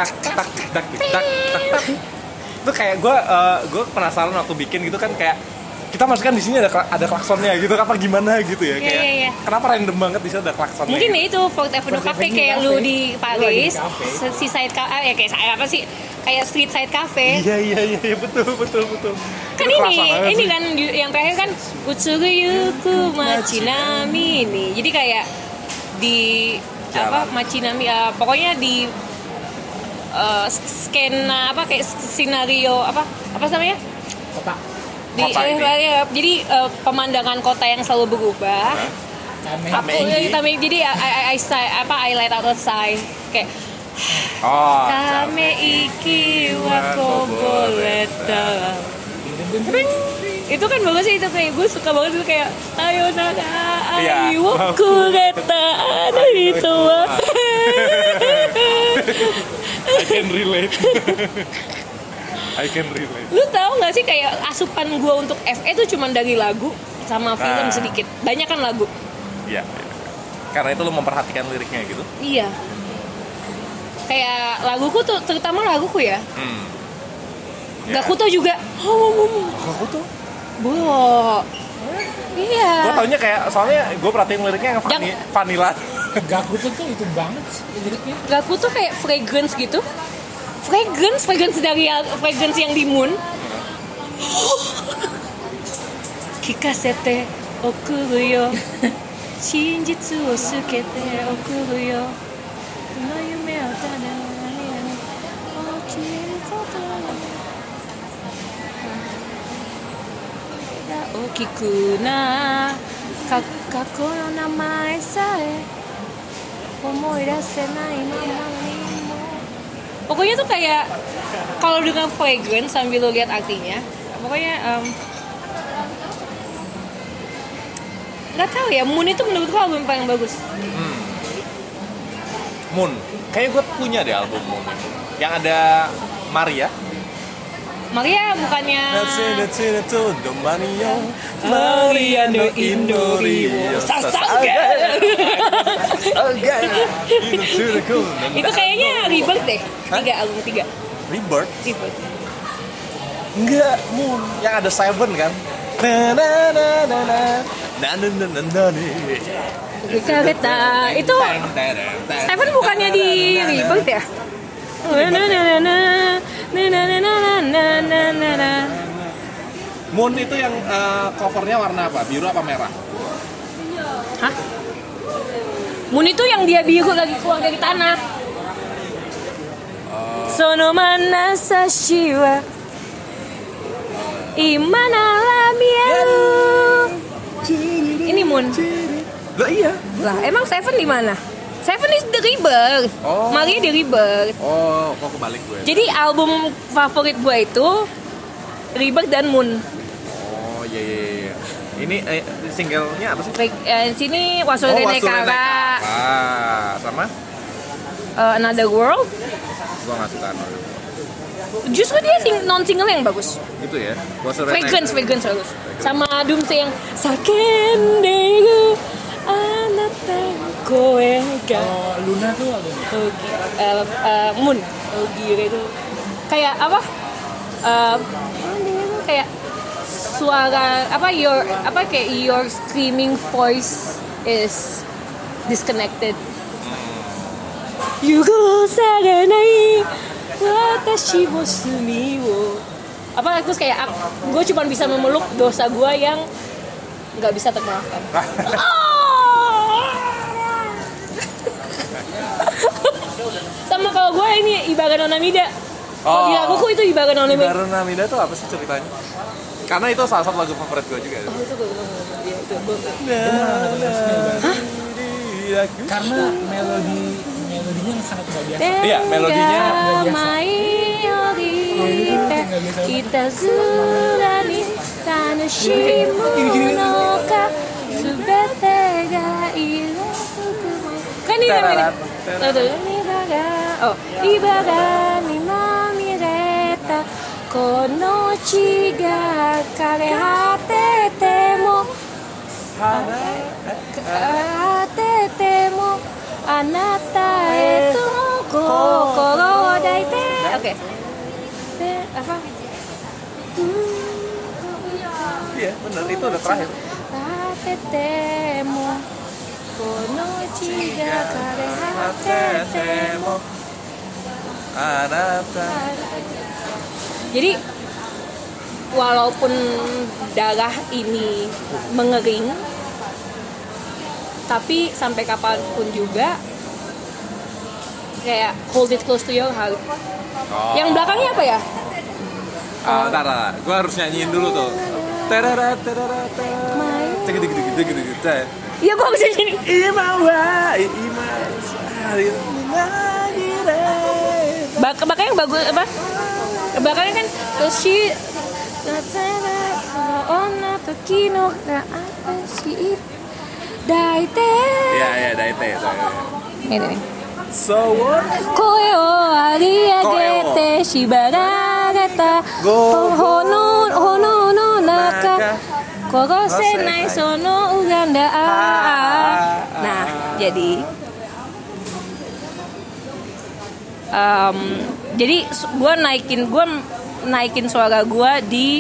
Itu kayak gue penasaran waktu bikin gitu kan, kayak kita masukkan di sini ada klaksonnya gitu, apa gimana gitu ya, kayak iya. Kenapa random banget di sini ada klaksonnya? Mungkin gitu. ya itu Fourth Avenue Cafe kayak lu di Paris, seaside ya kayak apa sih, kayak street side cafe. Iya betul. Kan ini kan yang terakhir kan Utsuru yuku machinami ini. Jadi kayak di jalan. Machinami pokoknya di skena apa kayak skenario apa namanya? Kota. Jadi pemandangan kota yang selalu berubah. Jadi I light out outside kayak Kame iki wa koboleta. Itu kan bagus sih, itu kayak gue suka banget itu kayak ayo naga ayo kureta ada itu. I can relate. Lu tahu nggak sih kayak asupan gue untuk FE itu cuma dari lagu sama film sedikit, banyak kan lagu. Iya. Karena itu lu memperhatikan liriknya gitu. Iya. Kayak laguku tuh, terutama laguku ya. Gakuto juga. Gakuto? Iya. Gue taunya kayak, soalnya gue perhatiin liriknya yang vanilla. Gakuto tuh itu banget sih liriknya. Gakuto kayak fragrance gitu. Fragrance dari fragrance yang di Moon. Kikasete okuru yo. Shinjitsu o sukete okuru yo. No yume o tada okiku na kako no namae sae omoirasenai mama ni. Pokoknya tuh kayak kalau dengan fragrance sambil lo lihat artinya, pokoknya Gak tahu ya, Moon itu menurut gue album paling bagus. Moon. Kayaknya gue punya deh album Moon. Yang ada Maria. Maria bukannya Maria no Indori. Itu kayaknya Rebirth deh. Album 3. Rebirth? Enggak, Moon. Yang ada Seven kan? Kereta itu Seven bukannya di Rebirth ya? Moon itu yang covernya warna apa? Biru apa merah? Hah? Moon itu yang dia biru lagi keluar dari tanah. Sono mana sashiwa Imana lamiaru. Ini Moon. Lah iya. Lah emang Seven di mana? Seven is the Rebirth. Maria di Rebirth. Oh, kok kebalik gue. Jadi album favorit gue itu Rebirth dan Moon. Oh iya. Ini singlenya apa sih? Sini Wasure Nekara. Sama? Another World. Gue nggak suka Another World. Justru dia non single yang bagus. Itu ya. Fragrance bagus. Sama Doomsday yang Sakenderu Anata Koe ga. Luna tuh album Moon. Gila itu. Kayak apa? Kayak suara your screaming voice is disconnected. Yugo saranai watashi mo sumi wo. Apa terus kayak gue cuma bisa memeluk dosa gue yang nggak bisa termaafkan. Sama kalau gue ini Ibaga no Namida. Kalau di laguku itu Ibaga no Namida. Ibaga no Namida itu apa sih ceritanya? Karena itu salah satu lagu favorit gue juga. Oh itu gue ya itu. Hah? Karena melodinya sangat luar biasa. Iya, melodinya luar biasa. Kita zurani tanushimu no ka subete ga irakuku. Kan ini namanya. Ibaga ni mamireta kono chi ga karehatete mo anata eto kokoro daite. Oke. Apa? Iya, benar itu udah terakhir. Tatemo kono chi ga karehatete mo. Jadi walaupun darah ini mengering, tapi sampai kapanpun juga kayak hold it close to your heart. Yang belakangnya apa ya? Bentar, gue harus nyanyiin dulu tuh. Iya, gue bisa nyanyi. Belakangnya yang bagus apa? Belakangnya kan Toshi Ona Tokino Naashi Daite. Iya, Daite. Ini nih. So what? Koe o ariagete shibaragata hono no naka korosenai sono uganda. Nah, jadi gue naikin suara gue di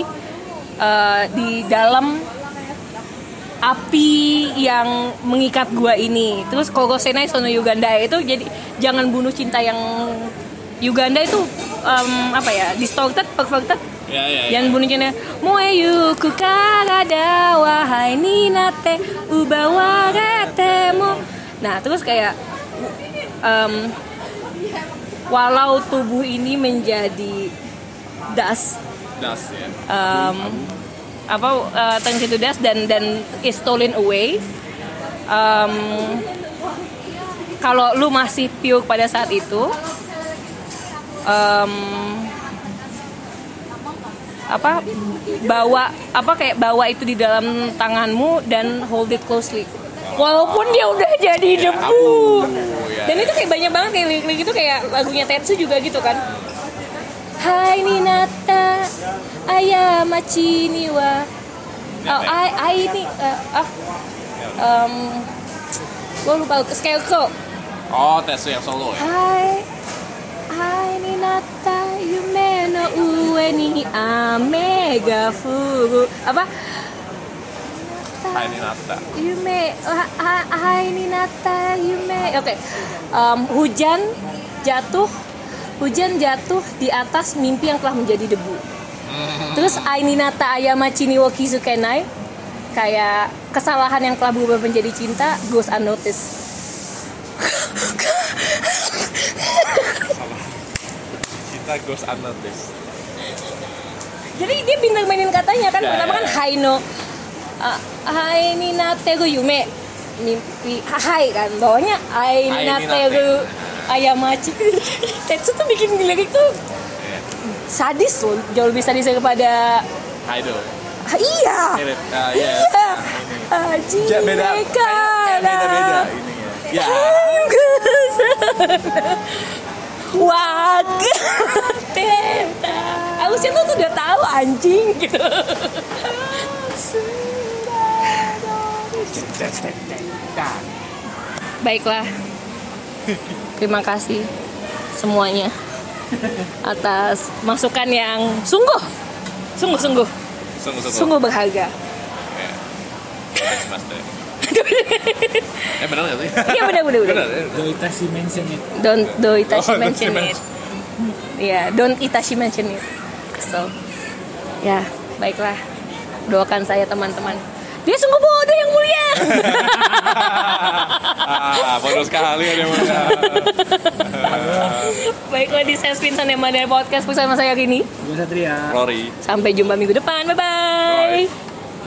dalam api yang mengikat gue ini. Terus Korosenai Sono Uganda itu jadi jangan bunuh cinta yang Uganda itu distorted, perverted. Ya. Jangan bunuh cinta. Moeyu kukarada wahai ninate ubawaretemo. Nah, terus kayak walau tubuh ini menjadi dust ya. Turns into dust dan is stolen away. Kalau lu masih pure pada saat itu, kayak bawa itu di dalam tanganmu dan hold it closely. Walaupun dia udah jadi debu. Dan itu kayak banyak banget kayak lirik-lirik itu kayak lagunya Tetsu juga gitu kan. Hai ni nata ayamachi ni wa gue lupa Scarecrow. Oh, Tetsu yang solo ya. Hai ni nata yume no ue ni ame ga furu. Apa? Hai ni nata. Yume hai ni nata yume. Oke. Hujan jatuh di atas mimpi yang telah menjadi debu. Terus ai ni nata ayamachi ni wo kizukenai. Kayak kesalahan yang telah berubah menjadi cinta goes unnoticed. Cinta goes unnoticed. Jadi dia bintang mainin katanya kan. Pertama kan hai ni nateru yume mimpi hai kan. Bawahnya ai ni nateru ayamachi. Tetsu tuh bikin lirik tuh sadis loh. Jauh lebih sadis daripada Idol. Iya. Beda ini ya. Wah, harusnya tuh udah tahu anjing gitu. Baiklah, terima kasih semuanya atas masukan yang sungguh berharga. Benar nggak sih? Iya benar. Don't Itachi mention it. Don't mention it. Iya, don't Itachi mention it. So, ya baiklah. Doakan saya teman-teman. Dia sungguh bodoh yang mulia. Bodoh sekali ada yang mulia. Baiklah di Sespin Sanema Podcast bersama saya Rini. Gue Satria. Rory. Sampai jumpa minggu depan. Bye bye.